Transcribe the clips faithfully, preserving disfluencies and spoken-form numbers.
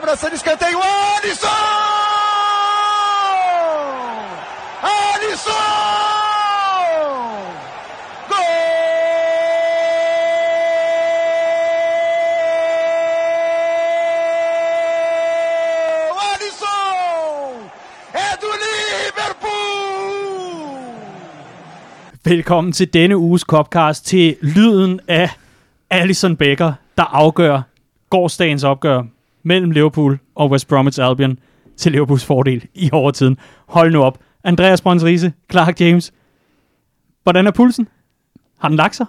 cobrança de escanteio, Alisson! Alisson! Gol! Alisson! É do Liverpool! Velkommen til denne uges Copcast til lyden af Alisson Becker, der afgør gårsdagens opgør mellem Liverpool og West Bromwich Albion til Liverpools fordel i overtiden. Hold nu op. Andreas Brøns Riise, Clark James. Hvordan er pulsen? Har den lagt sig?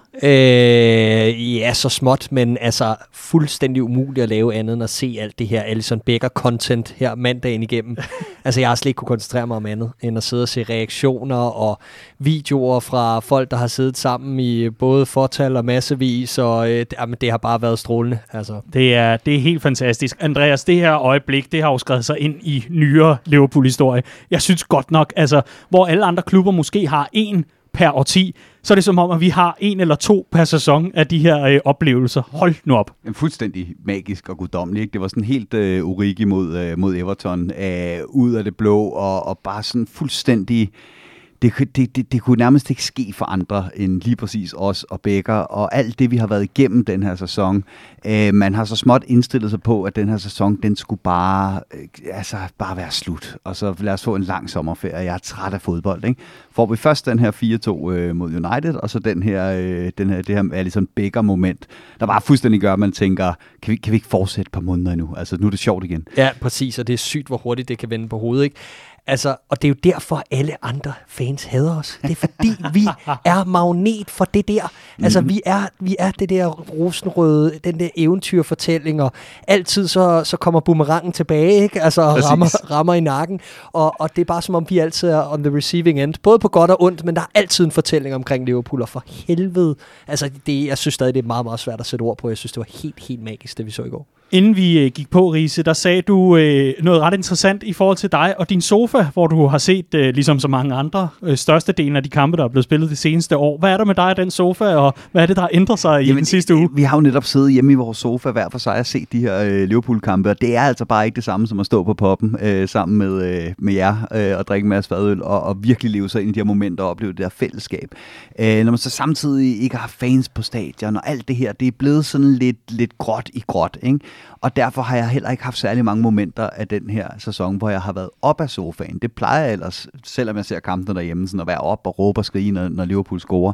Øh, ja, så småt, men altså fuldstændig umuligt at lave andet end at se alt det her Alisson Becker-content her mandagen igennem. Altså, jeg har slet ikke kunne koncentrere mig om andet, end at sidde og se reaktioner og videoer fra folk, der har siddet sammen i både fortal og massevis, og øh, jamen, det har bare været strålende. Altså. Det er, det er helt fantastisk. Andreas, det her øjeblik, det har jo skrevet sig ind i nyere Liverpool-historie. Jeg synes godt nok, altså, hvor alle andre klubber måske har en per årti, så er det som om, at vi har en eller to per sæson af de her øh, oplevelser. Hold nu op. En fuldstændig magisk og guddommelig, ikke? Det var sådan helt øh, Origi mod, øh, mod Everton, øh, ud af det blå, og, og bare sådan fuldstændig... Det, det, det, det kunne nærmest ikke ske for andre end lige præcis os og Becker, og alt det, vi har været igennem den her sæson. Øh, man har så småt indstillet sig på, at den her sæson, den skulle bare, øh, altså, bare være slut. Og så lad os få en lang sommerferie. Jeg er træt af fodbold, ikke? Får vi først den her fire to øh, mod United, og så den her, øh, den her, det her Alisson Becker-moment, der bare fuldstændig gør, at man tænker, kan vi, kan vi ikke fortsætte et par måneder endnu? Altså, nu er det sjovt igen. Ja, præcis, og det er sygt, hvor hurtigt det kan vende på hovedet, ikke? Altså, og det er jo derfor, alle andre fans hader os. Det er fordi, vi er magnet for det der. Altså, mm-hmm. vi, er, vi er det der rosenrøde, den der eventyrfortælling, og altid så, så kommer boomerangen tilbage, ikke? Altså, og rammer, rammer i nakken. Og, og det er bare som om, vi altid er on the receiving end. Både på godt og ondt, men der er altid en fortælling omkring Liverpool, og for helvede. Altså, det, jeg synes stadig, det er meget, meget svært at sætte ord på. Jeg synes, det var helt, helt magisk, det vi så i går. Inden vi øh, gik på, Riise, der sagde du øh, noget ret interessant i forhold til dig og din sofa, hvor du har set, øh, ligesom så mange andre, øh, størstedelen af de kampe, der er blevet spillet det seneste år. Hvad er der med dig og den sofa, og hvad er det, der har ændret sig i Jamen, den sidste uge? Vi har jo netop siddet hjemme i vores sofa hver for sig og set de her øh, Liverpool-kampe, og det er altså bare ikke det samme som at stå på poppen øh, sammen med, øh, med jer øh, og drikke en masse fadøl og, og virkelig leve sig ind i de her momenter og opleve det der fællesskab. Øh, når man så samtidig ikke har fans på stadion og alt det her, det er blevet sådan lidt, lidt gråt i gråt, ikke? Og derfor har jeg heller ikke haft særlig mange momenter af den her sæson, hvor jeg har været op af sofaen. Det plejer jeg ellers, selvom jeg ser kampene derhjemme, sådan at være op og råbe og skrige, når, når Liverpool scorer.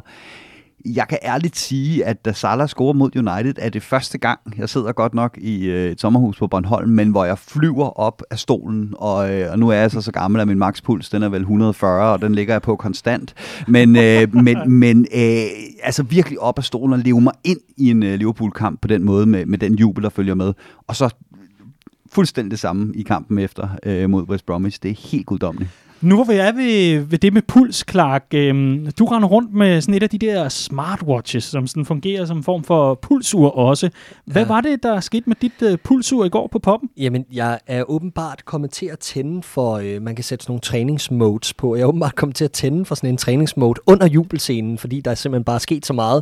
Jeg kan ærligt sige, at da Salah scorer mod United, er det første gang, jeg sidder godt nok i øh, et sommerhus på Bornholm, men hvor jeg flyver op af stolen, og, øh, og nu er jeg så så gammel, at min makspuls, den er vel et hundrede og fyrre, og den ligger jeg på konstant. Men, øh, men, men øh, altså virkelig op af stolen og leve mig ind i en øh, Liverpool-kamp på den måde, med, med den jubel, der følger med. Og så fuldstændig det samme i kampen efter øh, mod West Bromwich. Det er helt guddommeligt. Nu hvor vi er ved, ved det med puls, Clark, øhm, du render rundt med sådan et af de der smartwatches, som sådan fungerer som en form for pulsur også. Hvad ja. var det, der skete med dit uh, pulsur i går på poppen? Jamen, jeg er åbenbart kommet til at tænde for, øh, man kan sætte sådan nogle træningsmodes på. Jeg er åbenbart kommet til at tænde for sådan en træningsmode under jubelscenen, fordi der er simpelthen bare sket så meget.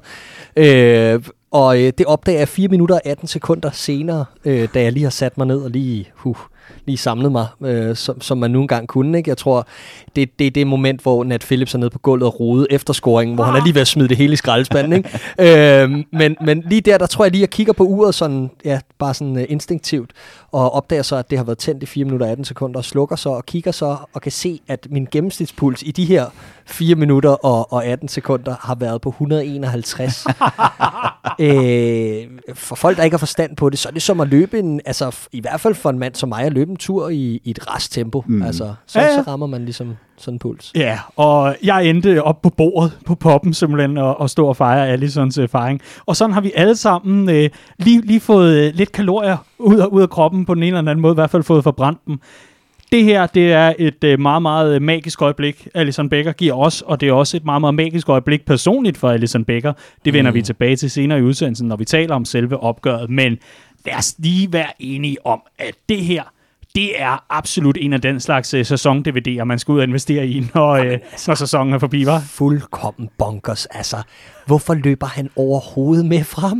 Øh, og øh, det opdager jeg fire minutter og atten sekunder senere, øh, da jeg lige har sat mig ned og lige... Uh, lige samlet mig, øh, som, som man nu engang kunne. Ikke? Jeg tror, det, det er det moment, hvor Nat Phillips er nede på gulvet og rode efter scoringen, hvor han er lige ved at smide det hele i skraldespanden. Ikke? øh, men, men lige der, der tror jeg lige, at jeg kigger på uret sådan, ja, bare sådan uh, instinktivt, og opdager så, at det har været tændt i fire minutter og atten sekunder, og slukker så og kigger så og kan se, at min gennemsnitspuls i de her fire minutter og, og atten sekunder har været på et hundrede og enoghalvtreds. øh, for folk, der ikke har forstand på det, så er det som at løbe en, altså i hvert fald for en mand som mig, at løbe en tur i, i et rask tempo. Mm. Altså, så, ja, ja. så rammer man ligesom sådan en puls. Ja, og jeg endte op på bordet på poppen simpelthen og, og stå og fejre Alissons erfaring. Og sådan har vi alle sammen øh, lige, lige fået øh, lidt kalorier ud af, ud af kroppen på den ene eller anden måde, i hvert fald fået forbrændt dem. Det her, det er et øh, meget, meget magisk øjeblik, Alisson Becker giver os, og det er også et meget, meget magisk øjeblik personligt for Alisson Becker. Det vender mm. vi tilbage til senere i udsendelsen, når vi taler om selve opgøret. Men lad os lige være enige om, at det her, det er absolut en af den slags uh, sæson-D V D'er, man skal ud og investere i, når, uh, altså, når sæsonen er forbi, var. Fuldkommen bonkers. Altså, hvorfor løber han overhovedet med frem?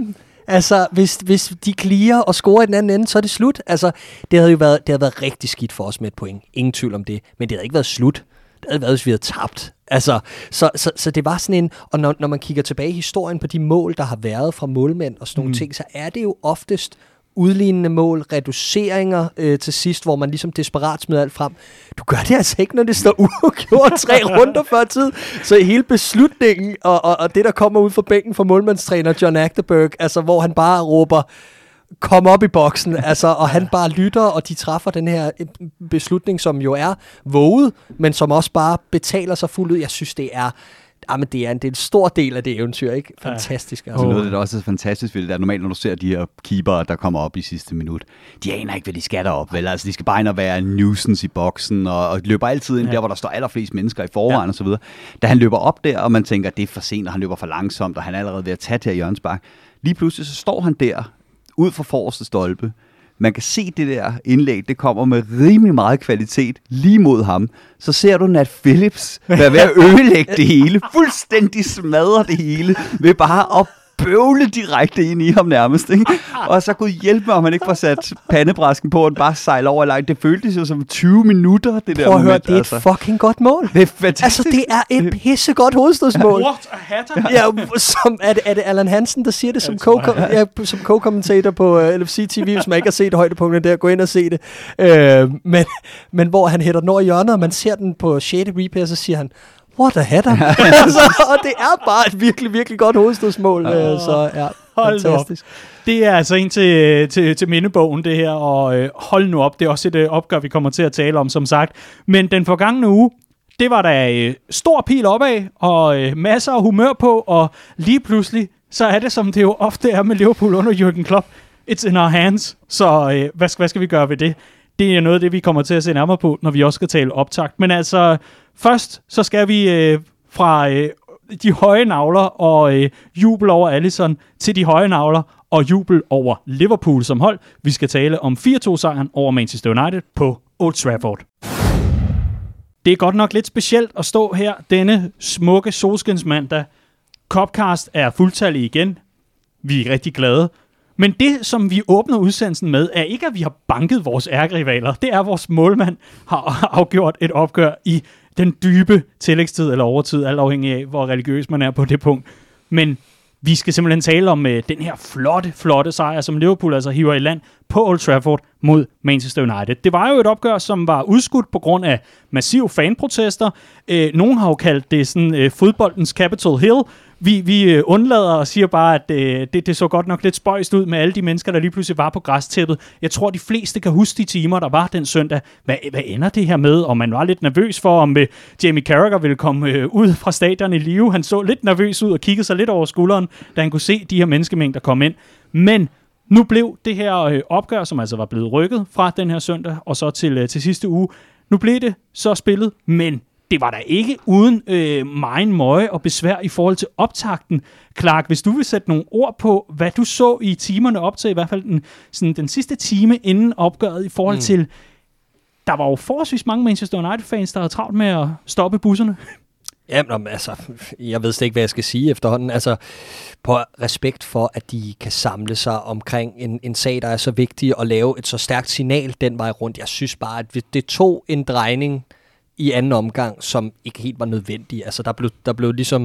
Altså, hvis, hvis de clear og scorer i den anden ende, så er det slut. Altså, det havde jo været, det havde været rigtig skidt for os med et point. Ingen tvivl om det. Men det havde ikke været slut. Det havde været, hvis vi havde tabt. Altså, så, så, så det var sådan en... Og når, når man kigger tilbage i historien på de mål, der har været fra målmænd og sådan nogle mm. ting, så er det jo oftest udlignende mål, reduceringer øh, til sidst, hvor man ligesom desperat smider alt frem. Du gør det altså ikke, når det står uafgjort tre runder før tid. Så hele beslutningen og, og, og det, der kommer ud fra bænken fra målmandstræner John Agterberg, altså hvor han bare råber, kom op i boksen, altså, og han bare lytter, og de træffer den her beslutning, som jo er våget, men som også bare betaler sig fuldt ud. Jeg synes, det er Jamen, det er en, det er en stor del af det eventyr, ikke? Fantastisk. Altså. Noget af det, der også er fantastisk ved det, er normalt, når du ser de her keeper, der kommer op i sidste minut. De aner ikke, hvad de skal derop, vel? Altså, de skal bare ind og være en nuisance i boksen, og, og løber altid ind ja. der, hvor der står allerflest mennesker i forvejen, ja. og så videre. Da han løber op der, og man tænker, det er for sent, og han løber for langsomt, og han er allerede ved at tage til hjørnespark. Lige pludselig, så står han der, ud for forreste stolpe. Man kan se det der indlæg, det kommer med rimelig meget kvalitet lige mod ham. Så ser du Nat Phillips være ved at ødelægge det hele, fuldstændig smadre det hele, ved bare at bøvle direkte ind i ham nærmest. Ikke? Og så kunne hjælpe mig, om han ikke får sat pandebræsken på, og bare sejle over langt. Det føltes jo som tyve minutter, det der Prøv at moment. høre, det er altså. et fucking godt mål. Det er fantastisk. Altså, det er et pissegodt hovedstødsmål. What a hatter. Ja, som, er, det, er det Allan Hansen, der siger det som, co- ja, som co-kommentator på uh, L F C T V, hvis man ikke har set højdepunkterne der, gå ind og se det. Uh, men, men hvor han hætter den over hjørnet, og man ser den på sjette replay, så siger han, what a header. altså, og det er bare et virkelig, virkelig godt hovedstødsmål. Oh. Uh, så ja, hold fantastisk. Det er altså en til, til, til mindebogen, det her, og øh, hold nu op, det er også et øh, opgør, vi kommer til at tale om, som sagt. Men den forgangne uge, det var der øh, stor pil opad, og øh, masser af humør på, og lige pludselig, så er det, som det jo ofte er med Liverpool under Jürgen Klopp. It's in our hands. Så øh, hvad, skal, hvad skal vi gøre ved det? Det er noget af det, vi kommer til at se nærmere på, når vi også skal tale optakt. Men altså, først så skal vi øh, fra øh, de høje navler og øh, jubel over Alisson til de høje navler og jubel over Liverpool som hold. Vi skal tale om fire to sejren over Manchester United på Old Trafford. Det er godt nok lidt specielt at stå her denne smukke solskinsmandag. Copcast er fuldtallig igen. Vi er rigtig glade. Men det, som vi åbner udsendelsen med, er ikke, at vi har banket vores ærkerivaler. Det er, at vores målmand har afgjort et opgør i den dybe tillægstid eller overtid, alt afhængig af, hvor religiøs man er på det punkt. Men vi skal simpelthen tale om uh, den her flotte, flotte sejr, som Liverpool altså hiver i land på Old Trafford mod Manchester United. Det var jo et opgør, som var udskudt på grund af massive fanprotester. Uh, nogen har jo kaldt det sådan uh, fodboldens Capitol Hill. Vi, vi uh, undlader og siger bare, at uh, det, det så godt nok lidt spøjst ud med alle de mennesker, der lige pludselig var på græstæppet. Jeg tror, de fleste kan huske de timer, der var den søndag. Hvad, hvad ender det her med? Og man var lidt nervøs for, om uh, Jamie Carragher ville komme uh, ud fra stadion i live. Han så lidt nervøs ud og kiggede sig lidt over skulderen, da han kunne se de her menneskemængder komme ind. Men nu blev det her øh, opgør, som altså var blevet rykket fra den her søndag, og så til, øh, til sidste uge, nu blev det så spillet, men det var da ikke uden øh, megen møje og besvær i forhold til optakten. Clark, hvis du vil sætte nogle ord på, hvad du så i timerne op til, i hvert fald den, sådan den sidste time inden opgøret, i forhold mm. til, der var jo forholdsvis mange Manchester United-fans, der havde travlt med at stoppe busserne. Jamen, altså, jeg ved slet ikke, hvad jeg skal sige efterhånden. Altså, på respekt for, at de kan samle sig omkring en, en sag, der er så vigtig, og lave et så stærkt signal den vej rundt. Jeg synes bare, at det tog en drejning i anden omgang, som ikke helt var nødvendig. Altså, der blev, der blev ligesom...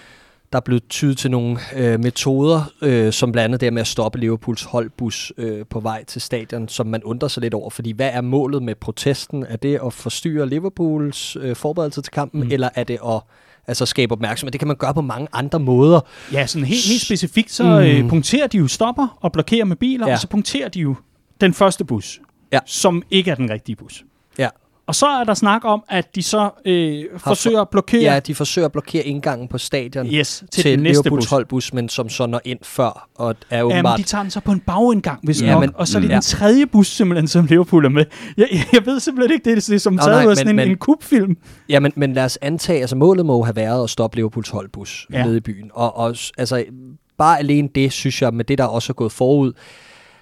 Der blev tydet til nogle øh, metoder, øh, som blandt andet der med at stoppe Liverpools holdbus øh, på vej til stadion, som man undrer sig lidt over. Fordi hvad er målet med protesten? Er det at forstyrre Liverpools øh, forberedelse til kampen, mm. eller er det at altså, skabe opmærksomhed? Det kan man gøre på mange andre måder. Ja, sådan helt, helt specifikt, så mm. øh, punkterer de jo stopper og blokerer med biler, ja. Og så punkterer de jo den første bus, ja. Som ikke er den rigtige bus. Ja. Og så er der snak om, at de så øh, forsøger at blokere... Ja, de forsøger at blokere indgangen på stadion yes, til, til Liverpools holdbus, men som så når ind før, og er åbenbart... Jamen, de tager den så på en bagindgang, hvis ja, nok, men, og så er det ja. den tredje bus, simpelthen, som Liverpool er med. Jeg, jeg ved simpelthen ikke, det er, det er som Nå, taget nej, ud af sådan men, en, en kubfilm. Ja, men, men lad os antage, altså målet må have været at stoppe Liverpools holdbus ja. Nede i byen, og, og altså, bare alene det, synes jeg, med det, der også er gået forud,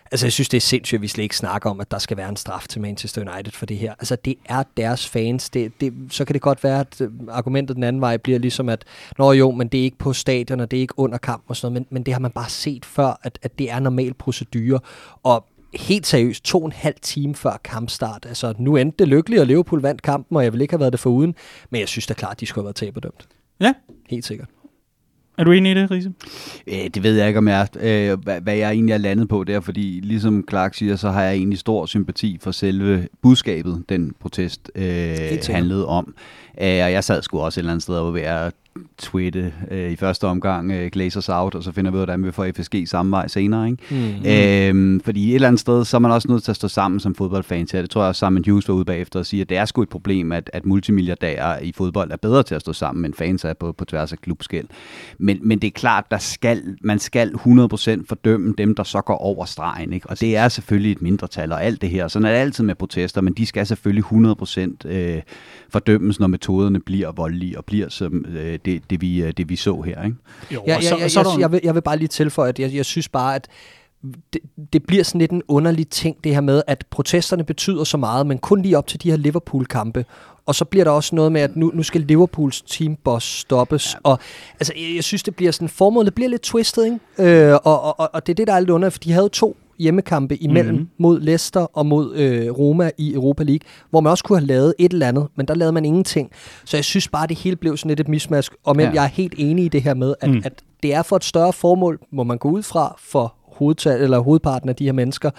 Altså, jeg synes, det er sindssygt, at vi slet ikke snakker om, at der skal være en straf til Manchester United for det her. Altså, det er deres fans. Det, det, så kan det godt være, at argumentet den anden vej bliver ligesom, at nå jo, men det er ikke på stadion, og det er ikke under kamp og sådan noget, men, men det har man bare set før, at, at det er normal procedure. Og helt seriøst, to og en halv time før kampstart. Altså, nu endte det lykkeligt, og Liverpool vandt kampen, og jeg vil ikke have været det foruden, men jeg synes da klart, at de skulle have været taberdømt. Ja. Helt sikkert. Er du enig i det, Riese? Øh, det ved jeg ikke, om jeg er. Øh, hvad, hvad jeg egentlig er landet på der, fordi ligesom Clark siger, så har jeg egentlig stor sympati for selve budskabet, den protest øh, handlede om. Øh, og jeg sad sgu også et eller andet sted og var ved at tweete øh, i første omgang øh, Glazers out, og så finder vi ud af, hvordan vi får F S G samme vej senere. Ikke? Mm. Øh, fordi et eller andet sted, så er man også nødt til at stå sammen som fodboldfans her. Det tror jeg også, Simon Hughes var ude bagefter og sige, at det er sgu et problem, at, at multimilliardærer i fodbold er bedre til at stå sammen, end fans er på, på tværs af klubskæld. Men, men det er klart, der skal, man skal hundrede procent fordømme dem, der så går over stregen. Ikke? Og det er selvfølgelig et mindretal og alt det her. Sådan er det altid med protester, men de skal selvfølgelig hundrede procent øh, fordømmes, når metoderne bliver voldelige og bliver som øh, det, det, vi, det, vi så her. Ikke? Jo, ja, ja, så, jeg, så jeg, jeg, vil, jeg vil bare lige tilføje, at jeg, jeg synes bare, at det, det bliver sådan lidt en underlig ting, det her med, at protesterne betyder så meget, men kun lige op til de her Liverpool-kampe. Og så bliver der også noget med, at nu, nu skal Liverpools teamboss stoppes. Ja. Og altså, jeg, jeg synes, det bliver sådan, formålet bliver lidt twistet, ikke? Øh, og, og, og det er det, der er lidt under, for de havde to hjemmekampe imellem mm-hmm. mod Leicester og mod øh, Roma i Europa League, hvor man også kunne have lavet et eller andet, men der lavede man ingenting. Så jeg synes bare, det hele blev sådan lidt et mismask, og men ja. jeg er helt enig i det her med, at, mm. at det er for et større formål, må man gå ud fra for hovedtal, eller hovedparten af de her mennesker.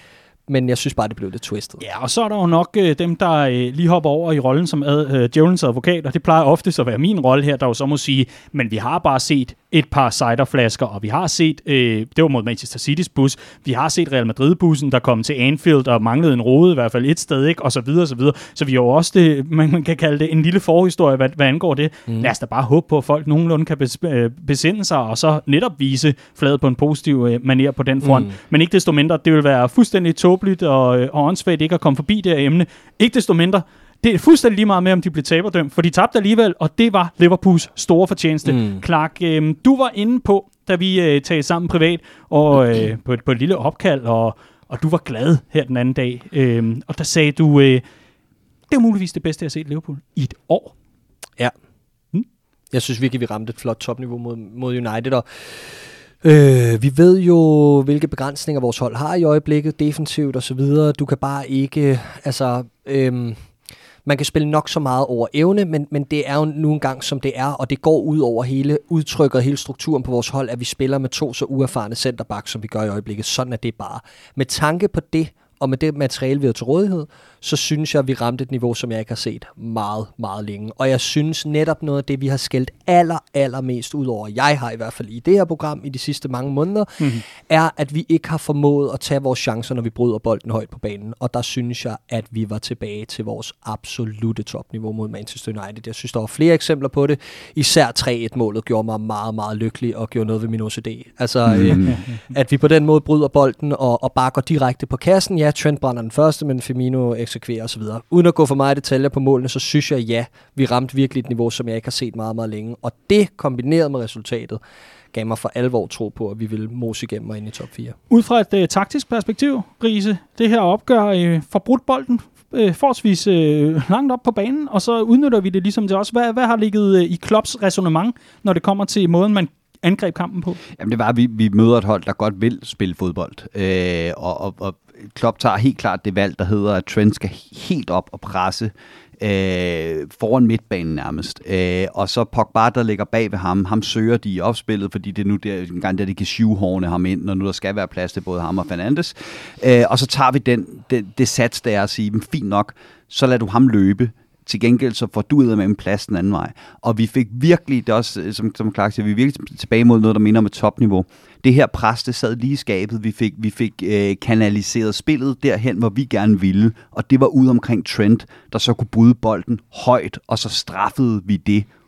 Men jeg synes bare, det blev lidt twistet. Ja, og så er der jo nok øh, dem, der øh, lige hopper over i rollen som ad, øh, djævelens advokat, og det plejer ofte at være min rolle her, der jo så må sige, men vi har bare set et par ciderflasker, og vi har set, øh, det var mod Manchester City's bus, vi har set Real Madrid-bussen, der kom til Anfield og manglede en rode, i hvert fald et sted, ikke? Og så videre, og så videre. Så vi har jo også det, man, man kan kalde det en lille forhistorie, hvad, hvad angår det. Mm. Lad os da bare håbe på, at folk nogenlunde kan bes, øh, besinde sig, og så netop vise fladet på en positiv øh, manier på den front. Mm. Men ikke desto mindre, det vil være fuldstændig tåbeligt og, og åndssvagt ikke at komme forbi det her emne. Ikke desto mindre, det er fuldstændig lige meget med, om de blev taberdømt, for de tabte alligevel, og det var Liverpools store fortjeneste. Mm. Clark, øh, du var inde på, da vi øh, talte sammen privat, og øh, på, et, på et lille opkald, og, og du var glad her den anden dag. Øh, og der sagde du, øh, det er muligvis det bedste, jeg har set Liverpool i et år. Ja. Mm. Jeg synes virkelig, vi ramte et flot topniveau mod, mod United, og Øh, vi ved jo, hvilke begrænsninger vores hold har i øjeblikket, defensivt og så videre. Du kan bare ikke, altså, øhm, man kan spille nok så meget over evne, men, men det er jo nu engang som det er, og det går ud over hele udtrykket og hele strukturen på vores hold, at vi spiller med to så uerfarne centerback, som vi gør i øjeblikket. Sådan er det bare. Med tanke på det, og med det materiale, vi har til rådighed, så synes jeg, at vi ramte et niveau, som jeg ikke har set meget, meget længe. Og jeg synes netop noget af det, vi har skældt aller, aller mest ud over, jeg har i hvert fald i det her program i de sidste mange måneder, mm-hmm. er, at vi ikke har formået at tage vores chancer, når vi bryder bolden højt på banen. Og der synes jeg, at vi var tilbage til vores absolute topniveau mod Manchester United. Jeg synes, der var flere eksempler på det. Især tre et-målet gjorde mig meget, meget lykkelig og gjorde noget ved min O C D. Altså, mm-hmm. øh, at vi på den måde bryder bolden og, og bare går direkte på kassen. Ja, Trent brænder den første, men Firmino eksekverer osv. Uden at gå for meget detaljer på målene, så synes jeg, ja, vi ramte virkelig et niveau, som jeg ikke har set meget, meget længe. Og det, kombineret med resultatet, gav mig for alvor tro på, at vi ville mose igennem og ind i top fire. Ud fra et uh, taktisk perspektiv, Riese, det her opgør uh, forbrudt bolden uh, forholdsvis uh, langt op på banen, og så udnytter vi det ligesom til os. Hvad, hvad har ligget uh, i Klopps ræsonnement, når det kommer til måden, man angreb kampen på? Jamen det var, at vi, vi møder et hold, der godt vil spille fodbold. Øh, og, og, og Klopp tager helt klart det valg, der hedder, at Trent skal helt op og presse øh, foran midtbanen nærmest. Øh, og så Pogba, der ligger bag ved ham, ham søger de i opspillet, fordi det er nu der, en gang der, de kan shoehorne ham ind, når nu der skal være plads til både ham og Fernandes. Øh, og så tager vi den, det, det sats, der er at sige, fint nok, så lader du ham løbe. Til gengæld så får du ud med en plads den anden vej. Og vi fik virkelig, det også, som, som Clark siger, vi er virkelig tilbage mod noget, der minder om et topniveau. Det her pres, det sad lige i skabet. Vi fik, vi fik øh, kanaliseret spillet derhen, hvor vi gerne ville. Og det var ude omkring Trent, der så kunne bryde bolden højt, og så straffede vi det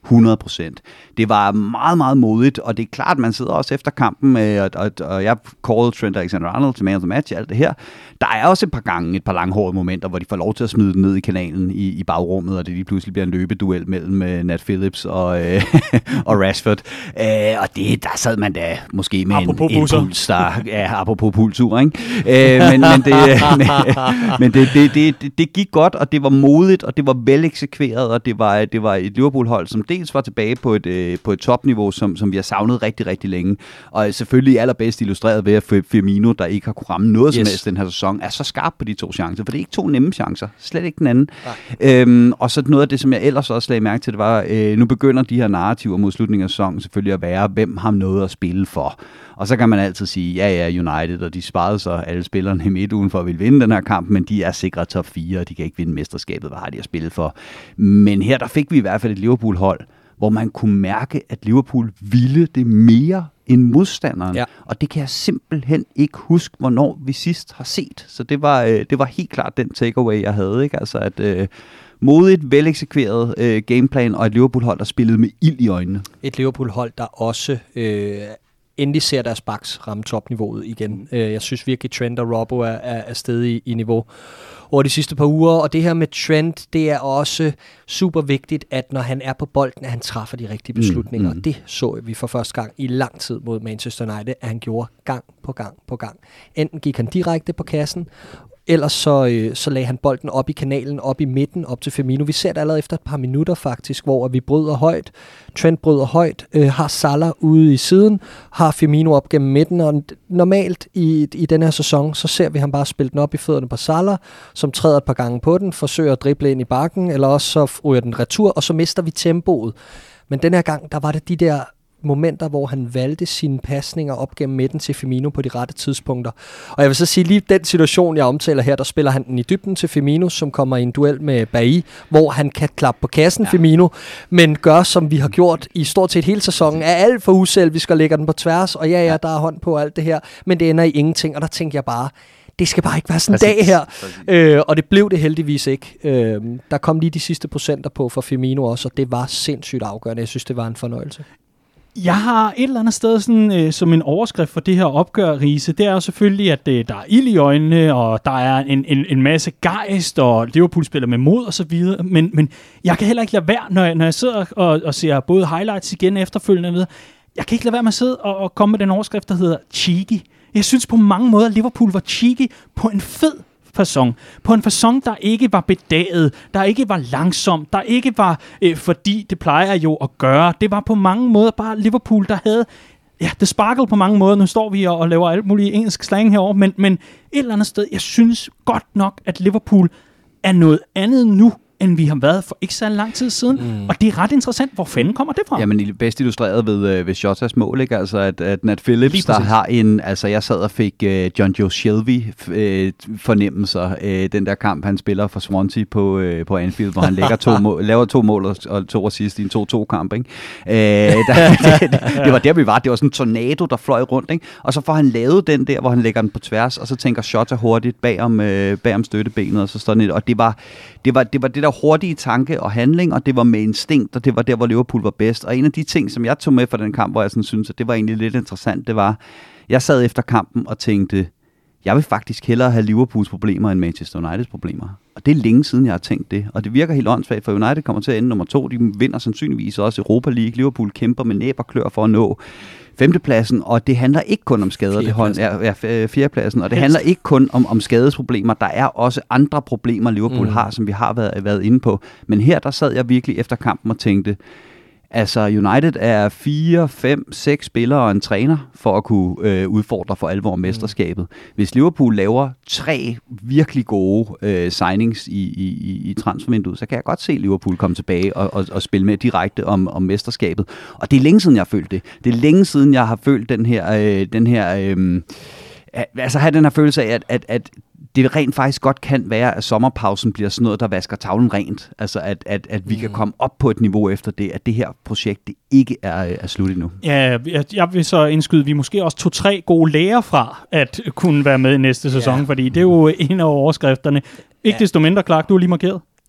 hundrede procent. Det var meget, meget modigt, og det er klart, man sidder også efter kampen, øh, og, og, og jeg callede Trent Alexander-Arnold til man of the match, alt det her. Der er også et par gange, et par langhårede momenter, hvor de får lov til at smide den ned i kanalen i, i bagrummet, og det lige pludselig bliver en løbeduel mellem øh, Nat Phillips og, øh, og Rashford. Øh, og det, der sad man da måske med apropos en, en puls, der, ja, apropos pulsur, ikke? Øh, men men, det, men, men det, det, det, det, det gik godt, og det var modigt, og det var vel eksekveret, og det var, det var et Liverpool-hold, som dels var tilbage på et, øh, på et topniveau, som, som vi har savnet rigtig, rigtig længe. Og selvfølgelig allerbedst illustreret ved, at Firmino, der ikke har kunne ramme noget yes. som helst den her sæson, er så skarp på de to chancer, for det er ikke to nemme chancer, slet ikke den anden. Øhm, og så noget af det, som jeg ellers også lagde mærke til, det var, øh, nu begynder de her narrativer mod slutningen af sæsonen selvfølgelig at være, hvem har noget at spille for. Og så kan man altid sige, ja, ja, United, og de sparede så alle spillerne i midtugen for at ville vinde den her kamp, men de er sikret top fire, og de kan ikke vinde mesterskabet. Hvad har de at spille for? Men her, der fik vi i hvert fald et Liverpool-hold, hvor man kunne mærke, at Liverpool ville det mere end modstanderen. Ja. Og det kan jeg simpelthen ikke huske, hvornår vi sidst har set. Så det var, øh, det var helt klart den takeaway, jeg havde. Ikke? Altså at øh, modigt, veleksekveret øh, gameplan, og et Liverpool-hold, der spillede med ild i øjnene. Et Liverpool-hold, der også øh, endelig ser deres backs ramme topniveauet igen. Jeg synes virkelig, Trent og Robbo er, er, er stedet i, i niveau over de sidste par uger, og det her med Trent, det er også super vigtigt, at når han er på bolden, at han træffer de rigtige beslutninger. Mm, mm. Det så vi for første gang i lang tid mod Manchester United, at han gjorde gang på gang på gang. Enten gik han direkte på kassen, ellers så, øh, så lagde han bolden op i kanalen, op i midten, op til Firmino. Vi ser det allerede efter et par minutter faktisk, hvor vi bryder højt. Trent bryder højt, øh, har Salah ude i siden, har Firmino op gennem midten, og normalt i, i den her sæson, så ser vi ham bare spille den op i fødderne på Salah, som træder et par gange på den, forsøger at drible ind i bakken, eller også så ryger den retur, og så mister vi tempoet. Men den her gang, der var det de der momenter, hvor han valgte sine pasninger op gennem midten til Firmino på de rette tidspunkter. Og jeg vil så sige, lige den situation, jeg omtaler her, der spiller han den i dybden til Firmino, som kommer i en duel med Bailly, hvor han kan klappe på kassen, ja. Firmino, men gør, som vi har gjort i stort set hele sæsonen, er alt for uselvisk og lægger den på tværs, og ja, ja, der er hånd på alt det her, men det ender i ingenting, og der tænker jeg bare, det skal bare ikke være sådan en dag her. Øh, og det blev det heldigvis ikke. Øh, der kom lige de sidste procenter på for Firmino også, og det var sindssygt afgørende. Jeg synes, det var en fornøjelse. Jeg har et eller andet sted sådan, øh, som en overskrift for det her opgør, Riese. Det er jo selvfølgelig, at øh, der er ild i øjnene, og der er en, en, en masse gejst, og Liverpool spiller med mod og så videre. Men, men jeg kan heller ikke lade være, når jeg, når jeg sidder og, og ser både highlights igen efterfølgende videre. Jeg kan ikke lade være med at sidde og, og komme med den overskrift, der hedder cheeky. Jeg synes på mange måder, at Liverpool var cheeky på en fed facon. På en facon, der ikke var bedaget, der ikke var langsom, der ikke var, øh, fordi det plejer jo at gøre. Det var på mange måder bare Liverpool, der havde, ja, det sparkede på mange måder. Nu står vi og, og laver alt muligt engelsk slang herovre, men, men et eller andet sted, jeg synes godt nok, at Liverpool er noget andet nu, end vi har været for ikke så lang tid siden. Mm. Og det er ret interessant. Hvor fanden kommer det fra? Jamen, bedst illustreret ved, ved Shotas mål, ikke? Altså, at, at Nat Phillips, der har en... Altså, jeg sad og fik uh, John Joe Shelby uh, fornemmelser. Uh, den der kamp, han spiller for Swansea på, uh, på Anfield, hvor han lægger to mål, laver to mål og, og to assist i en to to-kamp, ikke? Uh, der, det, det, det var der, vi var. Det var sådan en tornado, der fløj rundt, ikke? Og så får han lavet den der, hvor han lægger den på tværs, og så tænker Shota hurtigt bag om, uh, bag om støttebenet, og så står den et, og det var, det var, det var det der hurtige tanke og handling, og det var med instinkt, og det var der, hvor Liverpool var bedst. Og en af de ting, som jeg tog med fra den kamp, hvor jeg sådan synes, at det var egentlig lidt interessant, det var, jeg sad efter kampen og tænkte, jeg vil faktisk hellere have Liverpools problemer end Manchester Uniteds problemer. Og det er længe siden, jeg har tænkt det. Og det virker helt åndssvagt, for United kommer til at ende nummer to. De vinder sandsynligvis også Europa League. Liverpool kæmper med næb og klør for at nå femtepladsen, og det handler ikke kun om skader. Fjerdepladsen. Det hold, ja, fjerdepladsen, og det handler ikke kun om, om skadesproblemer. Der er også andre problemer, Liverpool mm. har, som vi har været, været inde på. Men her, der sad jeg virkelig efter kampen og tænkte, altså United er fire, fem, seks spillere og en træner for at kunne øh, udfordre for alvor mesterskabet. Mm. Hvis Liverpool laver tre virkelig gode øh, signings i, i, i transfervinduet, så kan jeg godt se Liverpool komme tilbage og, og, og spille med direkte om, om mesterskabet. Og det er længe siden, jeg har følt det. Det er længe siden, jeg har følt den her, øh, den her øh, altså have den her følelse af, at, at, at det rent faktisk godt kan være, at sommerpausen bliver sådan noget, der vasker tavlen rent. Altså, at, at, at vi mm. kan komme op på et niveau efter det, at det her projekt det ikke er, er slut endnu. Ja, jeg, jeg vil så indskyde, at vi måske også tog tre gode lærer fra at kunne være med i næste sæson, ja. Fordi det er jo en af overskrifterne. Ikke ja. Desto mindre, Clark, du er lige markeret.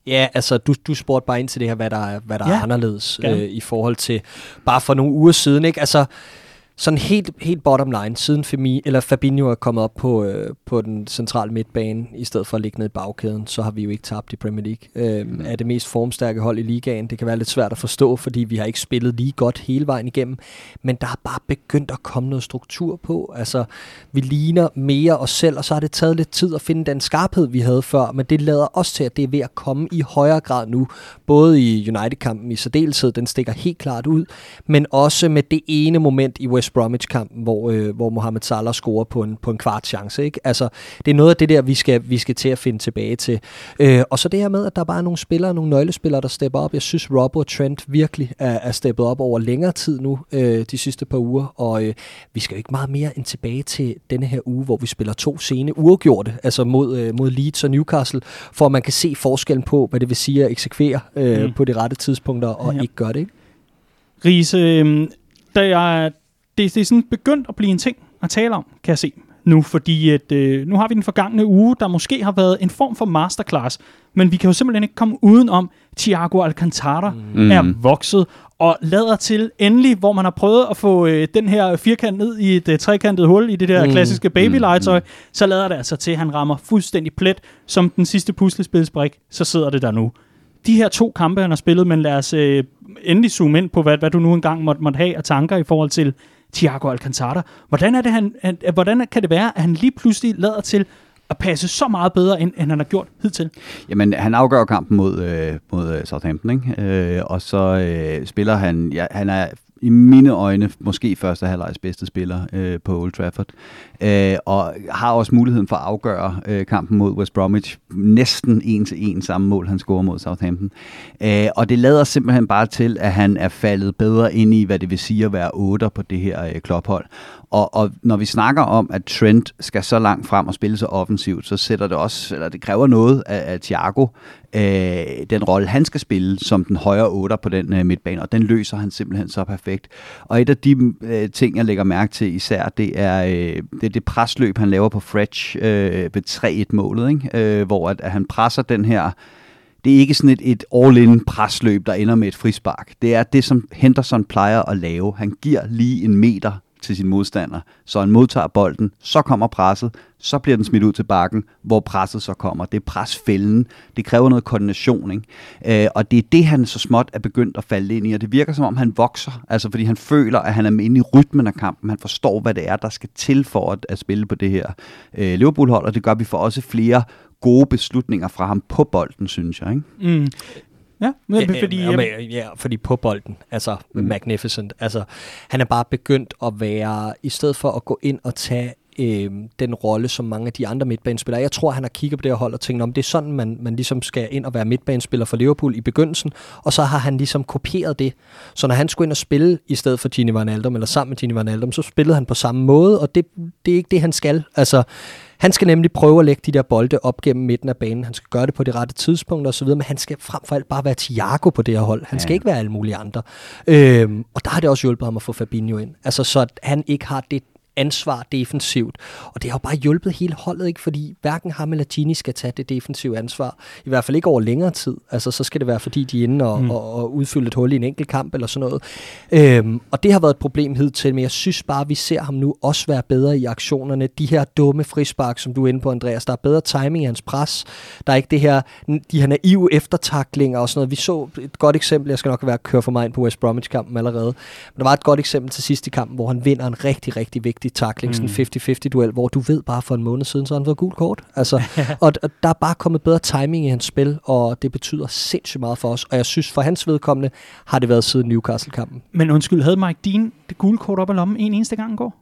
Ja, altså du, du spurgte bare ind til det her, hvad der er, hvad der ja, er anderledes øh, i forhold til bare for nogle uger siden, ikke? Altså sådan helt, helt bottom line, siden Femi, eller Fabinho er kommet op på, øh, på den centrale midtbane, i stedet for at ligge ned i bagkæden, så har vi jo ikke tabt i Premier League. Øh, mm. Er det mest formstærke hold i ligaen. Det kan være lidt svært at forstå, fordi vi har ikke spillet lige godt hele vejen igennem, men der er bare begyndt at komme noget struktur på. Altså, vi ligner mere os selv, og så har det taget lidt tid at finde den skarphed, vi havde før, men det lader også til, at det er ved at komme i højere grad nu, både i United-kampen i særdeleshed, den stikker helt klart ud, men også med det ene moment i West Bromwich-kampen, hvor, øh, hvor Mohamed Salah scorer på en, på en kvart chance. Ikke? Altså, det er noget af det der, vi skal, vi skal til at finde tilbage til. Øh, og så det her med, at der bare er nogle spillere, nogle nøglespillere, der stepper op. Jeg synes, Robbo og Trent virkelig er, er steppet op over længere tid nu, øh, de sidste par uger, og øh, vi skal jo ikke meget mere end tilbage til denne her uge, hvor vi spiller to sene uafgjorte, altså mod, øh, mod Leeds og Newcastle, for at man kan se forskellen på, hvad det vil sige at eksekvere øh, mm. på de rette tidspunkter, og ja. ikke gøre det. Ikke? Riese, øh, der er Det, det er sådan begyndt at blive en ting at tale om, kan jeg se nu, fordi at, øh, nu har vi den forgangne uge, der måske har været en form for masterclass, men vi kan jo simpelthen ikke komme uden om Thiago Alcantara mm. er vokset og lader til endelig, hvor man har prøvet at få øh, den her firkant ned i et øh, trekantet hul i det der mm. klassiske babylegetøj, mm. så lader det altså til, at han rammer fuldstændig plet som den sidste puslespilsbrik, så sidder det der nu. De her to kampe, han har spillet, men lad os øh, endelig zoome ind på, hvad, hvad du nu engang måtte, måtte have af tanker i forhold til Thiago Alcantara. Hvordan, er det, han, han, hvordan kan det være, at han lige pludselig lader til at passe så meget bedre, end, end han har gjort hidtil? Jamen, han afgør kampen mod, øh, mod Southampton, ikke? Øh, og så øh, spiller han... Ja, han er i mine øjne måske første halvlejs bedste spiller øh, på Old Trafford. Øh, og har også muligheden for at afgøre øh, kampen mod West Bromwich. Næsten en til en samme mål, han scorer mod Southampton. Øh, og det lader simpelthen bare til, at han er faldet bedre ind i, hvad det vil sige at være otter på det her øh, klubhold. Og, og når vi snakker om, at Trent skal så langt frem og spille så offensivt, så sætter det også, eller det kræver noget af, af Thiago, øh, den rolle han skal spille som den højre otter på den øh, midtbane, og den løser han simpelthen så perfekt. Og et af de øh, ting, jeg lægger mærke til især, det er øh, det, det presløb, han laver på Fretch øh, ved tre et-målet, ikke? Øh, hvor at, at han presser den her. Det er ikke sådan et, et all-in presløb, der ender med et frispark. Det er det, som Henderson plejer at lave. Han giver lige en meter til sin modstander, så han modtager bolden, så kommer presset, så bliver den smidt ud til bakken, hvor presset så kommer. Det er presfælden. Det kræver noget koordination, ikke? Øh, og det er det, han så småt er begyndt at falde ind i, og det virker som om, han vokser, altså fordi han føler, at han er med inde i rytmen af kampen. Han forstår, hvad det er, der skal til for at, at spille på det her øh, Liverpool-hold, og det gør, vi får også flere gode beslutninger fra ham på bolden, synes jeg, ikke? Mm. Ja, men, ja, fordi, ja, men, ja, fordi på bolden, altså mm. magnificent, altså han er bare begyndt at være, i stedet for at gå ind og tage øh, den rolle, som mange af de andre midtbanespillere, jeg tror, han har kigget på det her hold og tænkt, om det er sådan, man, man ligesom skal ind og være midtbanespiller for Liverpool i begyndelsen, og så har han ligesom kopieret det, så når han skulle ind og spille i stedet for Gini Wijnaldum, eller sammen med Gini Wijnaldum, så spillede han på samme måde, og det, det er ikke det, han skal, altså han skal nemlig prøve at lægge de der bolde op gennem midten af banen. Han skal gøre det på de rette tidspunkter osv., men han skal frem for alt bare være Thiago på det her hold. Han skal ja. ikke være alle mulige andre. Øhm, og der har det også hjulpet ham at få Fabinho ind. Altså så at han ikke har det ansvar defensivt. Og det har jo bare hjulpet hele holdet, ikke? Fordi hverken ham eller Gini skal tage det defensive ansvar. I hvert fald ikke over længere tid. Altså så skal det være, fordi de er inde og, mm. og, og udfylde et hul i en enkelt kamp eller sådan noget. Øhm, og det har været et problem hidtil, men jeg synes bare, vi ser ham nu også være bedre i aktionerne. De her dumme frispark, som du er inde på, Andreas. Der er bedre timing i hans pres. Der er ikke det her, de her naive eftertaklinger og sådan noget. Vi så et godt eksempel, jeg skal nok være at køre for mig ind på West Bromwich-kampen allerede. Men der var et godt eksempel til sidst i kampen, hvor han vinder en rigtig, rigtig vigtig tackling, mm. sådan en halvtreds halvtreds duel, hvor du ved bare for en måned siden, så har han fået gult kort. Altså, og, og der er bare kommet bedre timing i hans spil, og det betyder sindssygt meget for os. Og jeg synes, for hans vedkommende har det været siden Newcastle-kampen. Men undskyld, havde Mike Dean det gule kort op ad lommen en eneste gang i går?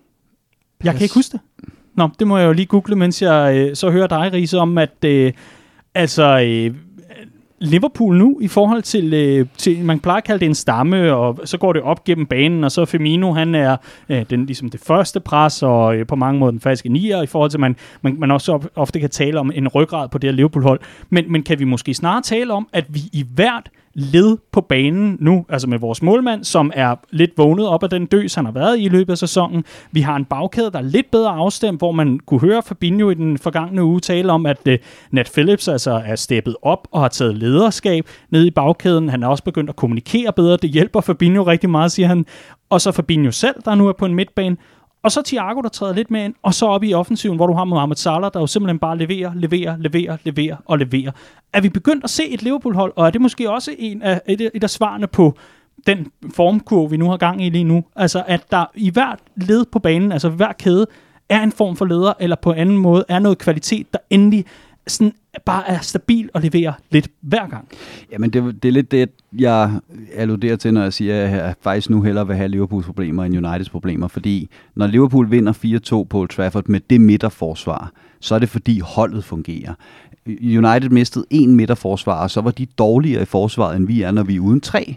Jeg kan ikke huske det. Nå, det må jeg jo lige google, mens jeg øh, så hører dig, Riese, om at øh, altså... Øh, Liverpool nu, i forhold til, øh, til, man plejer at kalde det en stamme, og så går det op gennem banen, og så Firmino, han er øh, den, ligesom det første pres, og øh, på mange måder den falske nier, i forhold til, at man, man, man også ofte kan tale om en ryggrad på det her Liverpool-hold. Men, men kan vi måske snart tale om, at vi i hvert led på banen nu, altså med vores målmand, som er lidt vågnet op af den døs, han har været i løbet af sæsonen. Vi har en bagkæde, der er lidt bedre afstemt, hvor man kunne høre Fabinho i den forgangne uge tale om, at uh, Nat Phillips altså er steppet op og har taget lederskab ned i bagkæden. Han er også begyndt at kommunikere bedre. Det hjælper Fabinho rigtig meget, siger han. Og så Fabinho selv, der nu er på en midtbane. Og så Thiago, der træder lidt med ind, og så op i offensiven, hvor du har Mohamed Salah, der jo simpelthen bare leverer, leverer, leverer, leverer og leverer. Er vi begyndt at se et Liverpool-hold, og er det måske også en af, et, et af svarene på den formkurve, vi nu har gang i lige nu? Altså, at der i hvert led på banen, altså hver kæde, er en form for leder, eller på en anden måde er noget kvalitet, der endelig sådan bare er stabil og leverer lidt hver gang. Jamen, det, det er lidt det, jeg alluderer til, når jeg siger, at jeg faktisk nu hellere vil have Liverpools problemer end Uniteds problemer, fordi når Liverpool vinder fire to på Old Trafford med det midterforsvar, så er det fordi holdet fungerer. United mistede en midterforsvar, og så var de dårligere i forsvaret, end vi er, når vi er uden tre.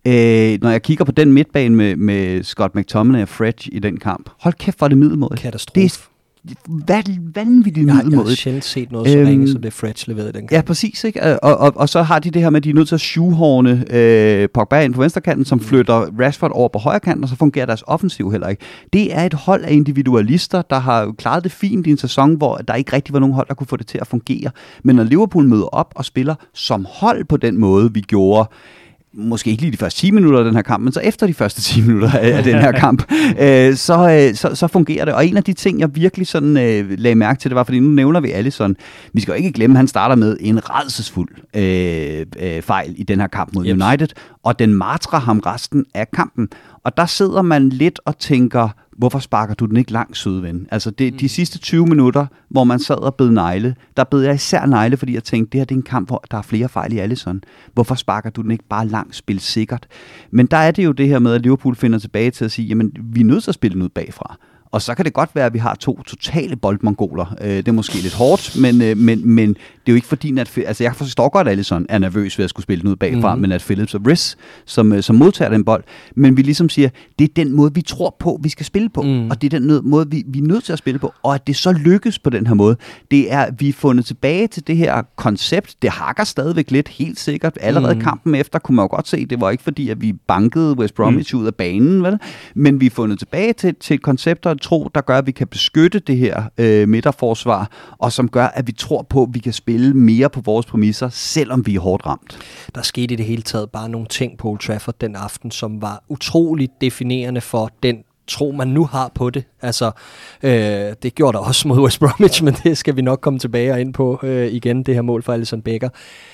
Øh, når jeg kigger på den midtbane med, med Scott McTominay og Fred i den kamp, hold kæft, hvor det middelmådigt. Katastrofe. Det er vanvittigt middelmådigt. Jeg har sjældent set noget så øhm, ringe, som det Fred leverede den kamp. Ja, præcis. Ikke? Og, og, og så har de det her med, at de er nødt til at shoehorne øh, Pogba ind på venstrekanten, som flytter Rashford over på højrekanten, og så fungerer deres offensiv heller ikke. Det er et hold af individualister, der har klaret det fint i en sæson, hvor der ikke rigtig var nogen hold, der kunne få det til at fungere. Men når Liverpool møder op og spiller som hold på den måde, vi gjorde, måske ikke lige de første ti minutter af den her kamp, men så efter de første ti minutter af, af den her kamp, øh, så, øh, så, så fungerer det. Og en af de ting, jeg virkelig sådan, øh, lagde mærke til, det var, fordi nu nævner vi Alisson. Vi skal jo ikke glemme, at han starter med en rædselsfuld øh, øh, fejl i den her kamp mod Jeps. United, og den martrer ham resten af kampen. Og der sidder man lidt og tænker, hvorfor sparker du den ikke langt, søde ven? Altså det, mm. de sidste tyve minutter, hvor man sad og bed negle, der bed jeg især negle, fordi jeg tænkte, det her det er en kamp, hvor der er flere fejl i Alisson. Hvorfor sparker du den ikke bare langt, spil sikkert? Men der er det jo det her med, at Liverpool finder tilbage til at sige, jamen vi er nødt til at spille den ud bagfra. Og så kan det godt være, at vi har to totale boldmongoler. Øh, det er måske lidt hårdt, men, øh, men, men det er jo ikke fordi, at altså jeg forstår godt, at Alisson er nervøs ved at skulle spille den ud bagfra, mm-hmm. men at Phillips og Riz, som, som modtager den bold, men vi ligesom siger, det er den måde, vi tror på, vi skal spille på, mm. og det er den måde, vi, vi er nødt til at spille på, og at det så lykkes på den her måde, det er, at vi er fundet tilbage til det her koncept. Det hakker stadigvæk lidt, helt sikkert. Allerede mm. kampen efter kunne man jo godt se, det var ikke fordi, at vi bankede West Bromwich mm. ud af banen, vel? Men vi er fundet tilbage til, til et koncept og et tro, der gør, at vi kan beskytte det her øh, midterforsvar, og som gør, at vi tror på, at vi kan spille mere på vores præmisser, selvom vi er hårdt ramt. Der skete i det hele taget bare nogle ting på Old Trafford den aften, som var utroligt definerende for den tro, man nu har på det. Altså, øh, det gjorde der også mod West Bromwich, men det skal vi nok komme tilbage og ind på øh, igen, det her mål for Alisson Becker.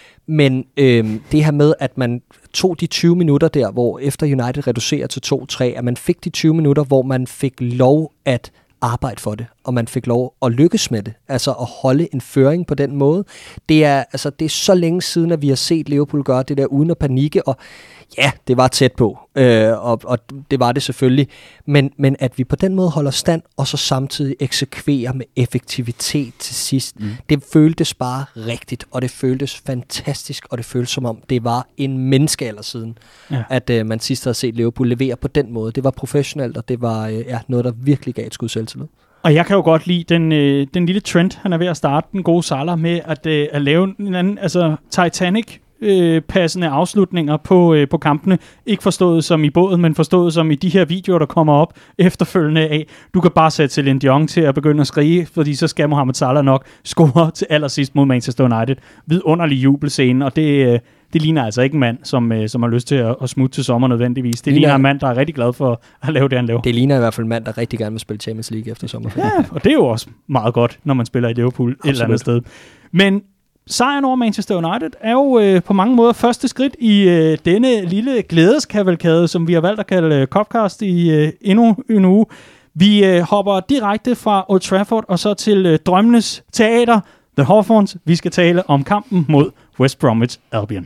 Men øh, det her med, at man tog de tyve minutter der, hvor efter United reducerer til to tre, at man fik de tyve minutter, hvor man fik lov at arbejde for det, og man fik lov at lykkes med det, altså at holde en føring på den måde. Det er, altså, det er så længe siden, at vi har set Liverpool gøre det der uden at panikke, og ja, det var tæt på, øh, og, og det var det selvfølgelig, men, men at vi på den måde holder stand, og så samtidig eksekverer med effektivitet til sidst, mm. det føltes bare rigtigt, og det føltes fantastisk, og det føltes som om, det var en menneskealder siden, ja. at øh, man sidst havde set Liverpool levere på den måde. Det var professionelt, og det var øh, ja, noget, der virkelig gav et skud selvtillid. Og jeg kan jo godt lide den, øh, den lille trend, han er ved at starte, den gode Salah, med at, øh, at lave en anden, altså Titanic, Øh, passende afslutninger på, øh, på kampene. Ikke forstået som i båden, men forstået som i de her videoer, der kommer op efterfølgende af. Du kan bare sætte Celine Dion til at begynde at skrige, fordi så skal Mohamed Salah nok score til allersidst mod Manchester United. Vidunderlig jubelscene, og det, øh, det ligner altså ikke en mand, som, øh, som har lyst til at, at smutte til sommer nødvendigvis. Det ligner, ligner en mand, der er rigtig glad for at lave det, han laver. Det ligner i hvert fald en mand, der rigtig gerne vil spille Champions League efter sommerferien. Ja, og det er jo også meget godt, når man spiller i Liverpool et eller andet sted. Men sejren over Manchester United er jo øh, på mange måder første skridt i øh, denne lille glædeskavalkade, som vi har valgt at kalde øh, Copcast i øh, endnu en uge. Vi øh, hopper direkte fra Old Trafford og så til øh, drømmenes teater, The Hawthorns. Vi skal tale om kampen mod West Bromwich Albion.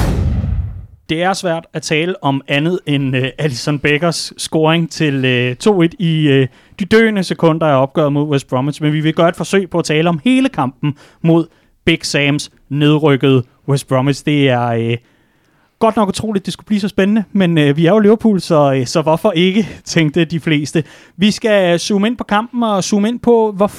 Det er svært at tale om andet end øh, Alisson Beckers scoring til øh, to et i øh, de døende sekunder af opgøret mod West Bromwich, men vi vil gøre et forsøg på at tale om hele kampen mod Big Sams nedrykkede West Bromwich. Det er øh, godt nok utroligt, det skulle blive så spændende, men øh, vi er jo Liverpool, så, øh, så hvorfor ikke, tænkte de fleste. Vi skal zoome ind på kampen og zoome ind på, hvorfor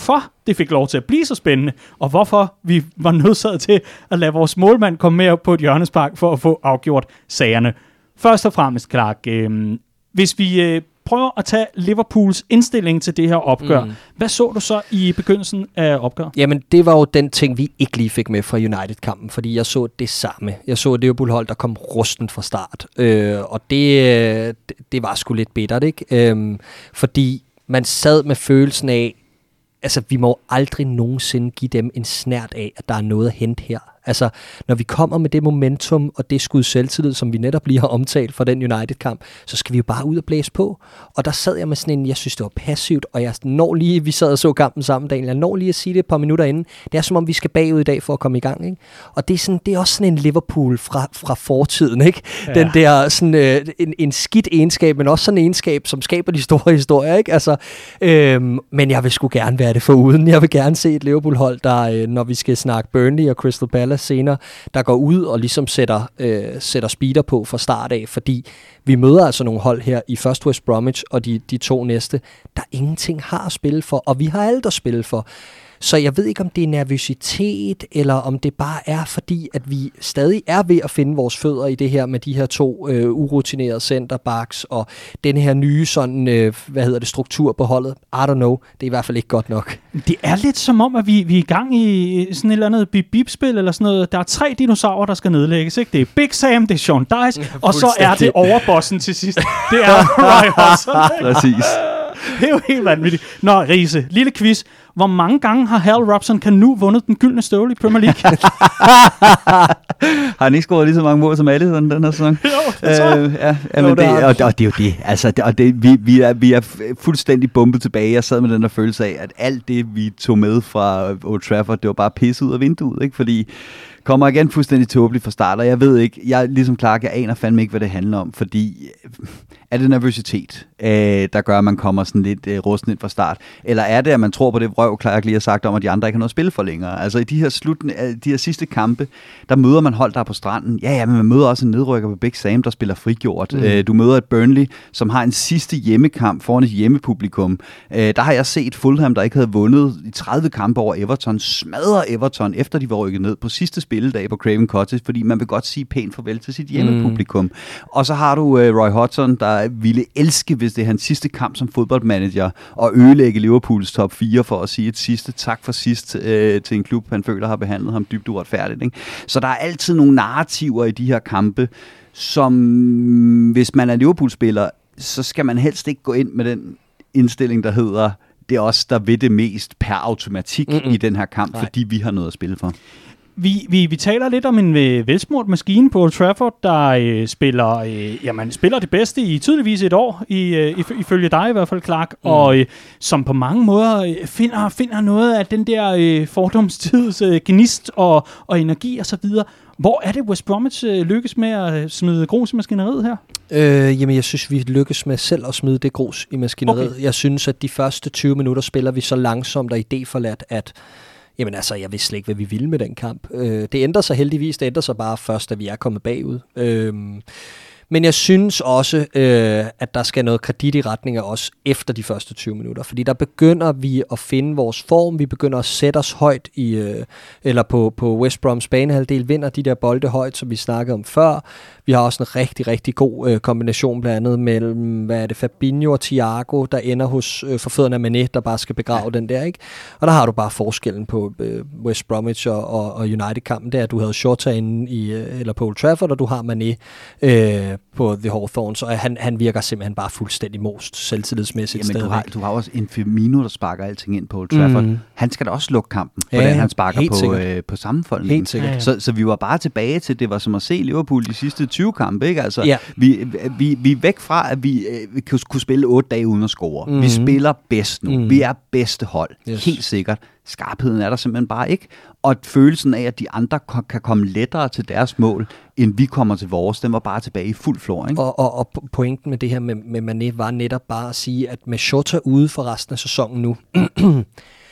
det fik lov til at blive så spændende, og hvorfor vi var nødsaget til at lade vores målmand komme med op på et hjørnespark for at få afgjort sagerne. Først og fremmest, Clark, øh, hvis vi øh, prøver at tage Liverpools indstilling til det her opgør, mm. hvad så du så i begyndelsen af opgøret? Jamen, det var jo den ting, vi ikke lige fik med fra United-kampen, fordi jeg så det samme. Jeg så et Liverpool-hold, der kom rusten fra start, øh, og det, det var sgu lidt bittert, ikke? Øh, fordi man sad med følelsen af, altså, vi må aldrig nogensinde give dem en snert af, at der er noget at hente her. Altså, når vi kommer med det momentum og det skud selvtillid, som vi netop lige har omtalt fra den United-kamp, så skal vi jo bare ud og blæse på. Og der sad jeg med sådan en, jeg synes, det var passivt, og jeg når lige, vi sad og så kampen sammen, Daniel, jeg når lige at sige det et par minutter inden. Det er som om, vi skal bagud i dag for at komme i gang, ikke? Og det er, sådan, det er også sådan en Liverpool fra, fra fortiden, ikke? Ja. Den der sådan øh, en, en skidt egenskab, men også sådan en egenskab, som skaber de store historier, ikke? Altså, øhm, men jeg vil sgu gerne være det foruden. Jeg vil gerne se et Liverpool-hold, der, øh, når vi skal snakke Burnley og Crystal Palace senere, der går ud og ligesom sætter, øh, sætter speeder på fra start af, fordi vi møder altså nogle hold her i først West Bromwich og de, de to næste, der ingenting har at spille for, og vi har alt at spille for. Så jeg ved ikke, om det er nervøsitet, eller om det bare er fordi, at vi stadig er ved at finde vores fødder i det her med de her to øh, urutinerede centerbacks, og den her nye sådan, øh, hvad hedder det, struktur på holdet. I don't know. Det er i hvert fald ikke godt nok. Det er lidt som om, at vi, vi er i gang i sådan et eller andet bip-bip-spil, eller sådan noget. Der er tre dinosaurer, der skal nedlægges, ikke? Det er Big Sam, det er Sean Dice, ja, og så er det overbossen til sidst. Det er Roy Hodgson. Præcis. Det er jo helt vanvittigt. Nå, Riese, lille quiz. Hvor mange gange har Hal Robson kan nu vundet den gyldne støvle i Premier League? Har han ikke scoret lige så mange mål som Alisson den her sæson? Jo, det tror jeg. Øh, ja, ja, men jo, det, det, og, og det er jo det. Altså, det, og det, vi, vi, er, vi er fuldstændig bumpet tilbage. Jeg sad med den der følelse af, at alt det, vi tog med fra Old Trafford, det var bare pisse ud af vinduet, ikke? Fordi kommer igen fuldstændig tåbeligt fra start, og jeg ved ikke, jeg ligesom Clark, jeg aner fandme ikke, hvad det handler om, fordi er det nervøsitet, øh, der gør, at man kommer sådan lidt øh, rusten ind fra start, eller er det, at man tror på det vrøv, Clark lige har sagt om, at de andre ikke har noget at spille for længere? Altså i de her, slutten, de her sidste kampe, der møder man hold, der er på stranden. Ja, ja, men man møder også en nedrykker på Big Sam, der spiller frigjort. Mm. Øh, du møder et Burnley, som har en sidste hjemmekamp foran et hjemmepublikum. Øh, der har jeg set Fulham, der ikke havde vundet i tredive kampe over Everton, smadre Everton, efter de var rykket ned på sidste spilledag på Craven Cottage, fordi man vil godt sige pænt farvel til sit hjemmepublikum. Mm. Og så har du uh, Roy Hodgson, der ville elske, hvis det er hans sidste kamp som fodboldmanager, og ødelægge Liverpools top fire for at sige et sidste tak for sidst uh, til en klub, han føler har behandlet ham dybt uretfærdigt. Ikke? Så der er altid nogle narrativer i de her kampe, som hvis man er Liverpool-spiller, så skal man helst ikke gå ind med den indstilling, der hedder, det er os, der vil det mest per automatik Mm-mm. i den her kamp, Nej. fordi vi har noget at spille for. Vi, vi, vi taler lidt om en øh, velsmurt maskine på Old Trafford, der øh, spiller, øh, jamen, spiller det bedste i tydeligvis et år, i, øh, ifølge dig i hvert fald, Clark, mm. og øh, som på mange måder øh, finder, finder noget af den der øh, fordomstids øh, gnist og, og energi og så videre. Hvor er det, West Bromwich øh, lykkes med at smide grus i maskineriet her? Øh, jamen, jeg synes, vi lykkes med selv at smide det grus i maskineriet. Okay. Jeg synes, at de første tyve minutter spiller vi så langsomt og idéforladt, at jamen altså, jeg vidste slet ikke, hvad vi ville med den kamp. Øh, det ændrer sig heldigvis, det ændrer sig bare først, da vi er kommet bagud. Øh, men jeg synes også, øh, at der skal noget kredit i retning af os efter de første tyve minutter, fordi der begynder vi at finde vores form, vi begynder at sætte os højt i, øh, eller på, på West Broms banehalvdel, vinder de der bolde højt, som vi snakkede om før. Vi har også en rigtig, rigtig god øh, kombination blandt andet mellem, hvad er det, Fabinho og Thiago, der ender hos øh, forfødderne af Mané, der bare skal begrave ja. den der, ikke? Og der har du bare forskellen på øh, West Bromwich og, og, og United-kampen, der du havde Shota inde i, øh, eller på Old Trafford, og du har Mané øh, på The Hawthorns, og han, han virker simpelthen bare fuldstændig most selvtillidsmæssigt. Jamen, du har, du har også en Firmino, der sparker alting ind på Old Trafford. Mm. Han skal da også lukke kampen, hvordan ja, han sparker på, øh, på sammenfoldningen. Helt sikkert. Ja, ja. Så, så vi var bare tilbage til, det var som at se Liverpool de sidste tyve kampe, ikke? Altså, ja. vi, vi, vi er væk fra, at vi, vi kunne spille otte dage uden at score. Mm. Vi spiller bedst nu. Mm. Vi er bedste hold. Yes. Helt sikkert. Skarpheden er der simpelthen bare ikke. Og følelsen af, at de andre kan komme lettere til deres mål, end vi kommer til vores, den var bare tilbage i fuld flor, ikke? Og, og, og pointen med det her med, med Mané var netop bare at sige, at med Shota ude for resten af sæsonen nu,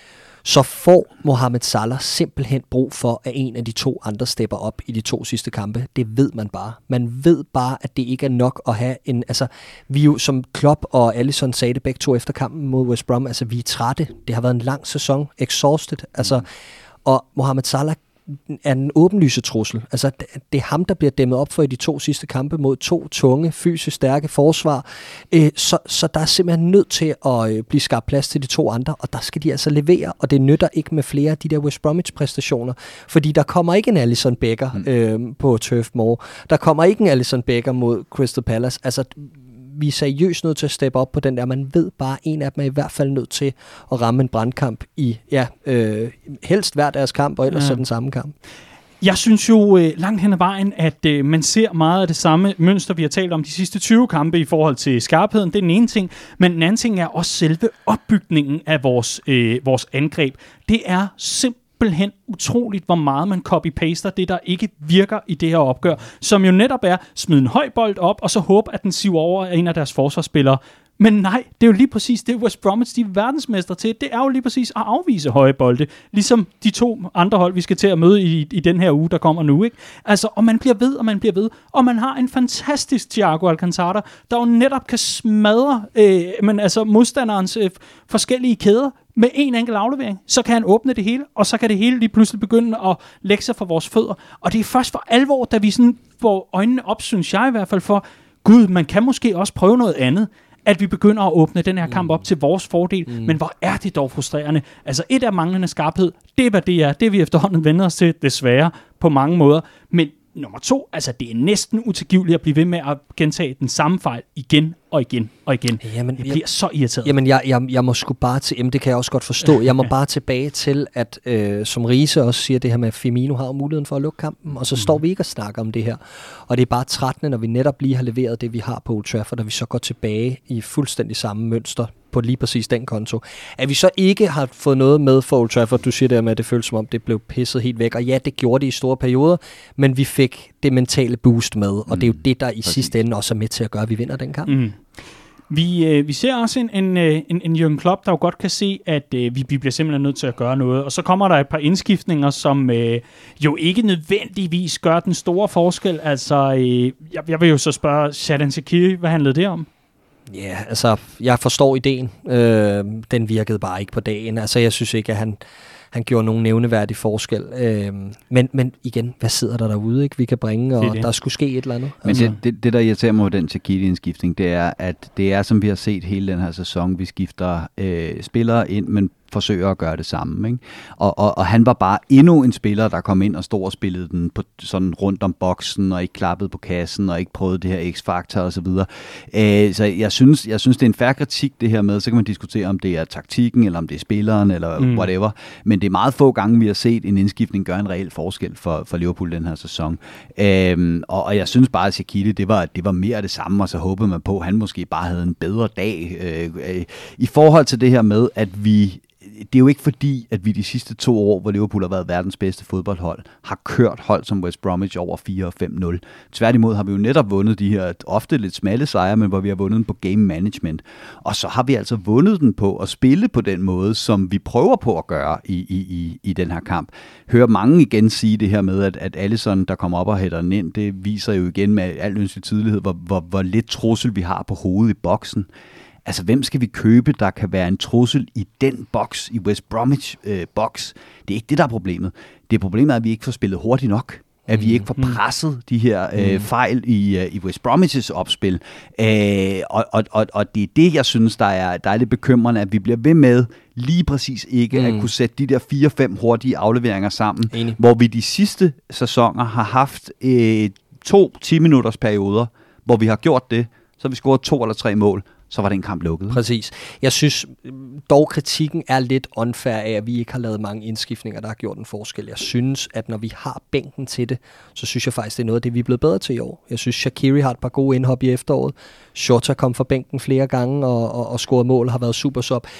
så får Mohamed Salah simpelthen brug for, at en af de to andre stepper op i de to sidste kampe. Det ved man bare. Man ved bare, at det ikke er nok at have en... Altså, vi jo som Klopp og Alisson sagde det begge to efter kampen mod West Brom, altså vi er trætte. Det har været en lang sæson. Exhausted. Altså, og Mohamed Salah er en åbenlyse trussel. Altså, det er ham, der bliver dæmmet op for i de to sidste kampe mod to tunge, fysisk stærke forsvar. Øh, så, så der er simpelthen nødt til at øh, blive skabt plads til de to andre, og der skal de altså levere, og det nytter ikke med flere af de der West Bromwich-præstationer, fordi der kommer ikke en Alisson Becker øh, på Turf Moor. Der kommer ikke en Alisson Becker mod Crystal Palace. Altså, vi er seriøst nødt til at steppe op på den der. Man ved bare, en af dem er i hvert fald nødt til at ramme en brandkamp i, ja, øh, helst hver deres kamp, og ellers ja. så den samme kamp. Jeg synes jo øh, langt hen ad vejen, at øh, man ser meget af det samme mønster, vi har talt om de sidste tyve kampe i forhold til skarpheden. Det er den ene ting. Men den anden ting er også selve opbygningen af vores, øh, vores angreb. Det er simpelthen simpelthen utroligt, hvor meget man copy-paster det, der ikke virker i det her opgør, som jo netop er smide en høj bold op, og så håbe, at den siver over af en af deres forsvarsspillere. Men nej, det er jo lige præcis det, West Bromwich, de er verdensmester til. Det er jo lige præcis at afvise høje bolde, ligesom de to andre hold, vi skal til at møde i, i den her uge, der kommer nu, ikke? Altså, og man bliver ved, og man bliver ved, og man har en fantastisk Thiago Alcantara, der jo netop kan smadre øh, men altså modstanderens øh, forskellige kæder med en enkelt aflevering. Så kan han åbne det hele, og så kan det hele lige pludselig begynde at lægge sig for vores fødder. Og det er først for alvor, da vi sådan får øjnene op, synes jeg i hvert fald, for Gud, man kan måske også prøve noget andet, at vi begynder at åbne den her kamp op til vores fordel. Mm. Men hvor er det dog frustrerende. Altså et af manglende skarphed, det er hvad det er. Det er vi efterhånden vendt os til, desværre, på mange måder. Men nummer to, altså det er næsten utilgiveligt at blive ved med at gentage den samme fejl igen og igen og igen. Jamen, jeg bliver jeg, så irriteret. Jamen, jeg, jeg, jeg må sgu bare til, jamen det kan jeg også godt forstå, jeg må bare tilbage til, at øh, som Riese også siger det her med, at Firmino har muligheden for at lukke kampen, og så mm. står vi ikke og snakker om det her. Og det er bare trættende, når vi netop lige har leveret det, vi har på Old Trafford, og vi så går tilbage i fuldstændig samme mønster på lige præcis den konto. At vi så ikke har fået noget med for Old Trafford, du siger der med, at det føles som om, det blev pisset helt væk, og ja, det gjorde det i store perioder, men vi fik det mentale boost med, og mm. det er jo det, der i Præcis. sidste ende også er med til at gøre, at vi vinder den kamp. Mm. Vi, øh, vi ser også en, en, en, en Jürgen Klopp, der jo godt kan se, at øh, vi, vi bliver simpelthen nødt til at gøre noget. Og så kommer der et par indskiftninger, som øh, jo ikke nødvendigvis gør den store forskel. Altså, øh, jeg, jeg vil jo så spørge Xherdan Shaqiri, hvad handlede det om? Ja, yeah, altså, jeg forstår ideen. Øh, den virkede bare ikke på dagen. Altså, jeg synes ikke, at han... Han gjorde nogen nævneværdig forskel. Øhm, men, men igen, hvad sidder der derude, ikke? Vi kan bringe, og det det. der skulle ske et eller andet. Men altså. det, det, det, der irriterer mig med den Shaqiri-indskiftning, det er, at det er, som vi har set hele den her sæson, vi skifter øh, spillere ind, men forsøger at gøre det samme, ikke? Og, og, og han var bare endnu en spiller, der kom ind og stod og spillede den på, sådan rundt om boksen, og ikke klappede på kassen, og ikke prøvede det her X-faktor og så videre. Øh, så jeg synes, jeg synes, det er en fair kritik, det her med, så kan man diskutere, om det er taktikken, eller om det er spilleren, eller mm. whatever. Men det er meget få gange, vi har set en indskiftning gøre en reel forskel for, for Liverpool den her sæson. Øh, og, og jeg synes bare, at Shaqiri, det var, det var mere af det samme, og så håbede man på, at han måske bare havde en bedre dag. Øh, øh, I forhold til det her med, at vi det er jo ikke fordi, at vi de sidste to år, hvor Liverpool har været verdens bedste fodboldhold, har kørt hold som West Bromwich over fire og fem nul. Tværtimod har vi jo netop vundet de her ofte lidt smalle sejre, men hvor vi har vundet den på game management. Og så har vi altså vundet den på at spille på den måde, som vi prøver på at gøre i, i, i, i den her kamp. Hører mange igen sige det her med, at, at Alisson, der kommer op og hætter den ind, det viser jo igen med al ønskelig tydelighed, hvor, hvor, hvor lidt trussel vi har på hovedet i boksen. Altså, hvem skal vi købe, der kan være en trussel i den boks, i West Bromwich øh, boks? Det er ikke det, der er problemet. Det er problemet, at vi ikke får spillet hurtigt nok. At vi ikke får presset de her øh, fejl i, øh, i West Bromwich's opspil. Øh, og, og, og, og det er det, jeg synes, der er, der er lidt bekymrende, at vi bliver ved med lige præcis ikke mm. at kunne sætte de der fire fem hurtige afleveringer sammen. Enig. Hvor vi de sidste sæsoner har haft øh, to ti-minutters perioder, hvor vi har gjort det, så har vi scoret to eller tre mål, så var den kamp lukket. Præcis. Jeg synes dog, kritikken er lidt unfair af, at vi ikke har lavet mange indskiftninger, der har gjort en forskel. Jeg synes, at når vi har bænken til det, så synes jeg faktisk, det er noget af det, vi er blevet bedre til i år. Jeg synes, Shaqiri har et par gode indhop i efteråret. Shota kom fra bænken flere gange og, og, og scorede mål, har været super sub.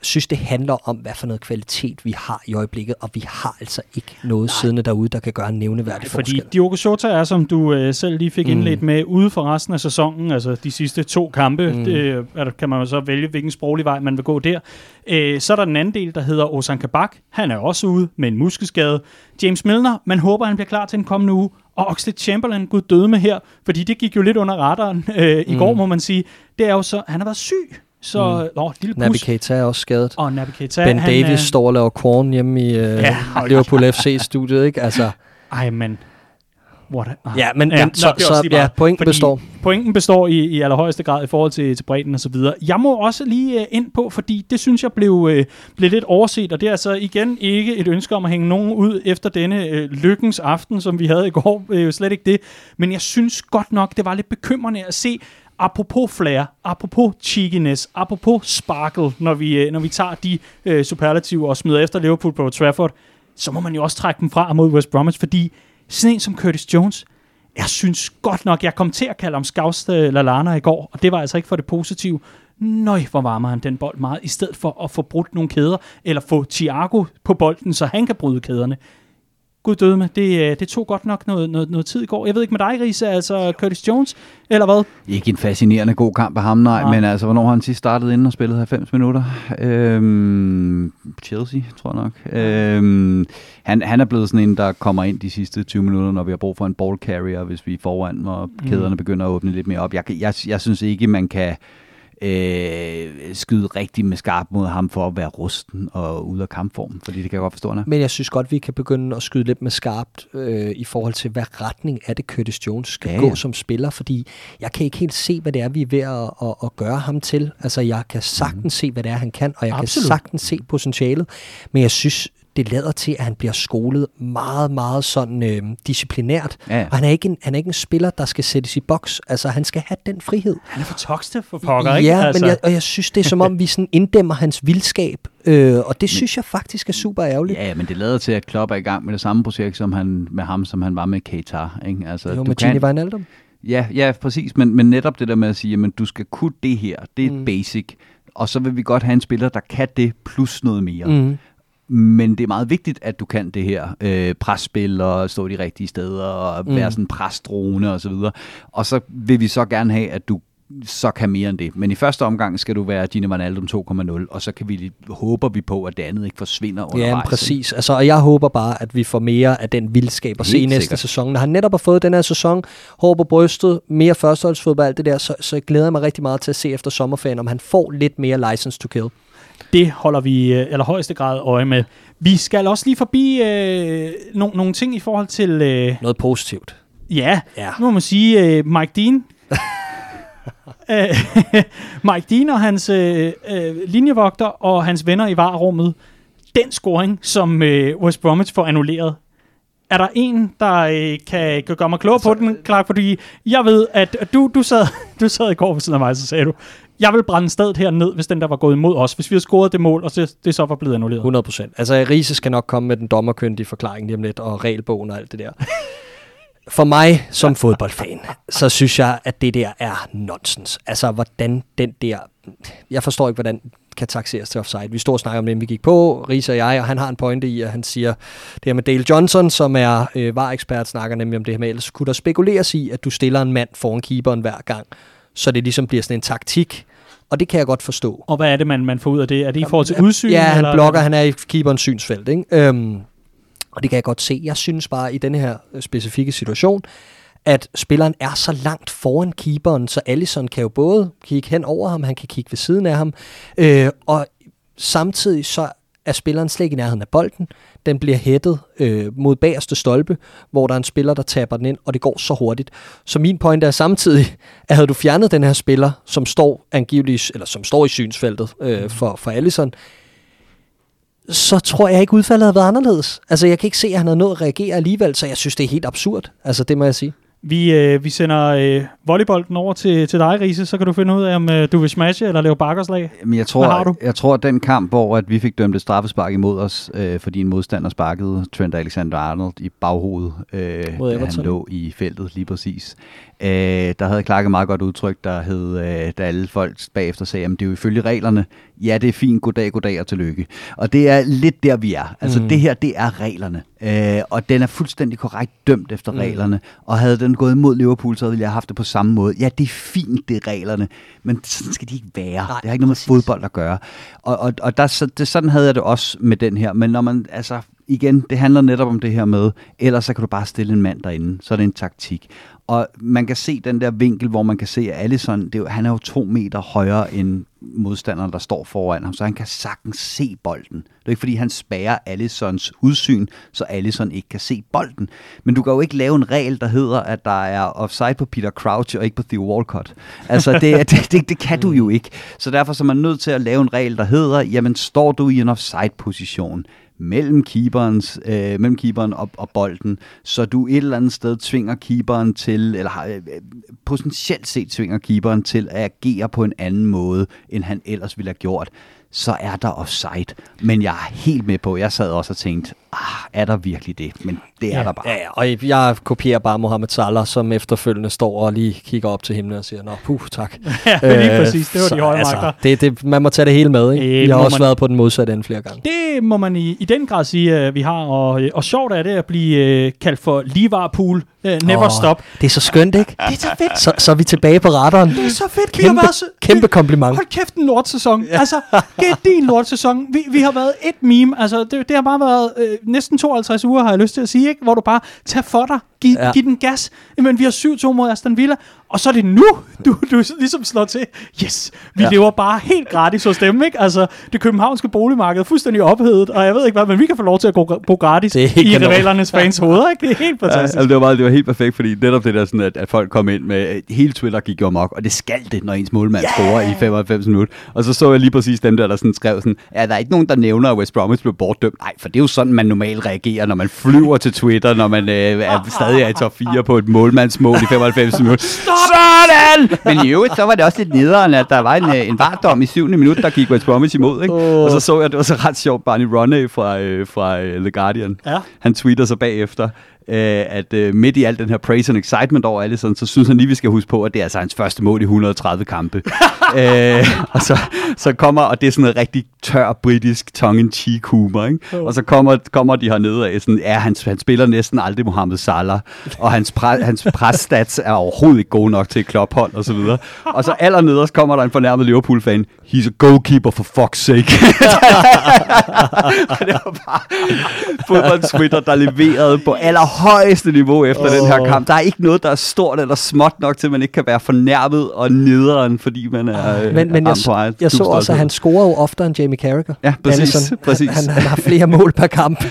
synes, det handler om, hvad for noget kvalitet vi har i øjeblikket, og vi har altså ikke noget Nej. siddende derude, der kan gøre en nævneværdig forskel. Fordi Diogo Jota er, som du øh, selv lige fik indledt mm. med, ude for resten af sæsonen, altså de sidste to kampe, mm. det, der kan man jo så vælge, hvilken sproglig vej man vil gå der. Øh, så er der den anden del, der hedder Ozan Kabak. Han er også ude med en muskelskade. James Milner, man håber, han bliver klar til den kommende uge. Og Oxlade Chamberlain, gud døde med her, fordi det gik jo lidt under radaren øh, i mm. går, må man sige. Det er jo så, han har været syg. Så, mm. åh, lille Naby Keita er også skadet. Og Naby Keita, Ben han, Davies øh, står og laver korn hjemme i øh, ja, Liverpool F C-studiet, ikke? Altså. Ej, men... What a, ja, men, ja, men så, så ja, pointen består. Pointen består i, i allerhøjeste grad i forhold til, til bredden og så videre. Jeg må også lige uh, ind på, fordi det synes jeg blev, uh, blev lidt overset, og det er altså igen ikke et ønske om at hænge nogen ud efter denne uh, lykkens aften, som vi havde i går. Uh, slet ikke det. Men jeg synes godt nok, det var lidt bekymrende at se, apropos flair, apropos cheekiness, apropos sparkle, når vi, uh, når vi tager de uh, superlativer og smider efter Liverpool på Trafford, så må man jo også trække dem fra mod West Bromwich, fordi sådan en som Curtis Jones, jeg synes godt nok, jeg kom til at kalde ham Skaus Lallana i går, og det var altså ikke for det positive. Nøj, hvor varmer han den bold meget, i stedet for at få brudt nogle kæder, eller få Thiago på bolden, så han kan bryde kæderne. Gud døde med, det, det tog godt nok noget, noget, noget tid i går. Jeg ved ikke med dig, Riese, altså Curtis Jones, eller hvad? Ikke en fascinerende god kamp af ham, nej, ja. Men altså, hvornår har han sidst startet inden og spillet halvfems minutter? Øhm, Chelsea, tror jeg nok. Øhm, han, han er blevet sådan en, der kommer ind de sidste tyve minutter, når vi har brug for en ball carrier, hvis vi er foran, og kæderne mm. begynder at åbne lidt mere op. Jeg, jeg, jeg synes ikke, man kan øh, skyde rigtig med skarp mod ham for at være rusten og ude af kampformen, fordi det kan jeg godt forstå, han. Men jeg synes godt, vi kan begynde at skyde lidt med skarpt øh, i forhold til, hvad retning er det, Curtis Jones skal ja, ja. gå som spiller, fordi jeg kan ikke helt se, hvad det er, vi er ved at, at, at gøre ham til. Altså, jeg kan sagtens mm. se, hvad det er, han kan, og jeg Absolut. kan sagtens se potentialet, men jeg synes, det lader til, at han bliver skolet meget, meget sådan øh, disciplinært. Ja. Og han er, ikke en, han er ikke en spiller, der skal sættes i boks. Altså, han skal have den frihed. Han er for tokstet for pokker, ikke? Ja, altså. men jeg, og jeg synes, det er som om, vi sådan inddæmmer hans vildskab. Øh, og det synes jeg faktisk er super ærgerligt. Ja, men det lader til, at Klopp er i gang med det samme projekt som han, med ham, som han var med Keita. Ikke? Altså, jo, du med Gini Wijnaldum. Ja, ja, præcis. Men, men netop det der med at sige, at du skal kunne det her. Det er mm. basic. Og så vil vi godt have en spiller, der kan det plus noget mere. Mm. Men det er meget vigtigt, at du kan det her øh, presspil og stå de rigtige steder og mm. være sådan en presdrone og så videre. Og så vil vi så gerne have, at du så kan mere end det. Men i første omgang skal du være Gini Wijnaldum to komma nul, og så kan vi, håber vi på, at det andet ikke forsvinder undervejs. Ja, præcis. Altså, og jeg håber bare, at vi får mere af den vildskab at se i næste sikkert. sæson. Når han netop har fået den her sæson, hår på brystet, mere førsteholdsfodbold, alt det der, så, så glæder jeg mig rigtig meget til at se efter sommerferien, om han får lidt mere license to kill. Det holder vi i allerhøjeste grad øje med. Vi skal også lige forbi øh, no- nogle ting i forhold til... Øh, Noget positivt. Ja, ja. Nu må man sige, øh, Mike Dean... Mike Dean og hans øh, øh, linjevogter og hans venner i varerummet. Den scoring, som øh, West Bromwich får annulleret. Er der en, der øh, kan, kan gøre mig klog altså, på den, Clark? Fordi jeg ved, at du, du, sad, du sad i går ved siden af mig, så sagde du, jeg vil brænde stedet her ned, hvis den der var gået imod os. Hvis vi havde scoret det mål, og det, det så var blevet annulleret. hundrede procent. Altså, Riese skal nok komme med den dommerkyndige forklaring lige om lidt, og regelbogen og alt det der. For mig som fodboldfan, så synes jeg, at det der er nonsens. Altså, hvordan den der... Jeg forstår ikke, hvordan kan taxeres til offside. Vi står og snakker om det, vi gik på, Riese og jeg, og han har en pointe i, at han siger, det her med Dale Johnson, som er øh, var-ekspert, snakker nemlig om det her med, ellers kunne der spekuleres i, at du stiller en mand foran keeperen hver gang, så det ligesom bliver sådan en taktik, og det kan jeg godt forstå. Og hvad er det, man, man får ud af det? Er det i forhold til udsyn? Ja, han eller? blokker, han er i keeperens synsfelt, ikke? Øhm, og det kan jeg godt se. Jeg synes bare, i denne her specifikke situation, at spilleren er så langt foran keeperen, så Alisson kan jo både kigge hen over ham, han kan kigge ved siden af ham, øh, og samtidig så er spilleren slet ikke i nærheden af bolden. Den bliver hættet øh, mod bagerste stolpe, hvor der er en spiller, der taber den ind, og det går så hurtigt. Så min point er samtidig, at havde du fjernet den her spiller, som står angiveligt, eller som står i synsfeltet øh, for, for Alisson, så tror jeg ikke, udfaldet havde været anderledes. Altså, jeg kan ikke se, at han havde nået at reagere alligevel, så jeg synes, det er helt absurd. Altså, det må jeg sige. Vi, øh, vi sender øh, volleybolden over til, til dig, Riese, så kan du finde ud af, om øh, du vil smashe eller lave bakkerslag. Men jeg tror, jeg tror, at den kamp, hvor at vi fik dømt et straffespark imod os, øh, fordi en modstander sparkede Trent Alexander-Arnold i baghovedet, øh, da han lå i feltet lige præcis. Øh, der havde Clark et meget godt udtryk, der hed, øh, da alle folk bagefter sagde, at det er jo ifølge reglerne. Ja, det er fint, goddag, goddag og tillykke. Og det er lidt der, vi er. Altså mm. det her, det er reglerne. Øh, og den er fuldstændig korrekt dømt efter mm. reglerne. Og havde den gået imod Liverpool, så ville jeg have haft det på samme måde. Ja, det er fint, det er reglerne. Men sådan skal de ikke være. Nej, det har ikke noget med fodbold at gøre. Og, og, og der, så, det, sådan havde jeg det også med den her. Men når man, altså igen, det handler netop om det her med, ellers så kan du bare stille en mand derinde. Så er det en taktik. Og man kan se den der vinkel, hvor man kan se, at Alisson, det er jo, han er jo to meter højere end modstanderen, der står foran ham, så han kan sagtens se bolden. Det er ikke, fordi han spærrer Alissons udsyn, så Alisson ikke kan se bolden. Men du kan jo ikke lave en regel, der hedder, at der er offside på Peter Crouch og ikke på Theo Walcott. Altså, det, det, det, det kan du jo ikke. Så derfor så er man nødt til at lave en regel, der hedder, jamen står du i en offside-position, mellem keeperens, øh, mellem keeperen og, og bolden, så du et eller andet sted tvinger keeperen til, eller øh, potentielt set tvinger keeperen til at agere på en anden måde, end han ellers ville have gjort, så er der offside. Men jeg er helt med på, jeg sad også og tænkte, ah, er der virkelig det? Men det er ja, der bare. Ja, og jeg kopierer bare Mohamed Salah, som efterfølgende står og lige kigger op til himlen og siger, nå, puh, tak. Ja, lige præcis. Det var så, de høje altså, magter. Det, det, man må tage det hele med, ikke? Øh, Vi har også man, været på den modsatte ende flere gange. Det må man i, i den grad sige, at vi har. Og, og sjovt er det at blive uh, kaldt for Liverpool. Uh, never oh, stop. Det er så skønt, ikke? Det er så fedt. Så, så er vi tilbage på radaren. Det er så fedt. Kæmpe, så, kæmpe kompliment. Hold kæft, en lortsæson. Ja. Altså, det er din lortsæson. Vi, vi har været et meme. Altså, det, det har bare været øh, næsten tooghalvtreds uger, har jeg lyst til at sige, ikke? Hvor du bare tager for dig. Giv, ja. giv den gas. Men vi har syv to mod Aston Villa. Og så er det nu, du, du ligesom slår til. Yes, vi ja. lever bare helt gratis hos dem, ikke? Altså, det københavnske boligmarked er fuldstændig ophedet, og jeg ved ikke hvad, men vi kan få lov til at gå, bo gratis i rivalernes fans hoveder, ikke? Det er helt fantastisk. Ja, altså, det, var meget, det var helt perfekt, fordi netop det der sådan, at, at folk kom ind med, hele Twitter gik jo amok, og det skal det, når ens målmand yeah. scorer i femoghalvfems minutter. Og så så jeg lige præcis dem der, der sådan skrev sådan, ja, der er ikke nogen, der nævner, at West Bromwich blev bortdømt. Nej, for det er jo sådan, man normalt reagerer, når man flyver til Twitter, når man øh, er stadig er i top fire på et målmandsmål i femoghalvfems minutter. Sådan! Men i øvrigt, så var det også lidt nederen, at der var en, en vardom i syvende minut, der gik West Bromwich imod, ikke? Oh. Og så så jeg, det var så ret sjovt, Barney Ronay fra, øh, fra øh, The Guardian. Ja. Han tweeter så bagefter, øh, at øh, midt i al den her praise and excitement over Alisson, så synes han lige, vi skal huske på, at det er altså hans første mål i et hundrede og tredive kampe. øh, og så, så kommer, og det er sådan noget rigtig tør britisk tongue-in-cheek humor, ikke? Oh. Og så kommer, kommer de hernede af sådan, ja, han, han spiller næsten aldrig Mohamed Salah, og hans, pre, hans presstats er overhovedet ikke gode nok til et klophold, og så videre. Og så allernederst kommer der en fornærmet Liverpool-fan, he's a goalkeeper for fuck's sake. Og det var bare fodbold-Twitter, der leverede på allerhøjeste niveau efter oh. den her kamp. Der er ikke noget, der er stort eller småt nok til, at man ikke kan være fornærmet og nederen, fordi man er Men, men jeg, jeg, jeg så også, at han scorer jo oftere end Jamie Carragher. Ja, præcis. præcis. Han, han, han har flere mål per kamp.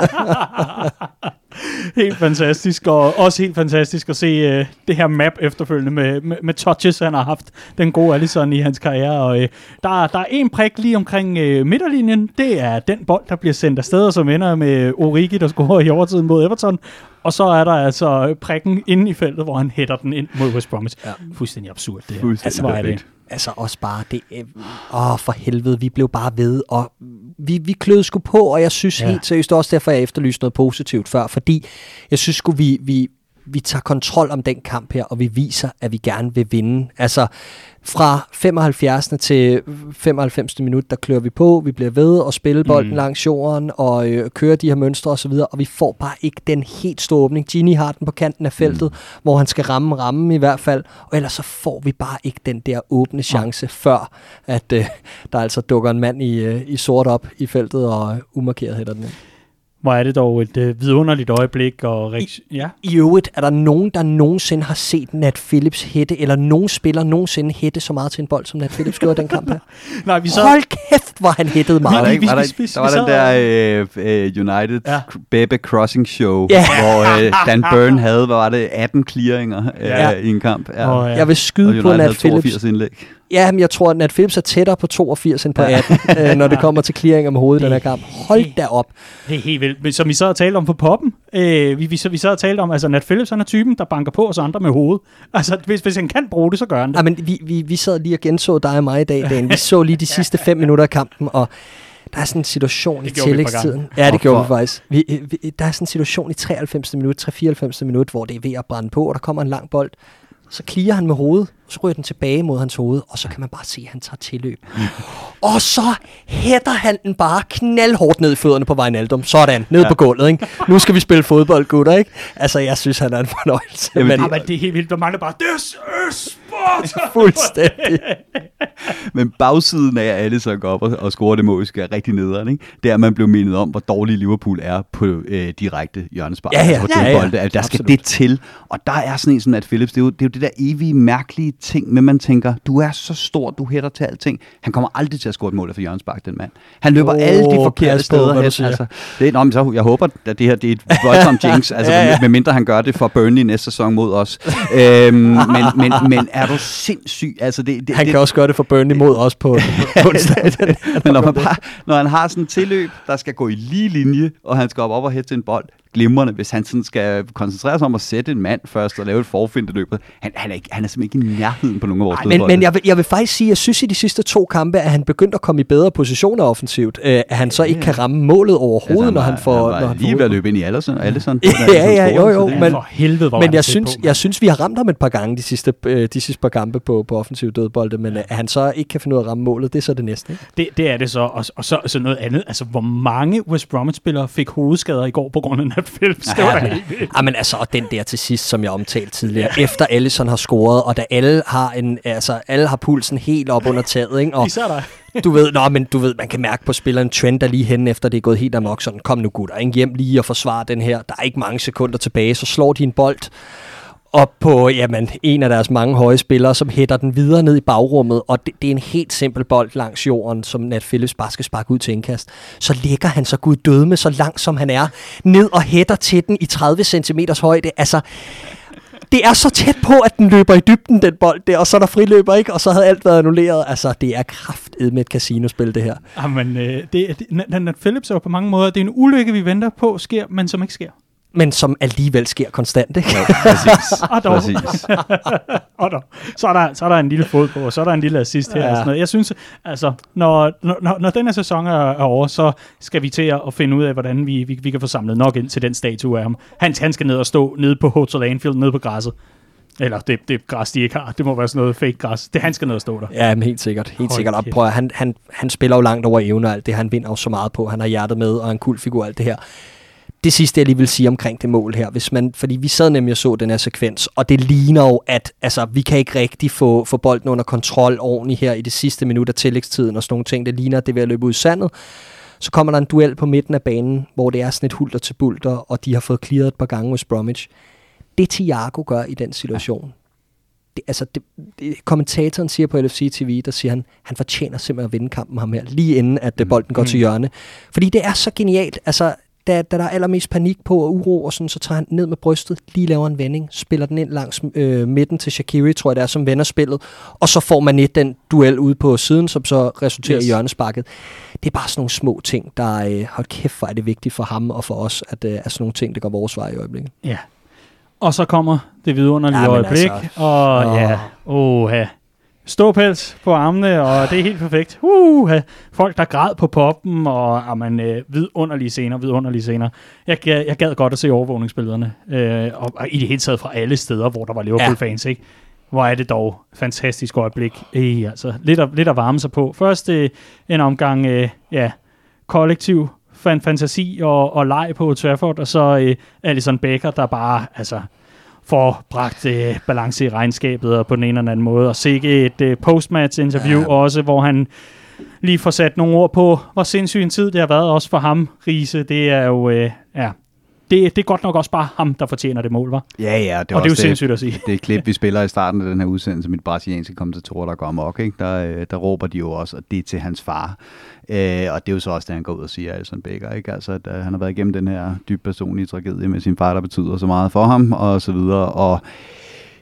Helt fantastisk, og også helt fantastisk at se uh, det her map efterfølgende med, med, med touches, han har haft, den gode Alisson i hans karriere. Og, uh, der, der er en prik lige omkring uh, midterlinjen, det er den bold, der bliver sendt afsted, og som ender med Origi, der scorer i overtiden mod Everton. Og så er der altså prikken inde i feltet, hvor han hætter den ind mod West Bromwich. Ja. Fuldstændig absurd det her. Fuldstændig altså, det. Altså også bare det, øh, åh for helvede, vi blev bare ved, og vi, vi kløede sgu på, og jeg synes ja. helt seriøst også derfor, jeg efterlyste noget positivt før, fordi jeg synes sgu, vi, vi, vi tager kontrol om den kamp her, og vi viser, at vi gerne vil vinde. Altså fra femoghalvfjerdsende til femoghalvfemsende minut, der klør vi på, vi bliver ved at spille bolden mm. langs jorden, og øh, køre de her mønstre og så videre, og vi får bare ikke den helt store åbning. Gini har den på kanten af feltet, mm. hvor han skal ramme rammen i hvert fald, og ellers så får vi bare ikke den der åbne chance, ja. før at øh, der altså dukker en mand i, øh, i sort op i feltet, og øh, umarkeret hætter den ind. Hvor er det dog et øh, vidunderligt øjeblik. Og I, ja. I øvrigt, er der nogen, der nogensinde har set Nat Phillips hætte, eller nogen spiller nogensinde hætte så meget til en bold, som Nat Phillips gjorde den kamp her? Nej, vi så... Hold kæft, hvor han hættede meget. Var der, ikke, var der, vi, vi, vi, der var den der uh, United ja. Bebe Crossing Show, ja. hvor uh, Dan Burn havde, hvad var det, atten clearinger uh, ja. i en kamp. Ja. Oh, ja. Jeg vil skyde på Nat Phillips. Indlæg. Ja, men jeg tror, at Nat Phillips er tættere på toogfirs end på atten, øh, når det kommer til clearinger med hovedet i den her kamp. Hold da op. Det er helt vildt. Men som I så har talt om på poppen, Øh, vi, vi, vi sad og talte om, altså Nat Phillips, han er typen, der banker på os andre med hovedet. Altså, hvis, hvis han kan bruge det, så gør han det. Ja, men vi, vi, vi sad lige og genså dig og mig i dag, Dan. Vi så lige de sidste fem minutter af kampen, og der er sådan en situation det i tillægstiden. Ja, det gjorde vi faktisk. Vi, vi, der er sådan en situation i treoghalvfemte minut, treogfireoghalvfemte minut, hvor det er ved at brænde på, og der kommer en lang bold. Så clearer han med hovedet, så ryger den tilbage mod hans hoved, og så kan man bare se, at han tager tilløb. Og så hætter han den bare knaldhårdt ned i fødderne på Wijnaldum. Sådan, ned ja. på gulvet, ikke? Nu skal vi spille fodbold, gutter, ikke? Altså, jeg synes, han er en fornøjelse. Jamen, men, det, men det er helt vildt. Der mangler bare, this is sport! Fuldstændig. Men bagsiden af, at alle så går op og, og scorer det mål, skal rigtig nederen, ikke? Det er, at man blev mindet om, hvor dårlig Liverpool er på øh, direkte hjørnespark. Ja, ja. På ja, ja. Bolde. Der skal Absolut. det til. Og der er sådan en som Nat Phillips. Det er, jo, det er jo det der evige, mærkelige ting, med man tænker, du er så stor, du hætter til alting. Han kommer aldrig til at score et mål for hjørnespark, den mand. Han løber oh, alle de forkerte steder hen. Altså, det, nå, men så, jeg håber, at det her det er et voldsomt jinx, altså, ja, ja. medmindre han gør det for Burnley næste sæson mod os. øhm, men, men, men er du sindssyg? Altså, det, det, han det, kan også gøre det for Burnley mod os på onsdag. Men når, man bare, når han har sådan en tilløb, der skal gå i lige linje, og han skal op, op og hætte til en bold, glimrende, hvis han sådan skal koncentrere sig om at sætte en mand først og lave et forfindeløb. Han, han, er ikke, han er simpelthen ikke i nærheden på nogle af vores Ej, men, men jeg, vil, jeg vil faktisk sige, at jeg synes i de sidste to kampe, at han begyndte at komme i bedre positioner offensivt. Øh, at han så ikke kan ramme målet overhovedet, altså, han var, når han får... Han var når han lige får ved at løbe ind i Allison. Allison ja, ja, jo, jo. Men, for helvede, men jeg, synes, jeg synes, vi har ramt ham et par gange de sidste, øh, de sidste par kampe på, på offensiv dødbolde, men at han så ikke kan finde ud af at ramme målet, det er så det næste. Ikke? Det, det er det så. Og, og så, så noget andet. Altså, hvor mange West Bromwich-spillere fik hovedskader i går på grund af Nat Phillips? Det var Ja, men altså, og den der til sidst, som jeg omtalte tidligere, efter Alisson har scoret, og da alle har en, altså, alle har pulsen helt op under taget, ikke? Og især dig. du ved, nå, men du ved, man kan mærke på spilleren Trent der lige henne, efter det er gået helt amok, sådan, kom nu gutter, ikke hjem lige og forsvare den her, der er ikke mange sekunder tilbage, så slår de en bold op på, jamen, en af deres mange høje spillere, som hætter den videre ned i bagrummet, og det, det er en helt simpel bold langs jorden, som Nat Phillips bare skal sparke ud til indkast. Så lægger han så Gud døde med, så langt som han er, ned og hætter til den i tredive centimeters højde. Altså, det er så tæt på, at den løber i dybden, den bold der, og så er der friløber, ikke? Og så havde alt været annulleret. Altså, det er kraftedme med et casinospil, det her. Jamen, øh, det, det, Nat Phillips er jo på mange måder, det er en ulykke, vi venter på sker, men som ikke sker. Men som alligevel sker konstant, ikke? Ja, præcis. og dog. præcis. og dog. Så, er der, så er der en lille fod på, og så er der en lille assist her. Ja. Og sådan noget. Jeg synes, altså, når, når, når den her sæson er, er over, så skal vi til at finde ud af, hvordan vi, vi, vi kan få samlet nok ind til den statue af ham. Han, han skal ned og stå nede på Hotel Anfield, nede på græsset. Eller det, det græs, de ikke har. Det må være sådan noget fake græs. Det han skal ned og stå der. Ja, men helt sikkert. Helt Hold sikkert. Og prøv, han, han, han spiller jo langt over evne og alt det. Han vinder jo så meget på. Han har hjertet med, og en kul figur alt det her. Det sidste, jeg lige vil sige omkring det mål her, hvis man, fordi vi sad nemlig og så den her sekvens, og det ligner jo, at altså, vi kan ikke rigtig få, få bolden under kontrol ordentligt her i det sidste minut af tillægstiden og sådan nogle ting. Det ligner, at det er ved at løbe ud i sandet. Så kommer der en duel på midten af banen, hvor det er sådan et hulter til bulter, og de har fået clearet et par gange hos Bromwich. Det Thiago gør i den situation, det, altså det, det, kommentatoren siger på L F C T V, der siger han, han fortjener simpelthen at vinde kampen ham her, lige inden at mm. bolden går mm. til hjørne. Fordi det er så genialt, altså Da, da der er allermest panik på og uro, og sådan, så tager han ned med brystet, lige laver en vending, spiller den ind langs øh, midten til Shaqiri, tror jeg det er, som vender spillet, og så får man et den duel ude på siden, som så resulterer yes. i hjørnesparket. Det er bare sådan nogle små ting, der øh, hold kæft, for er det vigtigt for ham og for os, at øh, er sådan nogle ting, der går vores vej i øjeblikket. Ja. Og så kommer det vidunderlige ja, øjeblik, altså, og åh. ja, åh ja. Ståpels på armene, og det er helt perfekt. Uh, folk, der græd på poppen, og man, øh, vidunderlige scener, vidunderlige scener. Jeg, jeg, jeg gad godt at se overvågningsbillederne, øh, og, og i det hele taget fra alle steder, hvor der var Liverpool-fans, ikke? Hvor er det dog fantastisk øjeblik. Øh, altså, lidt, at, lidt at varme sig på. Først øh, en omgang øh, ja, kollektiv fan, fantasi og, og leg på Trafford, og så øh, Alisson Becker, der bare... altså får bragt øh, balance i regnskabet og på den ene eller anden måde. Og sikke et øh, postmatch-interview ja. også, hvor han lige får sat nogle ord på, hvor sindssyg en tid det har været også for ham, Riise. Det er jo, øh, ja, det, det er godt nok også bare ham, der fortjener det mål, var. Ja, ja. Det og det er jo sindssygt at sige. Det, det klip, vi spiller i starten af den her udsendelse, mit brasilianske kommentatorer, der går amok, ikke? Der, der råber de jo også, at det er til hans far. Øh, og det er jo så også det, han går ud og siger, Alisson Becker, ikke? Altså, at uh, han har været igennem den her dybt personlige tragedie med sin far, der betyder så meget for ham, og så videre. Og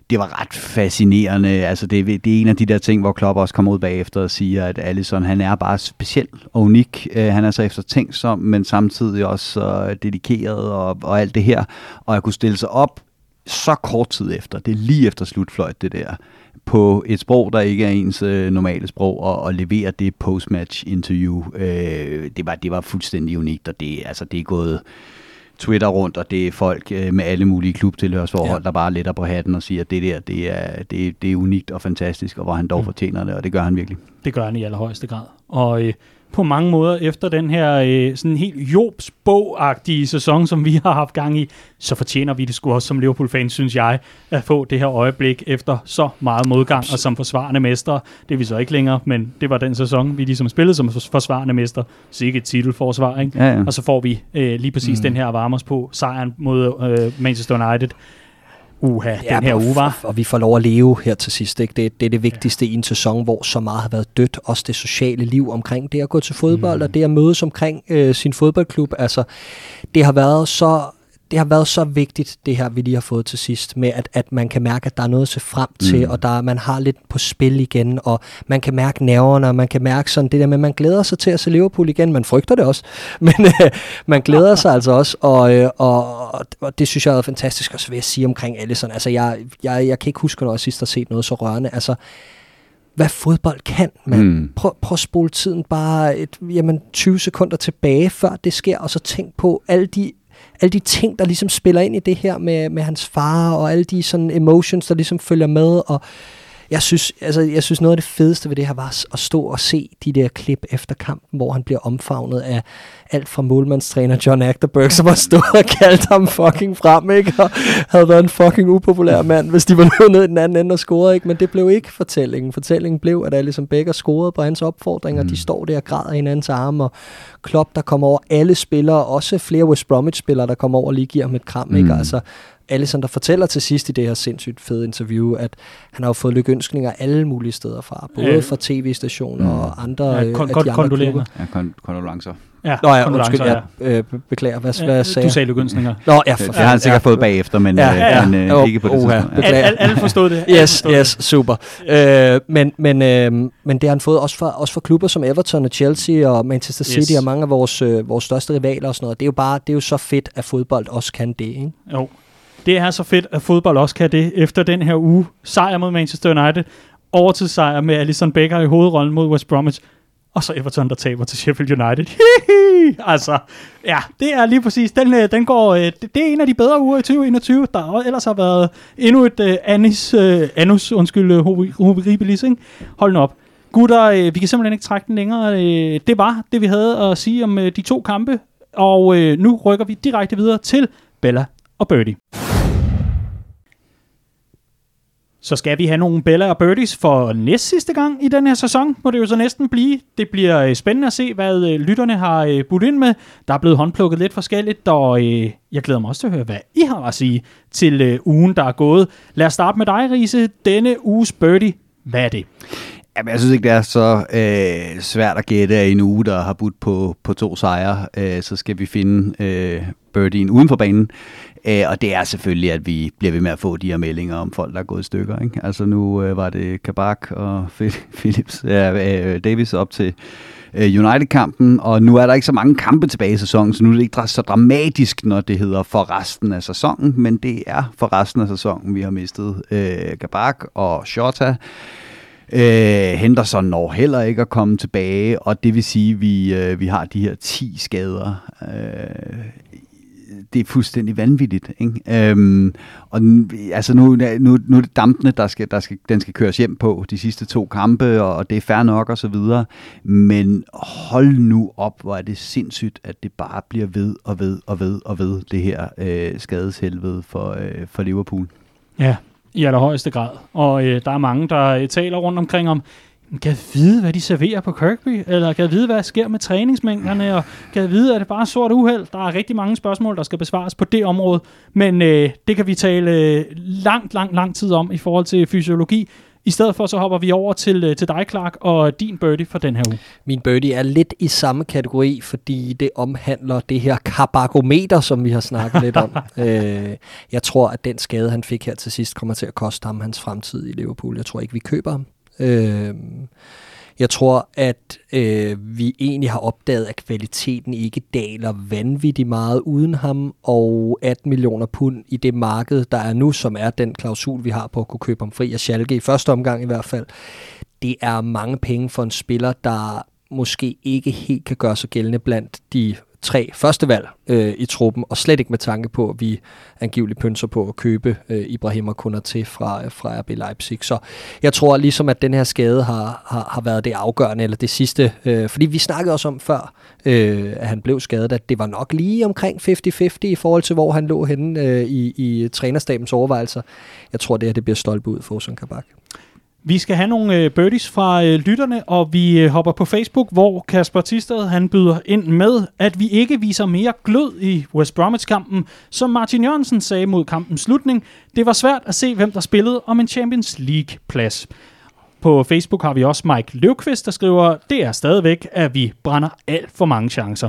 det var ret fascinerende. Altså det, det er en af de der ting, hvor Klopp også kommer ud bagefter og siger, at Alisson, han er bare speciel og unik. Uh, han er så eftertænksom, men samtidig også så dedikeret og, og alt det her. Og at kunne stille sig op så kort tid efter, det er lige efter slutfløjt det der, på et sprog, der ikke er ens øh, normale sprog, og, og levere det post-match interview, øh, det, var, det var fuldstændig unikt, og det, altså, det er gået Twitter rundt, og det er folk øh, med alle mulige klubtilhørsforhold, ja. der bare letter på hatten og siger, at det der, det er, det, det er unikt og fantastisk, og hvor han dog mm. fortjener det, og det gør han virkelig. Det gør han i allerhøjeste grad. Og øh, på mange måder, efter den her øh, sådan helt Jobs bog-agtige sæson, som vi har haft gang i, så fortjener vi det sgu også som Liverpool-fans, synes jeg, at få det her øjeblik efter så meget modgang, og som forsvarende mestre. Det er vi så ikke længere, men det var den sæson, vi ligesom spillede som forsvarende mestre. Så ikke et titelforsvar, ikke? Ja, ja. Og så får vi øh, lige præcis mm. den her varme os på sejren mod øh, Manchester United. Uha, ja, den her uge var. Og vi får lov at leve her til sidst. Ikke? Det, det er det vigtigste ja. i en sæson, hvor så meget har været dødt. Også det sociale liv omkring det at gå til fodbold, mm. og det at mødes omkring øh, sin fodboldklub. Altså, det har været så... Det har været så vigtigt, det her, vi lige har fået til sidst, med at, at man kan mærke, at der er noget at se frem til, mm. og der, man har lidt på spil igen, og man kan mærke nerverne, og man kan mærke sådan det der med, at man glæder sig til at se Liverpool igen. Man frygter det også, men øh, man glæder sig altså også, og, øh, og, og det synes jeg er fantastisk, og så vil jeg sige omkring Alisson. Altså, jeg, jeg, jeg kan ikke huske, når jeg sidst har set noget så rørende. Altså, hvad fodbold kan, man. Mm. Prøv, prøv at spole tiden bare et, jamen, tyve sekunder tilbage, før det sker, og så tænk på alle de alle de ting, der ligesom spiller ind i det her med, med hans far, og alle de sådan emotions, der ligesom følger med, og jeg synes, altså, jeg synes noget af det fedeste ved det her var at stå og se de der klip efter kampen, hvor han bliver omfavnet af alt fra målmandstræner John Agterberg, som har stået og kaldt ham fucking frem, ikke? Og havde været en fucking upopulær mand, hvis de var løbet ned i den anden ende og scorede, ikke? Men det blev ikke fortællingen. Fortællingen blev, at Alisson Becker scorede på hans opfordring, og mm. de står der og græder hinandens arme, og Klopp, der kommer over alle spillere, også flere West Bromwich-spillere, der kommer over og lige giver ham et kram, mm. ikke? Altså, Alisson, der fortæller til sidst i det her sindssygt fede interview, at han har jo fået lykønskninger alle mulige steder fra, både øh. fra tv-stationer mm. og andre ja, kon- af de andre klubber. Ja, kon- kondolencer. Ja, Nå ja, undskyld, jeg ja. øh, beklager, hvad, ja, hvad sagde du sagde lykønskninger. Nå, ja, for, det har han sikkert ja, fået bagefter, men, ja, ja, men øh, oh, ikke på det tidspunkt. Ja. Alle, alle forstod det. Alle yes, forstod yes, det. Super. Øh, men, men, øh, men det har han fået også fra, også fra klubber som Everton og Chelsea og Manchester City yes. og mange af vores, øh, vores største rivaler og sådan noget. Det er jo bare, det er jo så fedt, at fodbold også kan det, ikke? Jo. Det er så fedt, at fodbold også kan det. Efter den her uge, sejr mod Manchester United, overtidssejr med Alisson Becker i hovedrollen mod West Bromwich, og så Everton, der taber til Sheffield United. Altså, ja, det er lige præcis. Den, den går, det, det er en af de bedre uger i tyve enogtyve. Der ellers har været endnu et uh, anis, uh, anus, undskyld, horribilis, ikke? Hold nu op. Gutter, uh, vi kan simpelthen ikke trække den længere. Uh, det var det, vi havde at sige om uh, de to kampe, og uh, nu rykker vi direkte videre til Bella og Birdie. Så skal vi have nogle Bella og Birdies for næst sidste gang i den her sæson, må det jo så næsten blive. Det bliver spændende at se, hvad lytterne har budt ind med. Der er blevet håndplukket lidt forskelligt, og jeg glæder mig også til at høre, hvad I har at sige til ugen, der er gået. Lad os starte med dig, Riese. Denne uges Birdie, hvad er det? Jamen, jeg synes ikke, det er så øh, svært at gætte af en uge, der har budt på, på to sejre. Øh, så skal vi finde øh, birdien uden for banen. Øh, og det er selvfølgelig, at vi bliver ved med at få de her meldinger om folk, der er gået i stykker. Ikke? Altså nu øh, var det Kabak og Phillips, ja, øh, Davis op til øh, United-kampen, og nu er der ikke så mange kampe tilbage i sæsonen, så nu er det ikke så dramatisk, når det hedder for resten af sæsonen, men det er for resten af sæsonen, vi har mistet øh, Kabak og Shota. Øh, Henderson når heller ikke at komme tilbage, og det vil sige, at vi, øh, vi har de her ti skader. Øh, det er fuldstændig vanvittigt, ikke? Øhm, og altså nu, nu, nu er det dampene, der skal, der skal, den skal køres hjem på de sidste to kampe, og det er fair nok og så videre. Men hold nu op, hvor er det sindssygt, at det bare bliver ved og ved og ved og ved det her øh, skadeshelvede for, øh, for Liverpool. Ja, i allerhøjeste grad. Og øh, der er mange, der øh, taler rundt omkring om, kan jeg vide, hvad de serverer på Kirkby? Eller kan jeg vide, hvad der sker med træningsmængderne? Og kan jeg vide, at det bare er sort uheld? Der er rigtig mange spørgsmål, der skal besvares på det område. Men øh, det kan vi tale øh, langt, langt, lang tid om i forhold til fysiologi. I stedet for så hopper vi over til, til dig, Clark, og din birdie for den her uge. Min birdie er lidt i samme kategori, fordi det omhandler det her kabakometer, som vi har snakket lidt om. øh, jeg tror, at den skade, han fik her til sidst, kommer til at koste ham hans fremtid i Liverpool. Jeg tror ikke, vi køber ham. Øh, Jeg tror, at øh, vi egentlig har opdaget, at kvaliteten ikke daler vanvittigt meget uden ham, og atten millioner pund i det marked, der er nu, som er den klausul, vi har på at kunne købe ham fri af Schalke i første omgang i hvert fald. Det er mange penge for en spiller, der måske ikke helt kan gøre sig gældende blandt de tre første valg øh, i truppen, og slet ikke med tanke på, at vi angiveligt pønser på at købe øh, Ibrahim og kunder til fra, fra R B Leipzig. Så jeg tror ligesom, at den her skade har, har, har været det afgørende, eller det sidste, øh, fordi vi snakkede også om før, øh, at han blev skadet, at det var nok lige omkring halvtreds halvtreds i forhold til, hvor han lå henne øh, i, i trænerstabens overvejelser. Jeg tror, det her det bliver stolpe ud for Ozan Kabak. Vi skal have nogle øh, birdies fra øh, lytterne, og vi øh, hopper på Facebook, hvor Kasper Thisted han byder ind med, at vi ikke viser mere glød i West Bromwich-kampen, som Martin Jørgensen sagde mod kampens slutning. Det var svært at se, hvem der spillede om en Champions League-plads. På Facebook har vi også Mike Løvqvist, der skriver, det er stadigvæk, at vi brænder alt for mange chancer.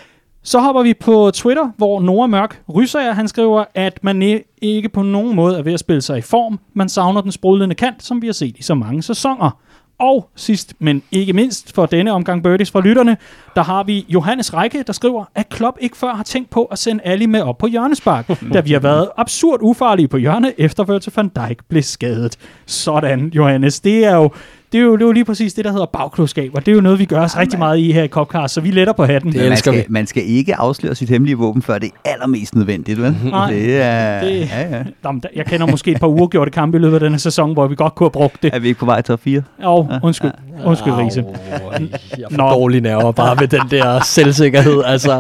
Så hopper vi på Twitter, hvor Nora Mørk Rysager, han skriver, at man ikke på nogen måde er ved at spille sig i form. Man savner den sprudlende kant, som vi har set i så mange sæsoner. Og sidst, men ikke mindst for denne omgang birdies fra lytterne, der har vi Johannes Række, der skriver, at Klopp ikke før har tænkt på at sende Ali med op på hjørnespark, da vi har været absurd ufarlige på hjørne, efter Virgil van Dijk blev skadet. Sådan, Johannes. Det er jo Det er, jo, det er jo lige præcis det, der hedder bagklogskab, og det er jo noget, vi gør os ja, rigtig man. meget i her i Copcast, så vi letter på hatten. Det man, skal, man skal ikke afsløre sit hemmelige våben, før det er allermest nødvendigt, vel? Nej, det er... Det, ja, ja. Jamen, jeg kender måske et par uafgjorte kampe i løbet af denne sæson, hvor vi godt kunne have brugt det. Er vi ikke på vej til top fire? Jo, undskyld. Undskyld, Riese. Jeg får dårlige nerver bare ved den der selvsikkerhed, altså.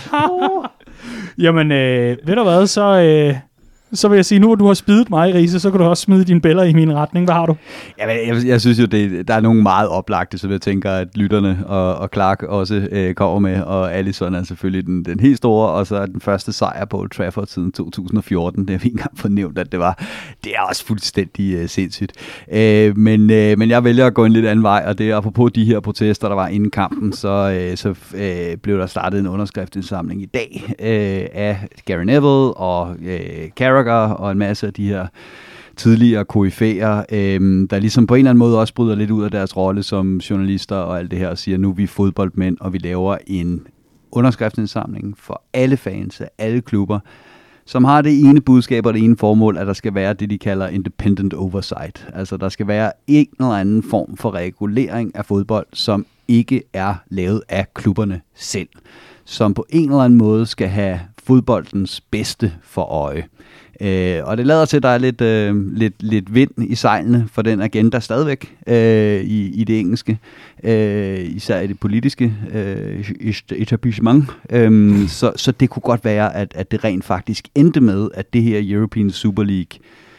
Jamen, øh, ved du hvad, så... Øh, Så vil jeg sige, nu hvor du har spidet mig, Riese, så kan du også smide dine bæller i min retning. Hvad har du? Jamen, jeg, jeg synes jo, det, der er nogle meget oplagte, som jeg tænker, at lytterne og, og Clark også øh, kommer med, og Alisson er selvfølgelig den, den helt store, og så er den første sejr på Old Trafford siden to tusind og fjorten. Det har vi ikke engang fornævnt, at det var. Det er også fuldstændig øh, sindssygt. Øh, men, øh, men jeg vælger at gå en lidt anden vej, og det er apropos de her protester, der var inden kampen, så, øh, så øh, blev der startet en underskriftsindsamling i dag øh, af Gary Neville og øh, Carragher og en masse af de her tidligere koryfæer, øh, der ligesom på en eller anden måde også bryder lidt ud af deres rolle som journalister og alt det her, og siger, nu er vi fodboldmænd, og vi laver en underskriftsindsamling for alle fans af alle klubber, som har det ene budskab og det ene formål, at der skal være det, de kalder independent oversight. Altså, der skal være en eller anden form for regulering af fodbold, som ikke er lavet af klubberne selv, som på en eller anden måde skal have fodboldens bedste for øje. Øh, og det lader til, at der er lidt, øh, lidt, lidt vind i sejlene for den agenda stadigvæk øh, i, i det engelske, øh, især i det politiske øh, etablissement. Øh, så, så det kunne godt være, at, at det rent faktisk endte med, at det her European Super League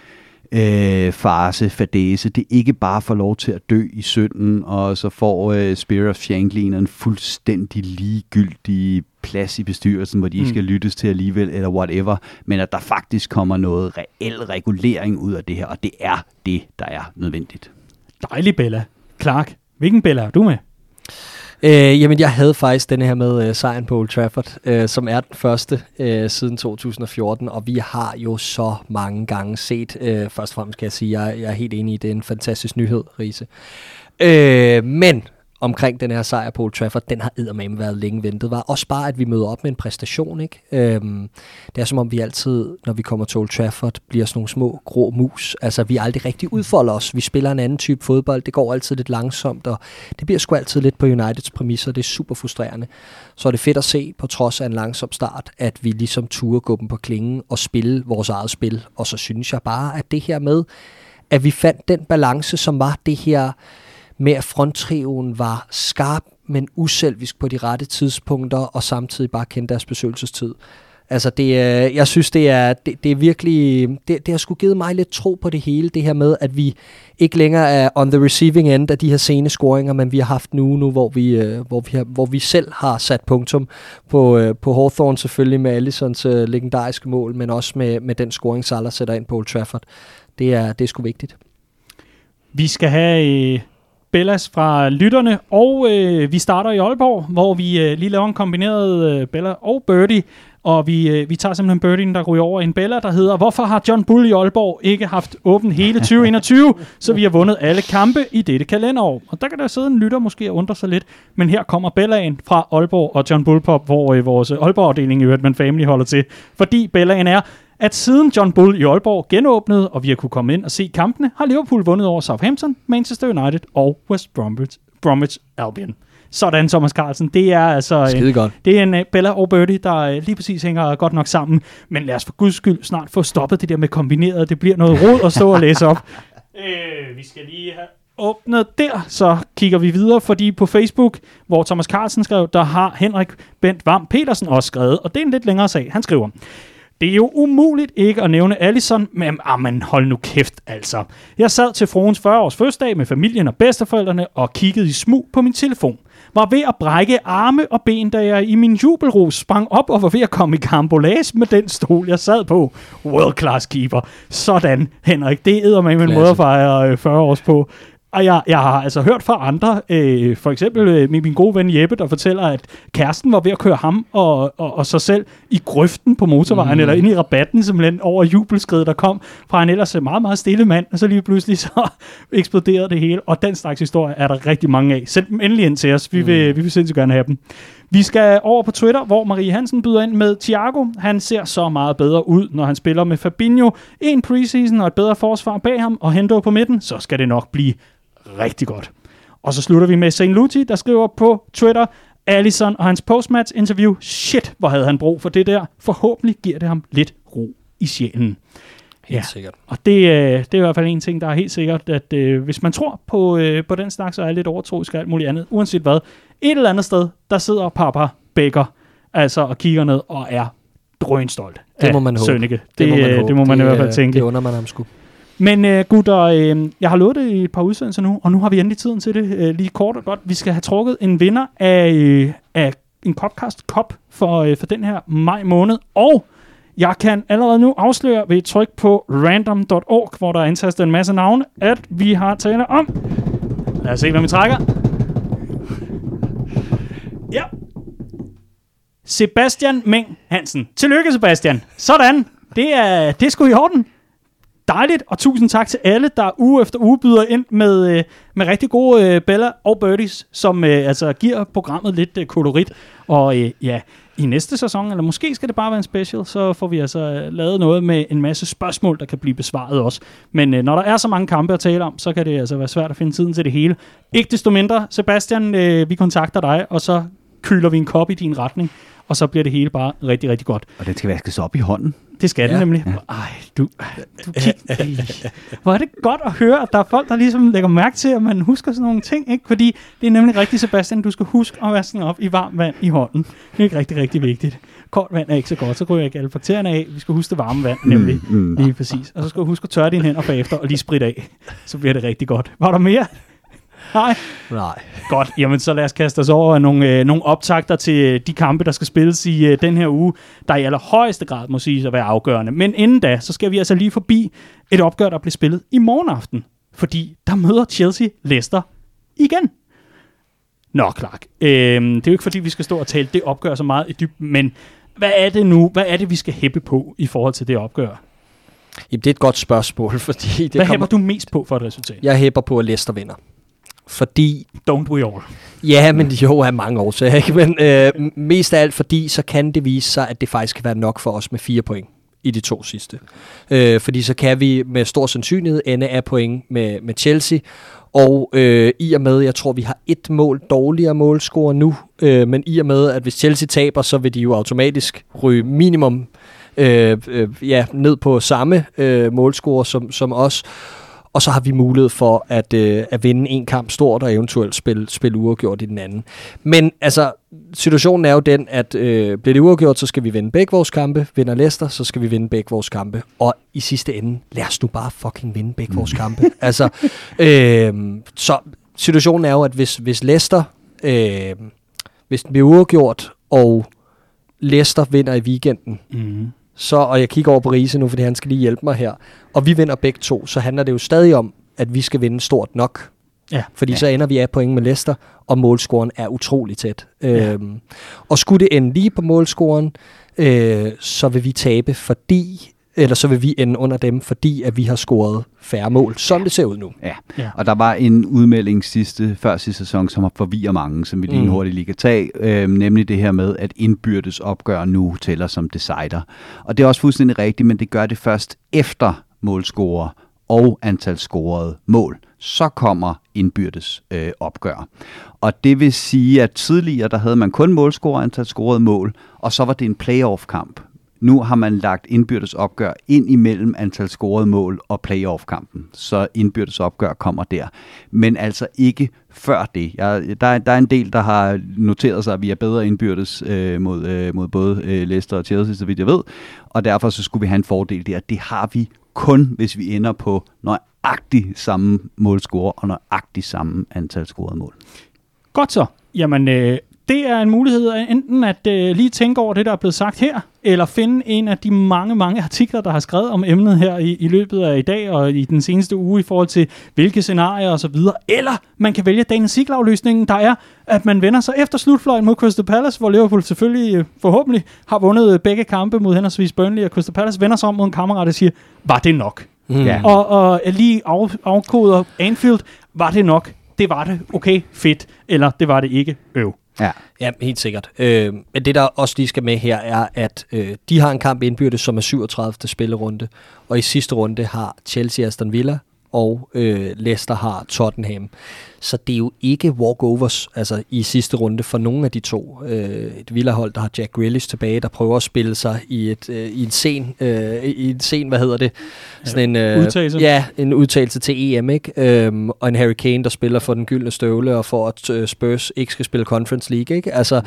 øh, farse, fadese, det ikke bare får lov til at dø i synden, og så får øh, Spear of Shankly en fuldstændig ligegyldig plads i bestyrelsen, hvor de ikke skal mm. lyttes til alligevel, eller whatever, men at der faktisk kommer noget reel regulering ud af det her, og det er det, der er nødvendigt. Dejlig Bella. Clark, hvilken Bella er du med? Øh, jamen, jeg havde faktisk denne her med øh, sejren på Old Trafford, øh, som er den første øh, siden to tusind og fjorten, og vi har jo så mange gange set, øh, først og fremmest kan jeg sige, jeg, jeg er helt enig i, det er en fantastisk nyhed, Riese. Øh, men omkring den her sejr på Old Trafford, den har eddermame været længe ventet. Var også bare, at vi møder op med en præstation, ikke? Øhm, det er som om, vi altid, når vi kommer til Old Trafford, bliver sådan nogle små grå mus. Altså, vi aldrig rigtig udfolder os. Vi spiller en anden type fodbold. Det går altid lidt langsomt, og det bliver sgu altid lidt på Uniteds præmisser. Det er super frustrerende. Så er det fedt at se, på trods af en langsom start, at vi ligesom turer gå dem på klingen og spille vores eget spil. Og så synes jeg bare, at det her med, at vi fandt den balance, som var det her med at fronttrioen var skarp, men uselvisk på de rette tidspunkter, og samtidig bare kendte deres besøgelsestid. Altså, det, jeg synes, det er, det, det er virkelig, det, det har sgu givet mig lidt tro på det hele, det her med, at vi ikke længere er on the receiving end af de her sene scoringer, men vi har haft nu, nu hvor, vi, hvor, vi har, hvor vi selv har sat punktum på, på Hawthorne, selvfølgelig med Alissons legendariske mål, men også med, med den scoring, Salah sætter ind på Old Trafford. Det er, det er sgu vigtigt. Vi skal have øh, Bellas fra lytterne, og øh, vi starter i Aalborg, hvor vi øh, lige laver en kombineret øh, Bella og Birdie. Og vi, øh, vi tager simpelthen Birdien, der ryger over en Bella, der hedder: hvorfor har John Bull i Aalborg ikke haft åbent hele tyve enogtyve, så vi har vundet alle kampe i dette kalenderår? Og der kan der sidde en lytter måske og undre sig lidt, men her kommer Bellaen fra Aalborg og John Bull Pop, hvor øh, vores Aalborg-afdeling i Redman Family holder til. Fordi Bellaen er, at siden John Bull i Aalborg genåbnede, og vi har kunne komme ind og se kampene, har Liverpool vundet over Southampton, Manchester United og West Bromwich, Bromwich Albion. Sådan, Thomas Carlsen. Det er altså en, det er en uh, Bella og Birdie, der uh, lige præcis hænger godt nok sammen. Men lad os for guds skyld snart få stoppet det der med kombineret. Det bliver noget rod at stå og læse op. øh, vi skal lige have åbnet der, så kigger vi videre, fordi på Facebook, hvor Thomas Carlsen skrev, der har Henrik Bent Vam Petersen også skrevet, og det er en lidt længere sag. Han skriver: det er jo umuligt ikke at nævne Alisson, men ah, man, hold nu kæft altså. Jeg sad til fruens fyrre års fødselsdag med familien og bedsteforældrene og kiggede i smug på min telefon. Var ved at brække arme og ben, da jeg i min jubelros sprang op og var ved at komme i karambolage med den stol, jeg sad på. World class keeper. Sådan, Henrik. Det æder med en måde at fejre fyrre års på. Og jeg, jeg har altså hørt fra andre, øh, for eksempel øh, min, min gode ven Jeppe, der fortæller, at kæresten var ved at køre ham og, og, og sig selv i grøften på motorvejen, mm. eller ind i rabatten, simpelthen over jubelskridet, der kom fra en ellers meget, meget stille mand, og så lige pludselig så eksploderede det hele. Og den slags historie er der rigtig mange af. Send dem endelig ind til os. Vi vil, mm. vi vil sindssygt gerne have dem. Vi skal over på Twitter, hvor Marie Hansen byder ind med Thiago. Han ser så meget bedre ud, når han spiller med Fabinho. En preseason og et bedre forsvar bag ham, og Hendo på midten, så skal det nok blive rigtig godt. Og så slutter vi med Saint Luti, der skriver på Twitter: Alisson og hans postmatch interview. Shit, hvor havde han brug for det der. Forhåbentlig giver det ham lidt ro i sjælen. Helt ja. sikkert. Og det, øh, det er i hvert fald en ting, der er helt sikkert, at øh, hvis man tror på, øh, på den snak, så er lidt overtroisk og alt muligt andet. Uanset hvad. Et eller andet sted, der sidder Papa Becker altså og kigger ned og er drønstolt. Det må man håbe. Det, det, må man, øh, det må man det, i hvert fald tænke. Det under man ham sgu. Men øh, gutter, øh, jeg har lovet det i et par udsendelser nu, og nu har vi endelig tiden til det, øh, lige kort og godt. Vi skal have trukket en vinder af, øh, af en podcast Cup for, øh, for den her maj måned, og jeg kan allerede nu afsløre ved et tryk på random punktum org, hvor der er indtastet en masse navne, at vi har tale om. Lad os se, hvad vi trækker. Ja. Sebastian Meng Hansen. Tillykke, Sebastian. Sådan. Det er, det er sgu i orden. Dejligt, og tusind tak til alle, der uge efter uge byder ind med, med rigtig gode øh, Bella og Birdies, som øh, altså giver programmet lidt øh, kolorit. Og øh, ja, i næste sæson, eller måske skal det bare være en special, så får vi altså lavet noget med en masse spørgsmål, der kan blive besvaret også. Men øh, når der er så mange kampe at tale om, så kan det altså være svært at finde tiden til det hele. Ikke desto mindre, Sebastian, øh, vi kontakter dig, og så kyler vi en kop i din retning, og så bliver det hele bare rigtig, rigtig godt. Og den skal vaskes op i hånden. Det skal ja. det nemlig. Ja. Ej, du, du kig, hvor er det godt at høre, at der er folk, der ligesom lægger mærke til, at man husker sådan nogle ting, ikke? Fordi det er nemlig rigtigt, Sebastian, du skal huske at vaske den op i varmt vand i hånden. Det er ikke rigtig, rigtig vigtigt. Koldt vand er ikke så godt, så ryger ikke alle bakterierne af. Vi skal huske det varme vand, nemlig. Mm, mm. Lige præcis. Og så skal du huske at tørre dine hænder bagefter og lige spritte af. Så bliver det rigtig godt. Var der mere? Nej. Nej. Godt, jamen så lad os kaste os over nogle, øh, nogle optakter til de kampe, der skal spilles i øh, den her uge, der i allerhøjeste grad må siges at være afgørende. Men inden da, så skal vi altså lige forbi et opgør, der bliver spillet i morgen aften. Fordi der møder Chelsea Leicester igen. Nå, Clark. Øh, det er jo ikke fordi, vi skal stå og tale det opgør så meget i dybden, men hvad er det nu? Hvad er det, vi skal hæppe på i forhold til det opgør? Jamen, det er et godt spørgsmål, fordi... Det hvad kommer... hæpper du mest på for et resultat? Jeg hæpper på, at Leicester vinder. Fordi... Don't we all? Ja, men jo er mange årsager, ikke? Men øh, mest af alt fordi, så kan det vise sig, at det faktisk kan være nok for os med fire point i de to sidste. Øh, fordi så kan vi med stor sandsynlighed ende af point med, med Chelsea. Og øh, i og med, jeg tror, vi har et mål dårligere målscore nu, øh, men i og med, at hvis Chelsea taber, så vil de jo automatisk ryge minimum øh, øh, ja, ned på samme øh, målscore som, som os. Og så har vi mulighed for at, øh, at vinde en kamp stort og eventuelt spille, spille uafgjort i den anden. Men altså, situationen er jo den, at øh, bliver det uafgjort, så skal vi vinde begge vores kampe. Vinder Leicester, så skal vi vinde begge vores kampe. Og i sidste ende, lad os nu bare fucking vinde begge vores kampe. altså, øh, så situationen er jo, at hvis, hvis Leicester, øh, hvis den bliver uafgjort, og Leicester vinder i weekenden, mm. så, og jeg kigger over på Riese nu, fordi han skal lige hjælpe mig her, og vi vinder begge to, så handler det jo stadig om, at vi skal vinde stort nok. Ja. Fordi Ja. så ender vi af point med Leicester, og målscoren er utrolig tæt. Ja. Øhm, og skulle det ende lige på målscoren, øh, så vil vi tabe, fordi... eller så vil vi ende under dem, fordi at vi har scoret færre mål, som det ser ud nu. Ja. Ja. Og der var en udmelding sidste, før sidste sæson, som har forvirret mange, som vi lige Mm. hurtigt lige kan tage, øh, nemlig det her med, at indbyrdes opgør nu tæller som decider. Og det er også fuldstændig rigtigt, men det gør det først efter målscorer og antal scorede mål. Så kommer indbyrdes øh, opgør. Og det vil sige, at tidligere der havde man kun målscorer og antal scorede mål, og så var det en playoff-kamp. Nu har man lagt indbyrdes opgør ind imellem antal scorede mål og playoff-kampen, så indbyrdes opgør kommer der. Men altså ikke før det. Jeg, der, der er en del, der har noteret sig, at vi er bedre indbyrdes øh, mod, øh, mod både øh, Leicester og Chelsea, så vidt jeg ved, og derfor så skulle vi have en fordel der. Det har vi kun, hvis vi ender på nøjagtigt samme målscore og nøjagtigt samme antal scorede mål. Godt så. Jamen, øh, det er en mulighed enten at øh, lige tænke over det, der er blevet sagt her, eller finde en af de mange, mange artikler, der har skrevet om emnet her i, i løbet af i dag og i den seneste uge i forhold til hvilke scenarier og så videre. Eller man kan vælge Daniel Siglau-løsningen, der er, at man vender sig efter slutfløjen mod Crystal Palace, hvor Liverpool selvfølgelig øh, forhåbentlig har vundet begge kampe mod henholdsvis Burnley og Crystal Palace, vender sig om mod en kammerat og siger, var det nok? Mm. Ja. Og, og lige af, afkoder Anfield, var det nok? Det var det. Okay, fedt. Eller det var det ikke. Øv. Ja. Ja, helt sikkert. Øh, men det, der også lige skal med her, er, at øh, de har en kamp indbyrdes, som er syvogtredivte spillerunde, og i sidste runde har Chelsea Aston Villa, og øh, Leicester har Tottenham. Så det er jo ikke walkovers altså i sidste runde for nogen af de to. Øh, et Villa-hold, der har Jack Grealish tilbage, der prøver at spille sig i, et, øh, i en sen, øh, i en sen, hvad hedder det? Sådan en, øh, Udtagelse. Ja, en udtagelse til E M, ikke? Øhm, og en Harry Kane, der spiller for den gyldne støvle, og for at øh, Spurs ikke skal spille Conference League, ikke? Altså,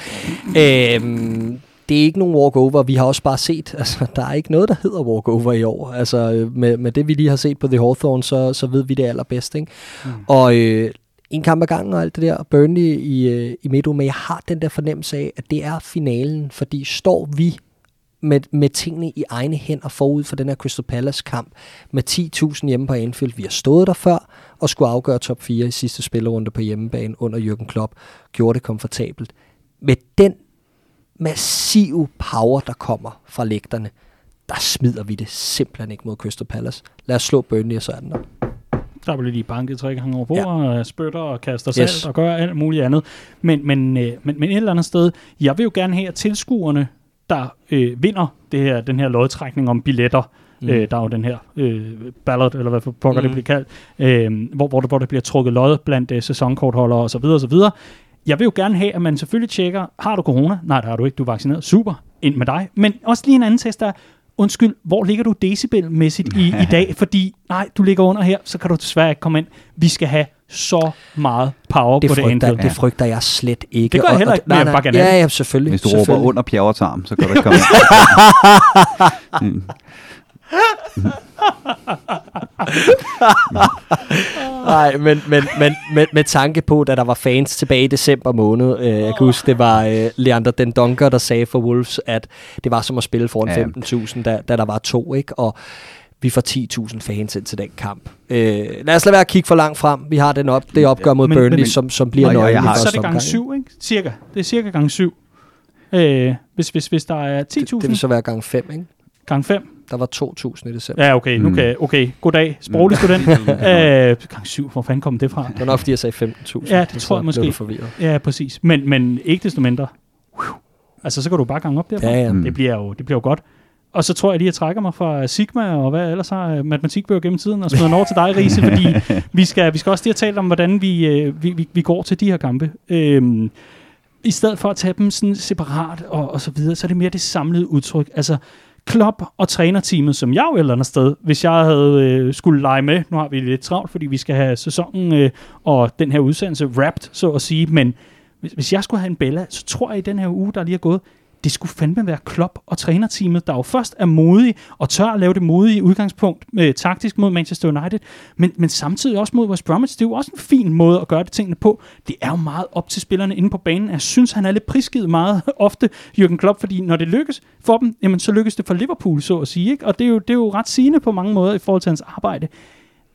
øhm, det er ikke nogen walkover. Vi har også bare set, altså, der er ikke noget, der hedder walkover i år. Altså, med, med det, vi lige har set på The Hawthorne, så, så ved vi det allerbedst, ikke? Mm. Og øh, en kamp ad gangen og alt det der, Burnley i, øh, i midtuge, men jeg har den der fornemmelse af, at det er finalen, fordi står vi med, med tingene i egne hænder forud for den her Crystal Palace-kamp med ti tusind hjemme på Anfield. Vi har stået der før og skulle afgøre top fire i sidste spillerunde på hjemmebane under Jürgen Klopp. Gjorde det komfortabelt. Med den massive power, der kommer fra lægterne, der smider vi det simpelthen ikke mod Crystal Palace. Lad os slå Burnley, og så er den der. Der bliver lige banket tre gange over bordet, ja. og spytter og kaster Yes. salt og gør alt muligt andet. Men, men, øh, men, men et eller andet sted, jeg vil jo gerne have, at tilskuerne, der øh, vinder det her, den her lodtrækning om billetter, mm. øh, der er jo den her øh, ballot, eller hvad for pokker mm. det bliver kaldt, øh, hvor, hvor, det, hvor det bliver trukket lod blandt øh, sæsonkortholdere osv. osv. Jeg vil jo gerne have, at man selvfølgelig tjekker, har du corona? Nej, det har du ikke, du er vaccineret. Super, ind med dig. Men også lige en anden test der, undskyld, hvor ligger du decibelmæssigt i, i dag? Fordi, nej, du ligger under her, så kan du desværre ikke komme ind. Vi skal have så meget power Det på det frygter, Anfield. det frygter jeg slet ikke. Det gør jeg heller ikke, men jeg vil bare gerne have Ja, det. ja, selvfølgelig. Hvis du selvfølgelig. råber under pjerretarm, så kan du ikke komme. mm. Nej, men, men, men med, med tanke på, da der var fans tilbage i december måned, øh, jeg kan huske, det var øh, Leander Den Donker, der sagde for Wolves, at det var som at spille foran Ja. femten tusind, da, da der var to, ikke? Og vi får ti tusind fans ind til den kamp. Øh, lad os lade være at kigge for langt frem. Vi har den op, det opgør mod Men- Burnley, men- som, som bliver Og jeg- nøglen jeg i har- Så er første det gange omgang. syv, ikke? Cirka. Det er cirka gange syv. Øh, hvis, hvis, hvis der er ti Det, det tusind vil så være gang fem, ikke? gange fem. Der var to tusind i december. Ja, okay, nu Mm. kan okay, goddag, sproglig student. øh, gang syv, hvor fanden kom det fra? Det var nok, fordi jeg sagde femten tusind. Ja, det tror jeg måske. Blev du forvirret. Ja, præcis. Men, men ikke desto mindre. Altså, så kan du bare gange op derfra. Ja, ja. Mm. Det bliver jo, det bliver jo godt. Og så tror jeg lige, at jeg trækker mig fra Sigma og hvad ellers har øh, matematikbøger gennem tiden og smider den over til dig, Riese, fordi vi skal, vi skal også lige have talt om, hvordan vi, øh, vi, vi, vi går til de her kampe. Øhm, I stedet for at tage dem sådan separat og, og så videre, så er det mere det samlede udtryk. Altså, Klopp og trænerteamet, som jeg jo et eller andet sted, hvis jeg havde øh, skulle lege med, nu har vi lidt travlt, fordi vi skal have sæsonen øh, og den her udsendelse wrapped, så at sige, men hvis, hvis jeg skulle have en Bella, så tror jeg i den her uge, der lige er gået, det skulle fandme være Klopp og trænerteamet, der jo først er modige og tør at lave det modige udgangspunkt med taktisk mod Manchester United, men, men samtidig også mod West Bromwich. Det er jo også en fin måde at gøre det tingene på. Det er jo meget op til spillerne inde på banen. Jeg synes, han er lidt prisgivet meget ofte, Jürgen Klopp, fordi når det lykkes for dem, jamen så lykkes det for Liverpool, så at sige. Ikke? Og det er, jo, det er jo ret sigende på mange måder i forhold til hans arbejde.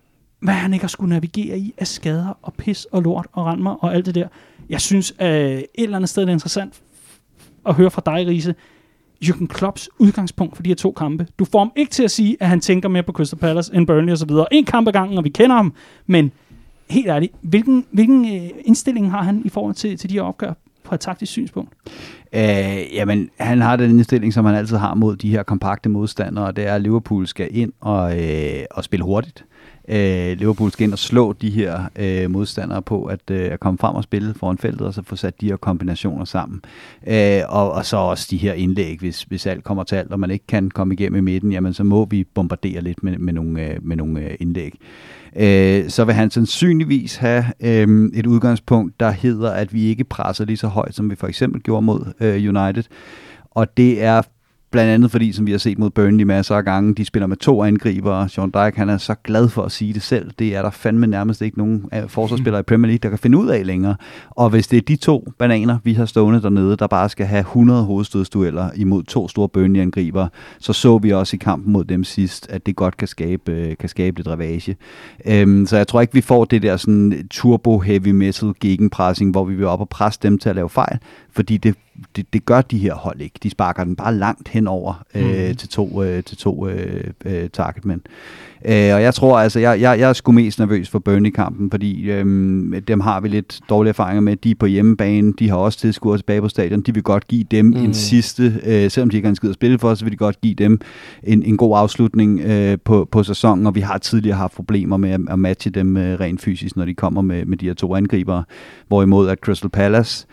hvad han ikke har skulle navigere i af skader og pis og lort og randmer og alt det der. Jeg synes, øh, et eller andet sted det er interessant at høre fra dig, Riese, Jürgen Klopps udgangspunkt for de her to kampe. Du får ham ikke til at sige, at han tænker mere på Crystal Palace end Burnley og så videre. En kamp ad gangen, og vi kender ham, men helt ærligt, hvilken, hvilken øh, indstilling har han i forhold til, til de her opgør fra et taktisk synspunkt? Øh, jamen, han har den indstilling, som han altid har mod de her kompakte modstandere, og det er, at Liverpool skal ind og, øh, og spille hurtigt. Øh, Liverpool skal ind og slå de her øh, modstandere på at, øh, at komme frem og spille foran feltet, og så få sat de her kombinationer sammen. Øh, og, og så også de her indlæg, hvis, hvis alt kommer til alt, og man ikke kan komme igennem i midten, jamen så må vi bombardere lidt med, med nogle, øh, med nogle øh, indlæg. Øh, så vil han sandsynligvis have øh, et udgangspunkt, der hedder, at vi ikke presser lige så højt, som vi for eksempel gjorde mod øh, United. Og det er blandt andet fordi, som vi har set mod Burnley masser af gange, de spiller med to angribere. Sean Dyche, han er så glad for at sige det selv. Det er der fandme nærmest ikke nogen forsvarsspillere i Premier League, der kan finde ud af længere. Og hvis det er de to bananer, vi har stående dernede, der bare skal have hundrede hovedstødsdueller imod to store Burnley-angribere, så så vi også i kampen mod dem sidst, at det godt kan skabe, kan skabe lidt ravage. Øhm, så jeg tror ikke, vi får det der sådan turbo-heavy metal gegenpressing, hvor vi vil op og presse dem til at lave fejl, fordi det Det, det gør de her hold ikke. De sparker den bare langt henover øh, mm. til to, øh, til to øh, øh, targetmænd. Øh, og jeg tror altså, jeg, jeg, jeg er sgu mest nervøs for Burnley-kampen, fordi øh, dem har vi lidt dårlige erfaringer med. De er på hjemmebane, de har også tilskuere tilbage på stadion. De vil godt give dem mm. en sidste, øh, selvom de ikke har en skid at spille for, så vil de godt give dem en, en god afslutning øh, på, på sæsonen, og vi har tidligere haft problemer med at, at matche dem øh, rent fysisk, når de kommer med, med de her to angribere. Hvorimod at Crystal Palace,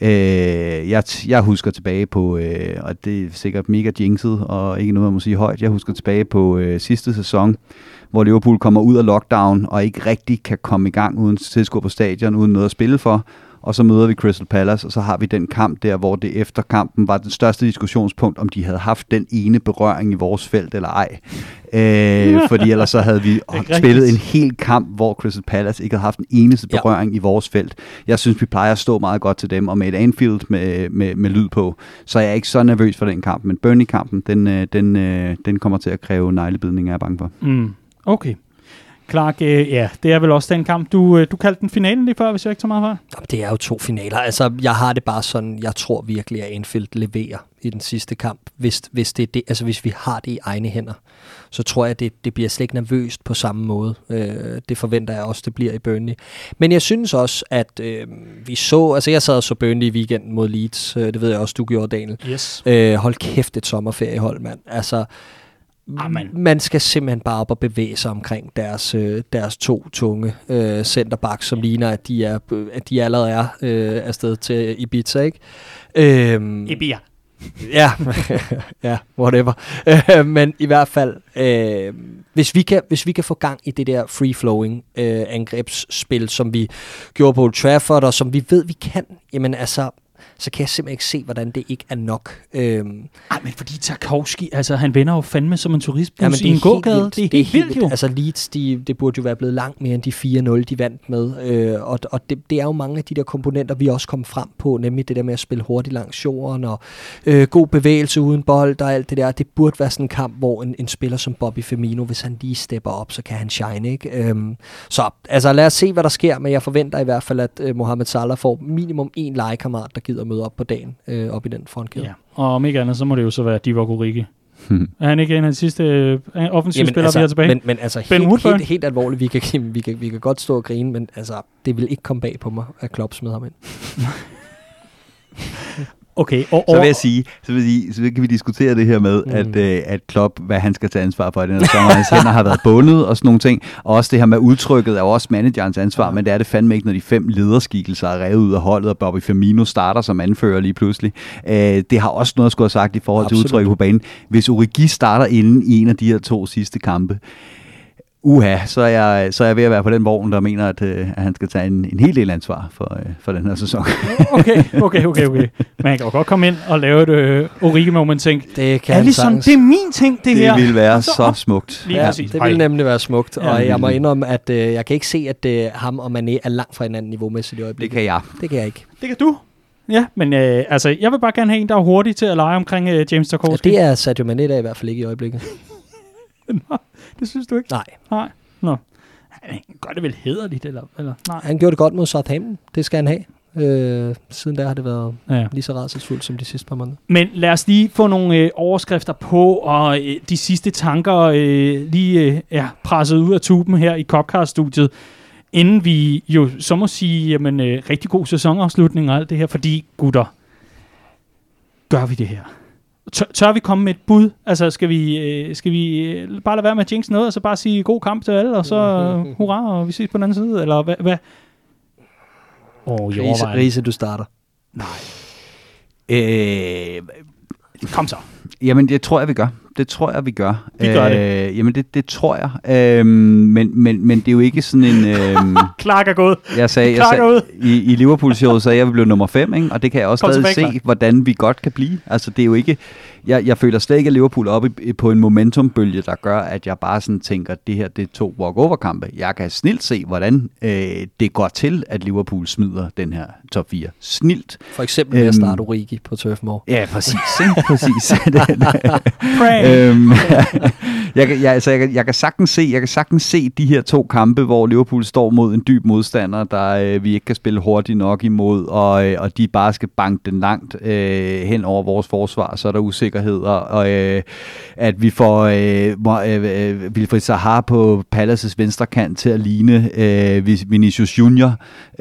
Øh, jeg, jeg husker tilbage på, øh, og det er sikkert mega jinxet, og ikke noget, man må sige højt, jeg husker tilbage på øh, sidste sæson, hvor Liverpool kommer ud af lockdown, og ikke rigtig kan komme i gang uden tilskuere på stadion, uden noget at spille for, og så møder vi Crystal Palace, og så har vi den kamp der, hvor det efter kampen var den største diskussionspunkt, om de havde haft den ene berøring i vores felt eller ej. Øh, fordi ellers så havde vi spillet en hel kamp, hvor Crystal Palace ikke havde haft en eneste berøring ja. i vores felt. Jeg synes, vi plejer at stå meget godt til dem, og med et Anfield med, med, med lyd på, så er jeg ikke så nervøs for den kamp. Men Burnley-kampen, den, den, den kommer til at kræve neglebidning, er jeg bange for. Mm. Okay. Clark, øh, ja, det er vel også den kamp. Du, øh, du kaldte den finalen lige før, hvis jeg ikke tager meget for. Det er jo to finaler. Altså, jeg har det bare sådan, jeg tror virkelig, at Anfield leverer i den sidste kamp. Hvis, hvis, det er det, altså, hvis vi har det i egne hænder, så tror jeg, det, det bliver slet ikke nervøst på samme måde. Øh, det forventer jeg også, det bliver i Burnley. Men jeg synes også, at øh, vi så, altså jeg sad og så Burnley i weekenden mod Leeds. Øh, det ved jeg også, du gjorde, Daniel. Yes. Øh, hold kæft, et sommerferiehold, mand. Altså, Amen. Man skal simpelthen bare op og bevæge sig omkring deres, øh, deres to tunge øh, centerbacks, som ligner, at de, er, at de allerede er øh, afsted til Ibiza, ikke? Øhm, Ibiza. Ja, ja, whatever. Øh, men i hvert fald, øh, hvis, vi kan, hvis vi kan få gang i det der free-flowing øh, angrebsspil, som vi gjorde på Old Trafford, og som vi ved, vi kan, jamen altså, så kan jeg simpelthen ikke se, hvordan det ikke er nok. Øhm. Ej, men fordi Tarkovski, altså han vender jo fandme som en turistbus ja, i en gågade. Det er helt, det er helt vildt jo. Altså Leeds, de, det burde jo være blevet langt mere end de fire nul, de vandt med. Øh, og og det, det er jo mange af de der komponenter, vi også kom frem på, nemlig det der med at spille hurtigt langs jorden, og øh, god bevægelse uden bold og alt det der. Det burde være sådan en kamp, hvor en, en spiller som Bobby Firmino, hvis han lige stepper op, så kan han shine, ikke? Øhm, så altså lad os se, hvad der sker, men jeg forventer i hvert fald, at øh, Mohamed Salah får minimum en legekammerat, der gider møde op på dagen, øh, op i den frontkæde. Ja. Og om ikke andet, så må det jo så være Divock Origi. Hmm. Er han ikke en af de sidste øh, offensive spillere, altså, vi har tilbage? Men, men altså, helt, helt, helt alvorligt, vi kan, vi, kan, vi kan godt stå og grine, men altså, det vil ikke komme bag på mig, at Klopp smider ham ind. Okay, og, så vil jeg sige, så vil jeg sige, så kan vi diskutere det her med, mm. at, øh, at Klopp, hvad han skal tage ansvar for i den her sommer. Hans hænder har været bundet og sådan nogle ting. Og også det her med udtrykket er jo også managerens ansvar, ja. Men det er det fandme ikke, når de fem lederskikkelser er revet ud af holdet, og Bobby Firmino starter som anfører lige pludselig. Øh, det har også noget at skulle have sagt i forhold Absolut. Til udtrykket på banen. Hvis Origi starter inden i en af de her to sidste kampe, uha, så er, jeg, så er jeg ved at være på den vogn, der mener, at, øh, at han skal tage en, en hel del ansvar for, øh, for den her sæson. okay, okay, okay, okay. Man kan jo godt komme ind og lave et øh, Origi-moment, tænk. Det kan Alisson, det er min ting, det, det her. Det ville være så, så smukt. Lige ja, det ville nemlig være smukt, ja, og jeg må indrømme, at øh, jeg kan ikke se, at øh, ham og Mané er langt fra hinanden niveaumæssigt i øjeblikket. Det kan jeg. Det kan jeg ikke. Det kan du. Ja, men øh, altså, jeg vil bare gerne have en, der er hurtig til at lege omkring øh, James Tarkovsky. Ja, det er Sadio Mané der i hvert fald ikke i øjeblikket. Nå, det synes du ikke? Nej. Nej. Nå. Han gør det vel hæderligt, eller, eller? Nej. Han gjorde det godt mod Southampton. Det skal han have. Øh, siden der har det været ja. lige så rædselsfuldt som de sidste par måneder. Men lad os lige få nogle øh, overskrifter på, og øh, de sidste tanker øh, lige øh, er presset ud af tuben her i Copcast-studiet, inden vi jo så må sige, jamen, øh, rigtig god sæsonafslutning og alt det her, fordi gutter, gør vi det her? Tør, tør vi komme med et bud? Altså, skal vi, øh, skal vi øh, bare lade være med at jinx noget, og så bare sige god kamp til alle, og så øh, hurra, og vi ses på den anden side, eller hvad? hvad? Åh, oh, Riese, Riese, du starter. Nej. Øh, Kom så. Jamen, det tror jeg, vi gør. Det tror jeg, vi gør. Vi gør øh, det. Jamen, det, det tror jeg. Øh, men, men, men det er jo ikke sådan en... Øh, Clark er gået. Jeg sagde, jeg sagde i, i Liverpool-showet, så jeg vil blive nummer fem, ikke? Og det kan jeg også Kom stadig tilbage, se, Clark. hvordan vi godt kan blive. Altså, det er jo ikke... Jeg, jeg føler slet ikke, at Liverpool er oppe i, på en momentumbølge, der gør, at jeg bare sådan tænker, at det her, det er to walk-over-kampe. Jeg kan snilt se, hvordan øh, det går til, at Liverpool smider den her top fire. Snilt. For eksempel ved at starte Origi på Turf Moor. Ja, præcis. Ikke? Præcis. øhm, jeg, kan, jeg, altså, jeg, kan, jeg kan sagtens se, jeg kan sagtens se de her to kampe, hvor Liverpool står mod en dyb modstander, der øh, vi ikke kan spille hurtigt nok imod, og, øh, og de bare skal banke den langt øh, hen over vores forsvar, så er der usikkerhed, og øh, at vi får øh, øh, Wilfried Zaha på Palaces venstre kant til at ligne øh, Vinicius Junior,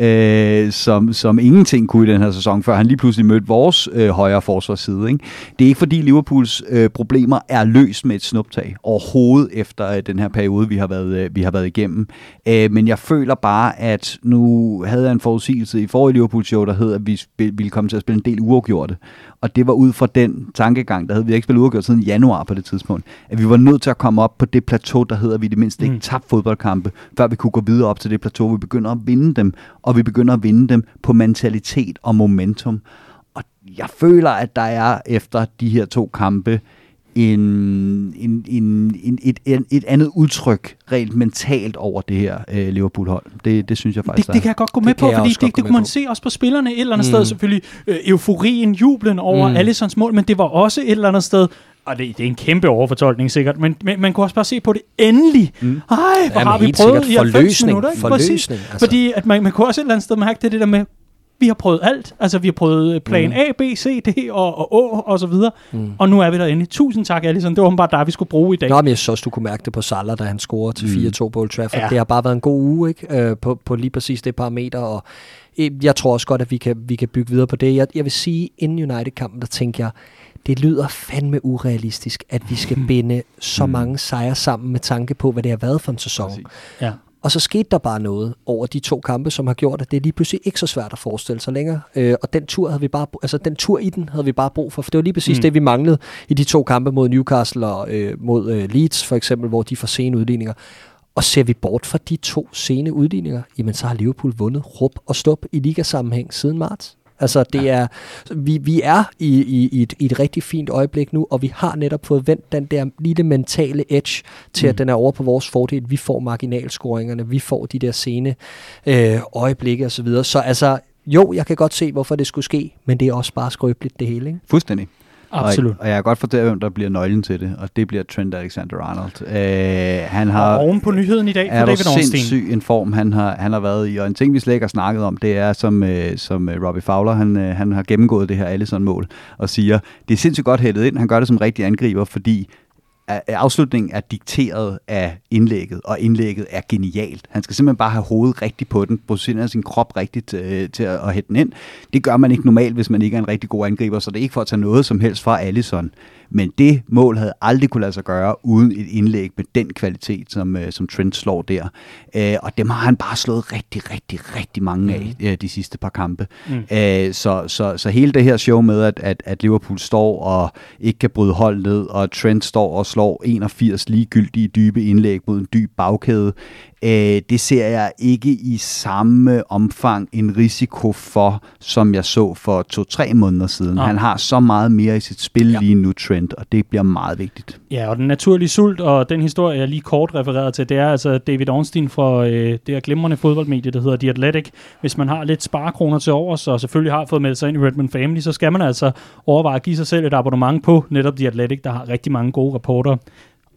øh, som, som ingenting kunne i den her sæson, før han lige pludselig mødte vores øh, højre forsvarsside. Ikke? Det er ikke fordi Liverpools øh, problemer er løst med et snuptag overhovedet efter øh, den her periode, vi har været, øh, vi har været igennem. Øh, men jeg føler bare, at nu havde jeg en forudsigelse i forrige Liverpool-show, der hed, at vi spil, ville komme til at spille en del uafgjorte. Og det var ud fra den tankegang, der havde vi ikke spillet uafgjort siden januar på det tidspunkt, at vi var nødt til at komme op på det plateau, der hedder, at vi det mindste ikke tabte fodboldkampe, før vi kunne gå videre op til det plateau, vi begynder at vinde dem, og vi begynder at vinde dem på mentalitet og momentum. Og jeg føler, at der er efter de her to kampe en, en, en, en, et, et, et andet udtryk rent mentalt over det her øh, Liverpool-hold. Det, det synes jeg faktisk det, det kan jeg godt gå med på, fordi det, det kunne man på. se også på spillerne et eller andet mm. sted. Selvfølgelig øh, euforien, jublen over mm. Alissons mål, men det var også et eller andet sted, og det, det er en kæmpe overfortolkning sikkert, men, men man kunne også bare se på det endelig. Mm. Ej, hvor har vi prøvet i halvfems minutter. Ikke? Forløsning. Altså. Fordi at man, man kunne også et eller andet sted mærke det, det der med, vi har prøvet alt. Altså, vi har prøvet plan mm. A, B, C, D og, og Å og så videre. Mm. Og nu er vi der endelig. Tusind tak, Alisson. Det var bare der, vi skulle bruge i dag. Nå, men jeg synes også, du kunne mærke det på Salah, da han scorede til fire to på Old Trafford. Ja. Det har bare været en god uge, ikke? Øh, på, på lige præcis det parameter. Og jeg tror også godt, at vi kan, vi kan bygge videre på det. Jeg, jeg vil sige, inden United-kampen, der tænker jeg, det lyder fandme urealistisk, at vi skal binde så mange sejre sammen med tanke på, hvad det har været for en sæson. Ja. Og så skete der bare noget over de to kampe, som har gjort, at det er lige pludselig ikke så svært at forestille sig længere. Øh, og den tur havde vi bare, altså den tur i den havde vi bare brug for, for det var lige præcis mm. det, vi manglede i de to kampe mod Newcastle og øh, mod øh, Leeds for eksempel, hvor de får sene udligninger. Og ser vi bort fra de to sene udligninger, jamen så har Liverpool vundet rup og stop i ligasammenhæng siden marts. Altså, det er, vi, vi er i, i, i, et, i et rigtig fint øjeblik nu, og vi har netop fået vendt den der lille mentale edge til, mm. at den er over på vores fordel. Vi får marginalscoringerne, vi får de der sene øh, øjeblikke osv. Så, videre. Så altså, jo, jeg kan godt se, hvorfor det skulle ske, men det er også bare skrøbeligt det hele, ikke? Fuldstændig. Absolut. Og, og jeg kan godt fortælle, hvem der bliver nøglen til det, og det bliver Trent Alexander-Arnold. Øh, han har, og oven på nyheden i dag for David Ornstein. Er sindssyg en form, han har, han har været i, og en ting, vi slet ikke har snakket om, det er, som, øh, som øh, Robbie Fowler, han, øh, han har gennemgået det her Alisson-mål, og siger, det er sindssygt godt hættet ind, han gør det som rigtig angriber, fordi afslutningen er dikteret af indlægget, og indlægget er genialt. Han skal simpelthen bare have hovedet rigtigt på den, positionere sin krop rigtigt øh, til at, at hætte den ind. Det gør man ikke normalt, hvis man ikke er en rigtig god angriber, så det er ikke for at tage noget som helst fra Alisson. Men det mål havde aldrig kunne lade sig gøre uden et indlæg med den kvalitet, som, øh, som Trent slår der. Øh, og dem har han bare slået rigtig, rigtig, rigtig mange af øh, de sidste par kampe. Mm. Øh, så, så, så hele det her show med, at, at, at Liverpool står og ikke kan bryde hold ned, og Trent står og slår enogfirs ligegyldige dybe indlæg mod en dyb bagkæde, øh, det ser jeg ikke i samme omfang en risiko for, som jeg så for to-tre måneder siden. Ja. Han har så meget mere i sit spil ja. lige nu, Trent, og det bliver meget vigtigt. Ja, og den naturlige sult, og den historie, jeg lige kort refererede til, det er altså David Ornstein fra øh, det her glimrende fodboldmedie, der hedder The Athletic. Hvis man har lidt sparekroner til overs, og selvfølgelig har fået meldt sig ind i Redmond Family, så skal man altså overveje at give sig selv et abonnement på netop The Athletic, der har rigtig mange gode rapporter.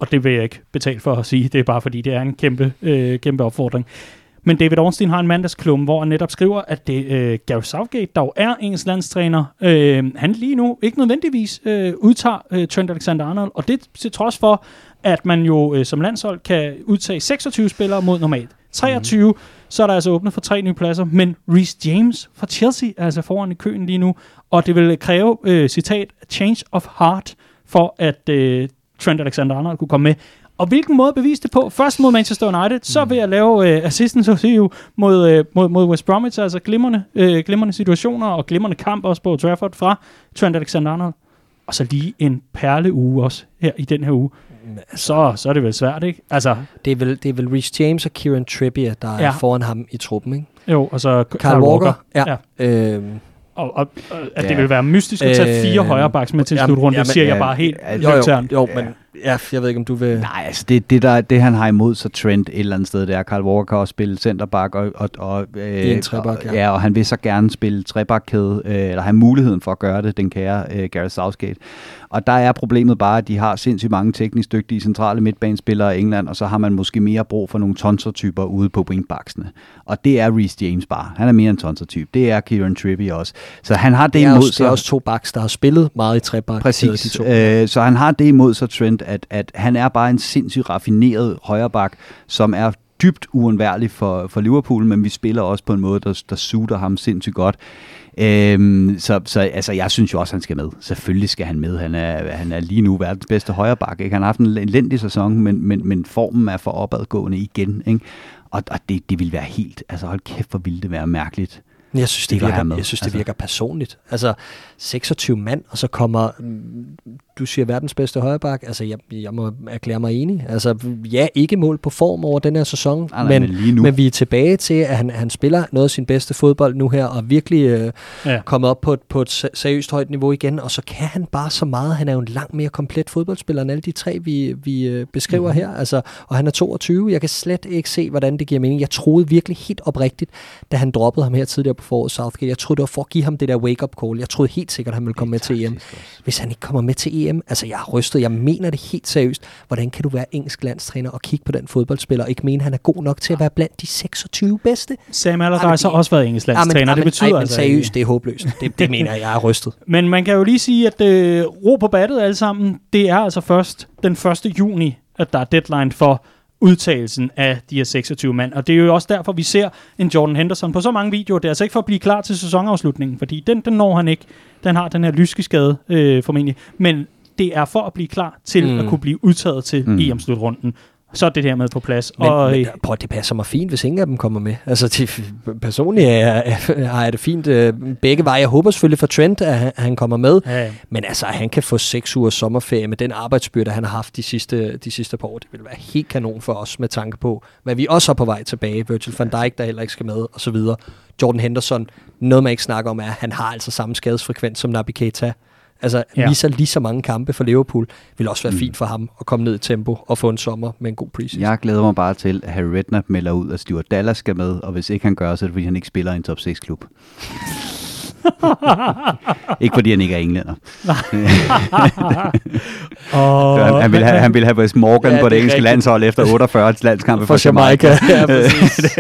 og det vil jeg ikke betale for at sige. Det er bare fordi, det er en kæmpe, øh, kæmpe opfordring. Men David Ornstein har en mandagsklum, hvor han netop skriver, at det øh, Gareth Southgate, der jo er engelsk landstræner, øh, han lige nu ikke nødvendigvis øh, udtager øh, Trent Alexander-Arnold, og det til trods for, at man jo øh, som landshold kan udtage seksogtyve spillere mod normalt treogtyve, mm. så er der altså åbnet for tre nye pladser, men Reece James fra Chelsea er altså foran i køen lige nu, og det vil kræve, øh, citat, change of heart, for at øh, Trent Alexander-Arnold kunne komme med. Og hvilken måde beviste det på? Først mod Manchester United, så vil jeg lave øh, assistance review mod, øh, mod, mod West Bromwich, altså glimrende, øh, glimrende situationer og glimrende kamp også på Trafford fra Trent Alexander-Arnold. Og så lige en perleuge også her i den her uge. Så, så er det vel svært, ikke? Altså, det, er vel, det er vel Reece James og Kieran Trippier, der ja. er foran ham i truppen, ikke? Jo, og så Kyle, Kyle Walker. Walker. Ja. ja. Øhm. Og, og, og at ja. det vil være mystisk at tage fire øh, højrebacks med til en slutrunde, det siger ja, jeg bare helt jo, jo, jo, jo, men ja, jeg ved ikke, om du vil... Nej, altså det, det, der, det han har imod så Trent et eller andet sted, det er, Kyle Walker kan også spille centerback, og, og, og, øh, en trebak, ja. ja, og han vil så gerne spille trebakkæde, øh, eller have muligheden for at gøre det, den kære øh, Gareth Southgate. Og der er problemet bare, at de har sindssygt mange teknisk dygtige centrale midtbanespillere i England, og så har man måske mere brug for nogle tonser-typer ude på wingbacksene. Og det er Reece James bare. Han er mere en tonser-type. Det er Kieran Trippier også. Så han har det, det imod også, sig. Det er også to backs, der har spillet meget i trebak. Præcis. De to. Øh, så han har det imod sig, Trent, at, at han er bare en sindssygt raffineret højreback, som er dybt uundværlig for, for Liverpool, men vi spiller også på en måde, der, der suiter ham sindssygt godt. Øhm, så så altså, jeg synes jo også, han skal med. Selvfølgelig skal han med. Han er, han er lige nu verdens bedste højreback. Ikke? Han har haft en elendig sæson, men, men, men formen er for opadgående igen. Ikke? Og, og det, det vil være helt... Altså hold kæft, hvor ville det være mærkeligt. Jeg synes, det, det virker, jeg synes, det virker personligt. Altså, seksogtyve mand, og så kommer, du siger verdens bedste højreback, altså, jeg, jeg må erklære mig enig. Altså, ja, ikke mål på form over den her sæson, nej, nej, men, men, men vi er tilbage til, at han, han spiller noget af sin bedste fodbold nu her, og virkelig øh, ja. kommet op på et, på et seriøst højt niveau igen, og så kan han bare så meget. Han er jo en langt mere komplet fodboldspiller, end alle de tre, vi, vi øh, beskriver mm. her. Altså, og han er toogtyve. Jeg kan slet ikke se, hvordan det giver mening. Jeg troede virkelig helt oprigtigt, da han droppede ham her tidligere på foråret, Southgate. Jeg troede, det var for at give ham det der wake-up call. Jeg troede helt sikkert, at han ville komme med til E M. Hvis han ikke kommer med til E M, altså jeg har rystet, jeg mener det helt seriøst. Hvordan kan du være engelsk landstræner og kigge på den fodboldspiller og ikke mene, at han er god nok til at være blandt de seksogtyve bedste? Sam Allardyce har også været engelsk landstræner. Amen, det betyder ej, men altså seriøst, det er håbløst. Det, det mener jeg, jeg er rystet. Men man kan jo lige sige, at øh, ro på battet alle sammen, det er altså først den første juni, at der er deadline for udtagelsen af de her seksogtyve mand. Og det er jo også derfor, vi ser en Jordan Henderson på så mange videoer. Det er altså ikke for at blive klar til sæsonafslutningen, fordi den, den når han ikke. Den har den her lyskeskade øh, formentlig. Men det er for at blive klar til mm. at kunne blive udtaget til mm. E M-slutrunden. Så er det der med på plads. Men, og, men prøv, det passer mig fint, hvis ingen af dem kommer med. Altså, de, personligt har jeg det fint øh, begge veje. Jeg håber selvfølgelig for Trent, at han, at han kommer med. Ja. Men altså, at han kan få seks ugers sommerferie med den arbejdsbyrde, han har haft de sidste, de sidste par år. Det vil være helt kanon for os med tanke på, hvad vi også har på vej tilbage. Virgil van Dijk, der heller ikke skal med, og så videre. Jordan Henderson, noget man ikke snakker om, er, at han har altså samme skadesfrekvens som Naby Keita. Altså, ja. misser lige så mange kampe for Liverpool. Vil også være mm. fint for ham at komme ned i tempo og få en sommer med en god preseason. Jeg glæder mig bare til, at Harry Redknapp melder ud, at Stuart Dallas skal med, og hvis ikke han gør, så er det, fordi han ikke spiller i en top seks-klub. Ikke fordi han ikke er englænder. oh, han, han, vil have, han vil have Wes Morgan ja, på det, det engelske rigtigt. Landshold efter otteogfyrre landskampe for, for Jamaica. Jamaica. Ja,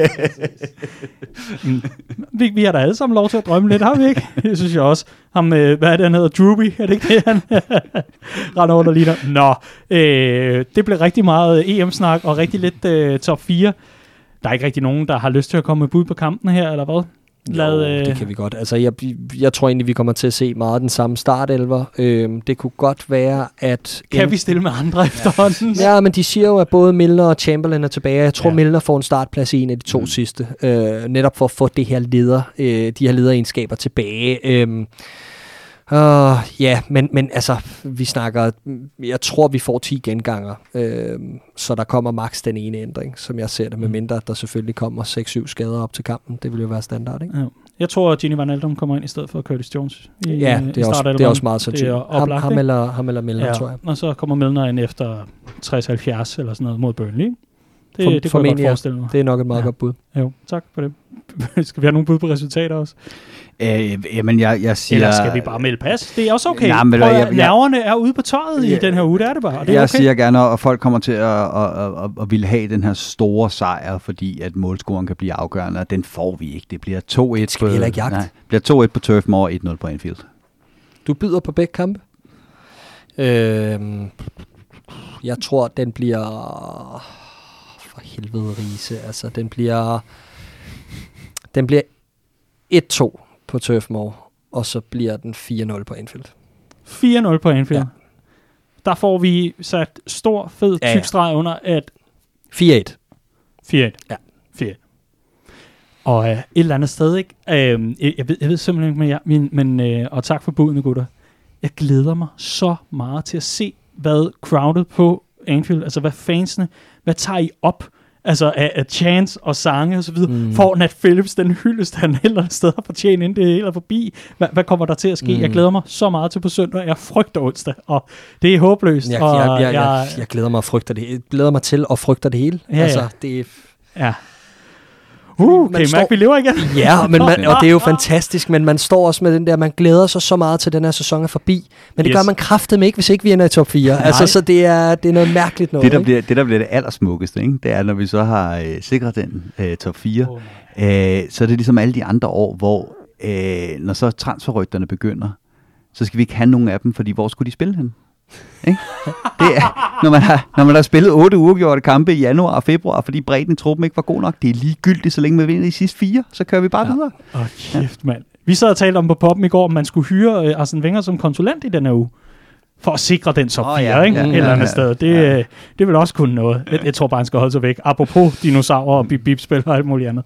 vi, vi har da alle sammen lov til at drømme lidt, har vi ikke? Det synes jeg også. Ham, øh, hvad er det, han hedder? Druby, er det ikke det, han render under lige der? Nå, øh, det blev rigtig meget E M-snak og rigtig lidt øh, top fire. Der er ikke rigtig nogen, der har lyst til at komme med bud på kampen her, eller hvad? Lad, jo, øh... det kan vi godt. Altså, jeg, jeg tror egentlig, vi kommer til at se meget den samme startelver. Øhm, det kunne godt være, at... Kan en... vi stille med andre efterhånden? Ja, men de siger jo, at både Milner og Chamberlain er tilbage. Jeg tror, ja. Milner får en startplads i en af de to mm. sidste. Øh, netop for at få det her leder, øh, de her lederegenskaber tilbage. Øh, Uh, ja, men, men altså, vi snakker, jeg tror, vi får ti genganger, øh, så der kommer maks den ene ændring, som jeg ser det, med mindre, at der selvfølgelig kommer seks syv skader op til kampen. Det vil jo være standard, ikke? Ja. Jeg tror, at Gini Wijnaldum kommer ind i stedet for Curtis Jones. I, ja, det er, også, det er også meget sandsynligt. Ham, ham, eller, ham eller Milner, ja, tror jeg. Og så kommer Milner ind efter tres halvfjerds eller sådan noget mod Burnley. Det, For, det kunne jeg godt forestille mig. Det er nok et meget ja. godt bud. Jo, tak for det. Skal vi have nogle bud på resultater også? Øh, jamen, jeg, jeg siger... Eller skal vi bare melde pas? Det er også okay. Nej, men, Prøv, jeg, jeg, nerverne er ude på tøjet ja, i den her uge, det er det bare. Og det er jeg okay. siger gerne, at folk kommer til at, at, at, at, at ville have den her store sejr, fordi at målscoren kan blive afgørende, og den får vi ikke. Det bliver to et skal på... heller ikke jagt. Nej, bliver to et på Turf Moor og et nul på Anfield. Du byder på begge kampe? Øhm, jeg tror, den bliver... For helvede, Riese. Altså, den bliver... Den bliver et to på Turf Moor, og så bliver den fire nul på Anfield. fire nul på Anfield. Ja. Der får vi sat stor, fed, ja, ja. tyk streg under, at... fire et. fire et. Ja. fire et. Og øh, et eller andet sted, ikke? Øh, jeg, jeg, ved, jeg ved simpelthen ikke med jer, men, men, øh, og tak for budene, gutter. Jeg glæder mig så meget til at se, hvad crowded på Anfield, altså hvad fansene, hvad tager I op? Altså af, af chants og sange og så videre, mm. får Nat Phillips den hyldest, han et eller andet sted har fortjent, inden det hele er forbi. Hva, hvad kommer der til at ske? Mm. Jeg glæder mig så meget til på søndag. Jeg frygter onsdag, og det er håbløst. Jeg, og jeg, jeg, jeg, jeg, jeg glæder mig og frygter det. Jeg glæder mig til og frygter det hele. Ja, altså, ja. det ja. Uh, kan I mærke, vi lever igen? Ja, men man, og det er jo fantastisk, men man står også med den der, man glæder sig så meget til, den her sæson er forbi, men det yes. gør man kraftedeme ikke, hvis ikke vi ender i top fire. Altså, så det er, det er noget mærkeligt noget. Det, der bliver, det, der bliver det allersmukkeste, ikke? Det er, når vi så har øh, sikret den øh, top fire, oh, øh, så er det ligesom alle de andre år, hvor øh, når så transferrygterne begynder, så skal vi ikke have nogen af dem, fordi hvor skulle de spille hen? Ikke? Det er, når, man har, når man har spillet otte uafgjorte kampe i januar og februar, fordi bredden i truppen ikke var god nok, det er ligegyldigt, så længe vi vinder de sidste fire, så kører vi bare ja. videre. Åh, oh, kæft, mand. Vi sad og talte om på Poppen i går, om man skulle hyre uh, Arsene Wenger som konsulent i den her uge, for at sikre den top fire, oh, ja. ikke? Ja, ja, ja, et eller andet sted. Det, ja. det vil også kunne noget. Jeg, jeg tror bare, han skal holde sig væk. Apropos dinosaurer og bip-bip-spil og alt muligt andet.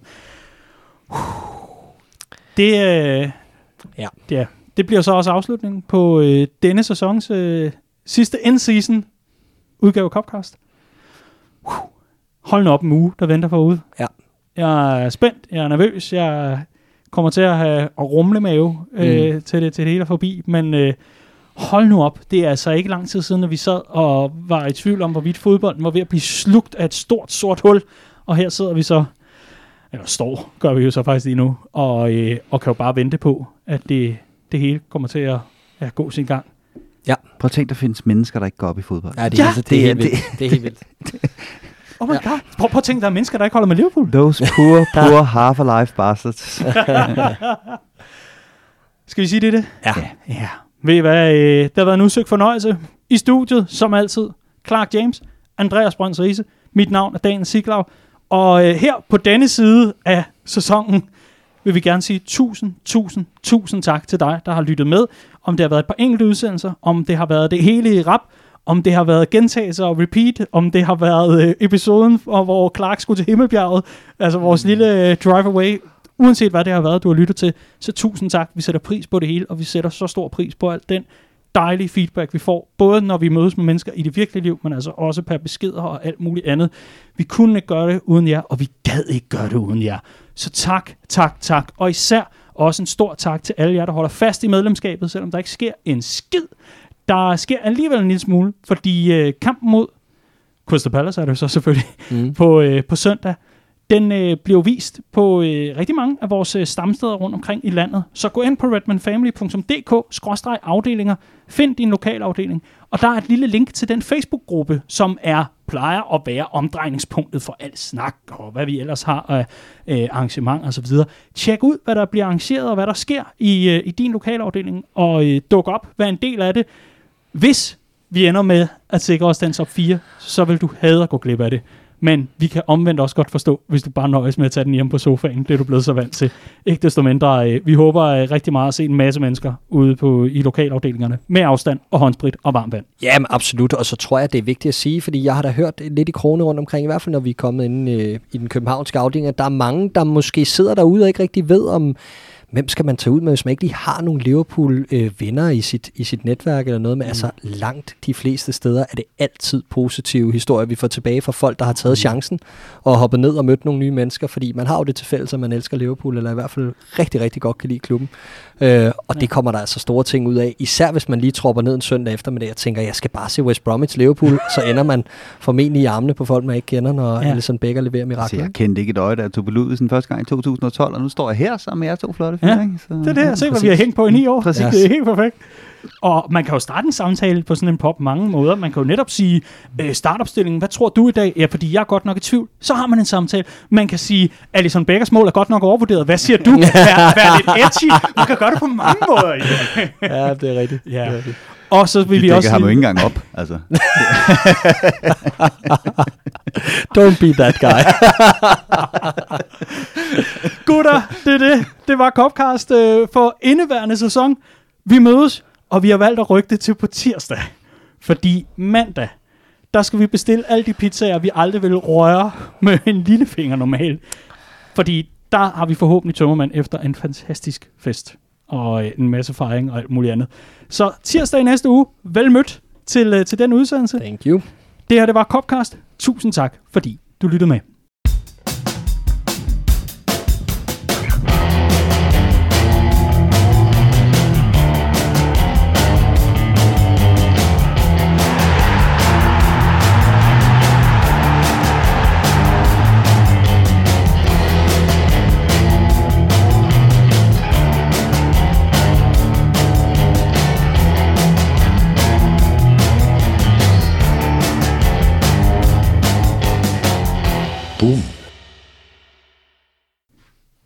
Det, uh, ja. Ja, det bliver så også afslutningen på uh, denne sæsons uh, sidste end-season udgave af Copcast. Hold nu op en uge, der venter forude. Ja. Jeg er spændt, jeg er nervøs, jeg kommer til at have at rumle mave øh, mm. til, det, til det hele er forbi, men øh, hold nu op, det er altså ikke lang tid siden, at vi sad og var i tvivl om, hvorvidt fodbolden var ved at blive slugt af et stort sort hul, og her sidder vi så, eller står, gør vi jo så faktisk lige nu, og, øh, og kan jo bare vente på, at det, det hele kommer til at, at gå sin gang. Ja. Prøv at tænke, der findes mennesker, der ikke går op i fodbold. Ja, det er, ja, altså, det, det, er, det, det, det er helt vildt. Oh my ja. god. Prøv, prøv at tænke, der er mennesker, der ikke holder med Liverpool. Those poor, poor half-alive bastards. Skal vi sige det, det? Ja. Ja. Ved I hvad, øh, det har været en udsøgt fornøjelse. I studiet, som altid, Clark James, Andreas Brøns Riise. Mit navn er Daniel Siglau. Og øh, her på denne side af sæsonen, vil vi gerne sige tusind, tusind, tusind tak til dig, der har lyttet med. Om det har været et par enkelte udsendelser, om det har været det hele i rap, om det har været gentagelser og repeat, om det har været øh, episoden, hvor Clark skulle til Himmelbjerget, altså vores mm. lille øh, drive away. Uanset hvad det har været, du har lyttet til, så tusind tak. Vi sætter pris på det hele, og vi sætter så stor pris på alt den dejlige feedback, vi får, både når vi mødes med mennesker i det virkelige liv, men altså også per beskeder og alt muligt andet. Vi kunne ikke gøre det uden jer, og vi gad ikke gøre det uden jer. Så tak, tak, tak. Og især også en stor tak til alle jer, der holder fast i medlemskabet, selvom der ikke sker en skid. Der sker alligevel en lille smule, fordi øh, kampen mod Crystal Palace er det så selvfølgelig mm. på, øh, på søndag, den øh, bliver vist på øh, rigtig mange af vores øh, stamsteder rundt omkring i landet. Så gå ind på redmanfamily punktum d k skråstreg afdelinger, find din lokalafdeling, og der er et lille link til den Facebook-gruppe, som er plejer at være omdrejningspunktet for alt snak, og hvad vi ellers har af øh, arrangementer osv. Tjek ud, hvad der bliver arrangeret, og hvad der sker i, øh, i din lokalafdeling, og øh, duk op, vær en del af det. Hvis vi ender med at sikre os den top fire, så vil du hade at gå glip af det. Men vi kan omvendt også godt forstå, hvis du bare nøjes med at tage den hjem på sofaen. Det er du blevet så vant til. Ikke desto mindre, øh, vi håber øh, rigtig meget at se en masse mennesker ude på, i lokalafdelingerne med afstand og håndsprit og varmt vand. Ja, men absolut. Og så tror jeg, det er vigtigt at sige, fordi jeg har da hørt lidt i krone rundt omkring, i hvert fald når vi er kommet ind øh, i den københavnske afdeling, at der er mange, der måske sidder derude og ikke rigtig ved, om hvem skal man tage ud med, hvis man ikke lige har nogle Liverpool-venner øh, i, sit, i sit netværk eller noget med. Mm. Altså langt de fleste steder er det altid positive historier, vi får tilbage fra folk, der har taget mm. chancen og hoppet ned og mødt nogle nye mennesker, fordi man har jo det til fælles, at man elsker Liverpool, eller i hvert fald rigtig, rigtig godt kan lide klubben. Øh, og ja. Det kommer der altså store ting ud af, især hvis man lige tropper ned en søndag eftermiddag og tænker, jeg skal bare se West Bromwich Liverpool, så ender man formentlig i armene på folk, man ikke kender, når ja. Alisson Becker leverer mirakler. Altså, jeg kendte ikke et øje, da jeg tog på Ludvigsen første gang i to tusind og tolv, og nu står jeg her sammen med jer to flotte fyre. Ja. Så, det er det, jeg ser, hvad vi har hængt på i ni år. Præcis. Det er helt perfekt. Og man kan jo starte en samtale på sådan en pop mange måder. Man kan jo netop sige, øh, startopstillingen, hvad tror du i dag? Ja, fordi jeg er godt nok i tvivl. Så har man en samtale. Man kan sige, Alisson Beckers mål er godt nok overvurderet. Hvad siger du? Vær, vær lidt edgy. Man kan gøre det på mange måder. Ja, det er rigtigt. Ja. Det er rigtigt. Og så vil det vi også... Det har du ikke engang op, altså. Don't be that guy. Gutter, det er det. Det var Copcast øh, for indeværende sæson. Vi mødes, og vi har valgt at rykke det til på tirsdag. Fordi mandag, der skal vi bestille alle de pizzaer, vi aldrig vil røre med en lillefinger normalt. Fordi der har vi forhåbentlig tømmermand efter en fantastisk fest. Og øh, en masse fejring og alt muligt andet. Så tirsdag i næste uge, vel mødt til, øh, til den udsendelse. Thank you. Det her, det var Copcast. Tusind tak, fordi du lyttede med.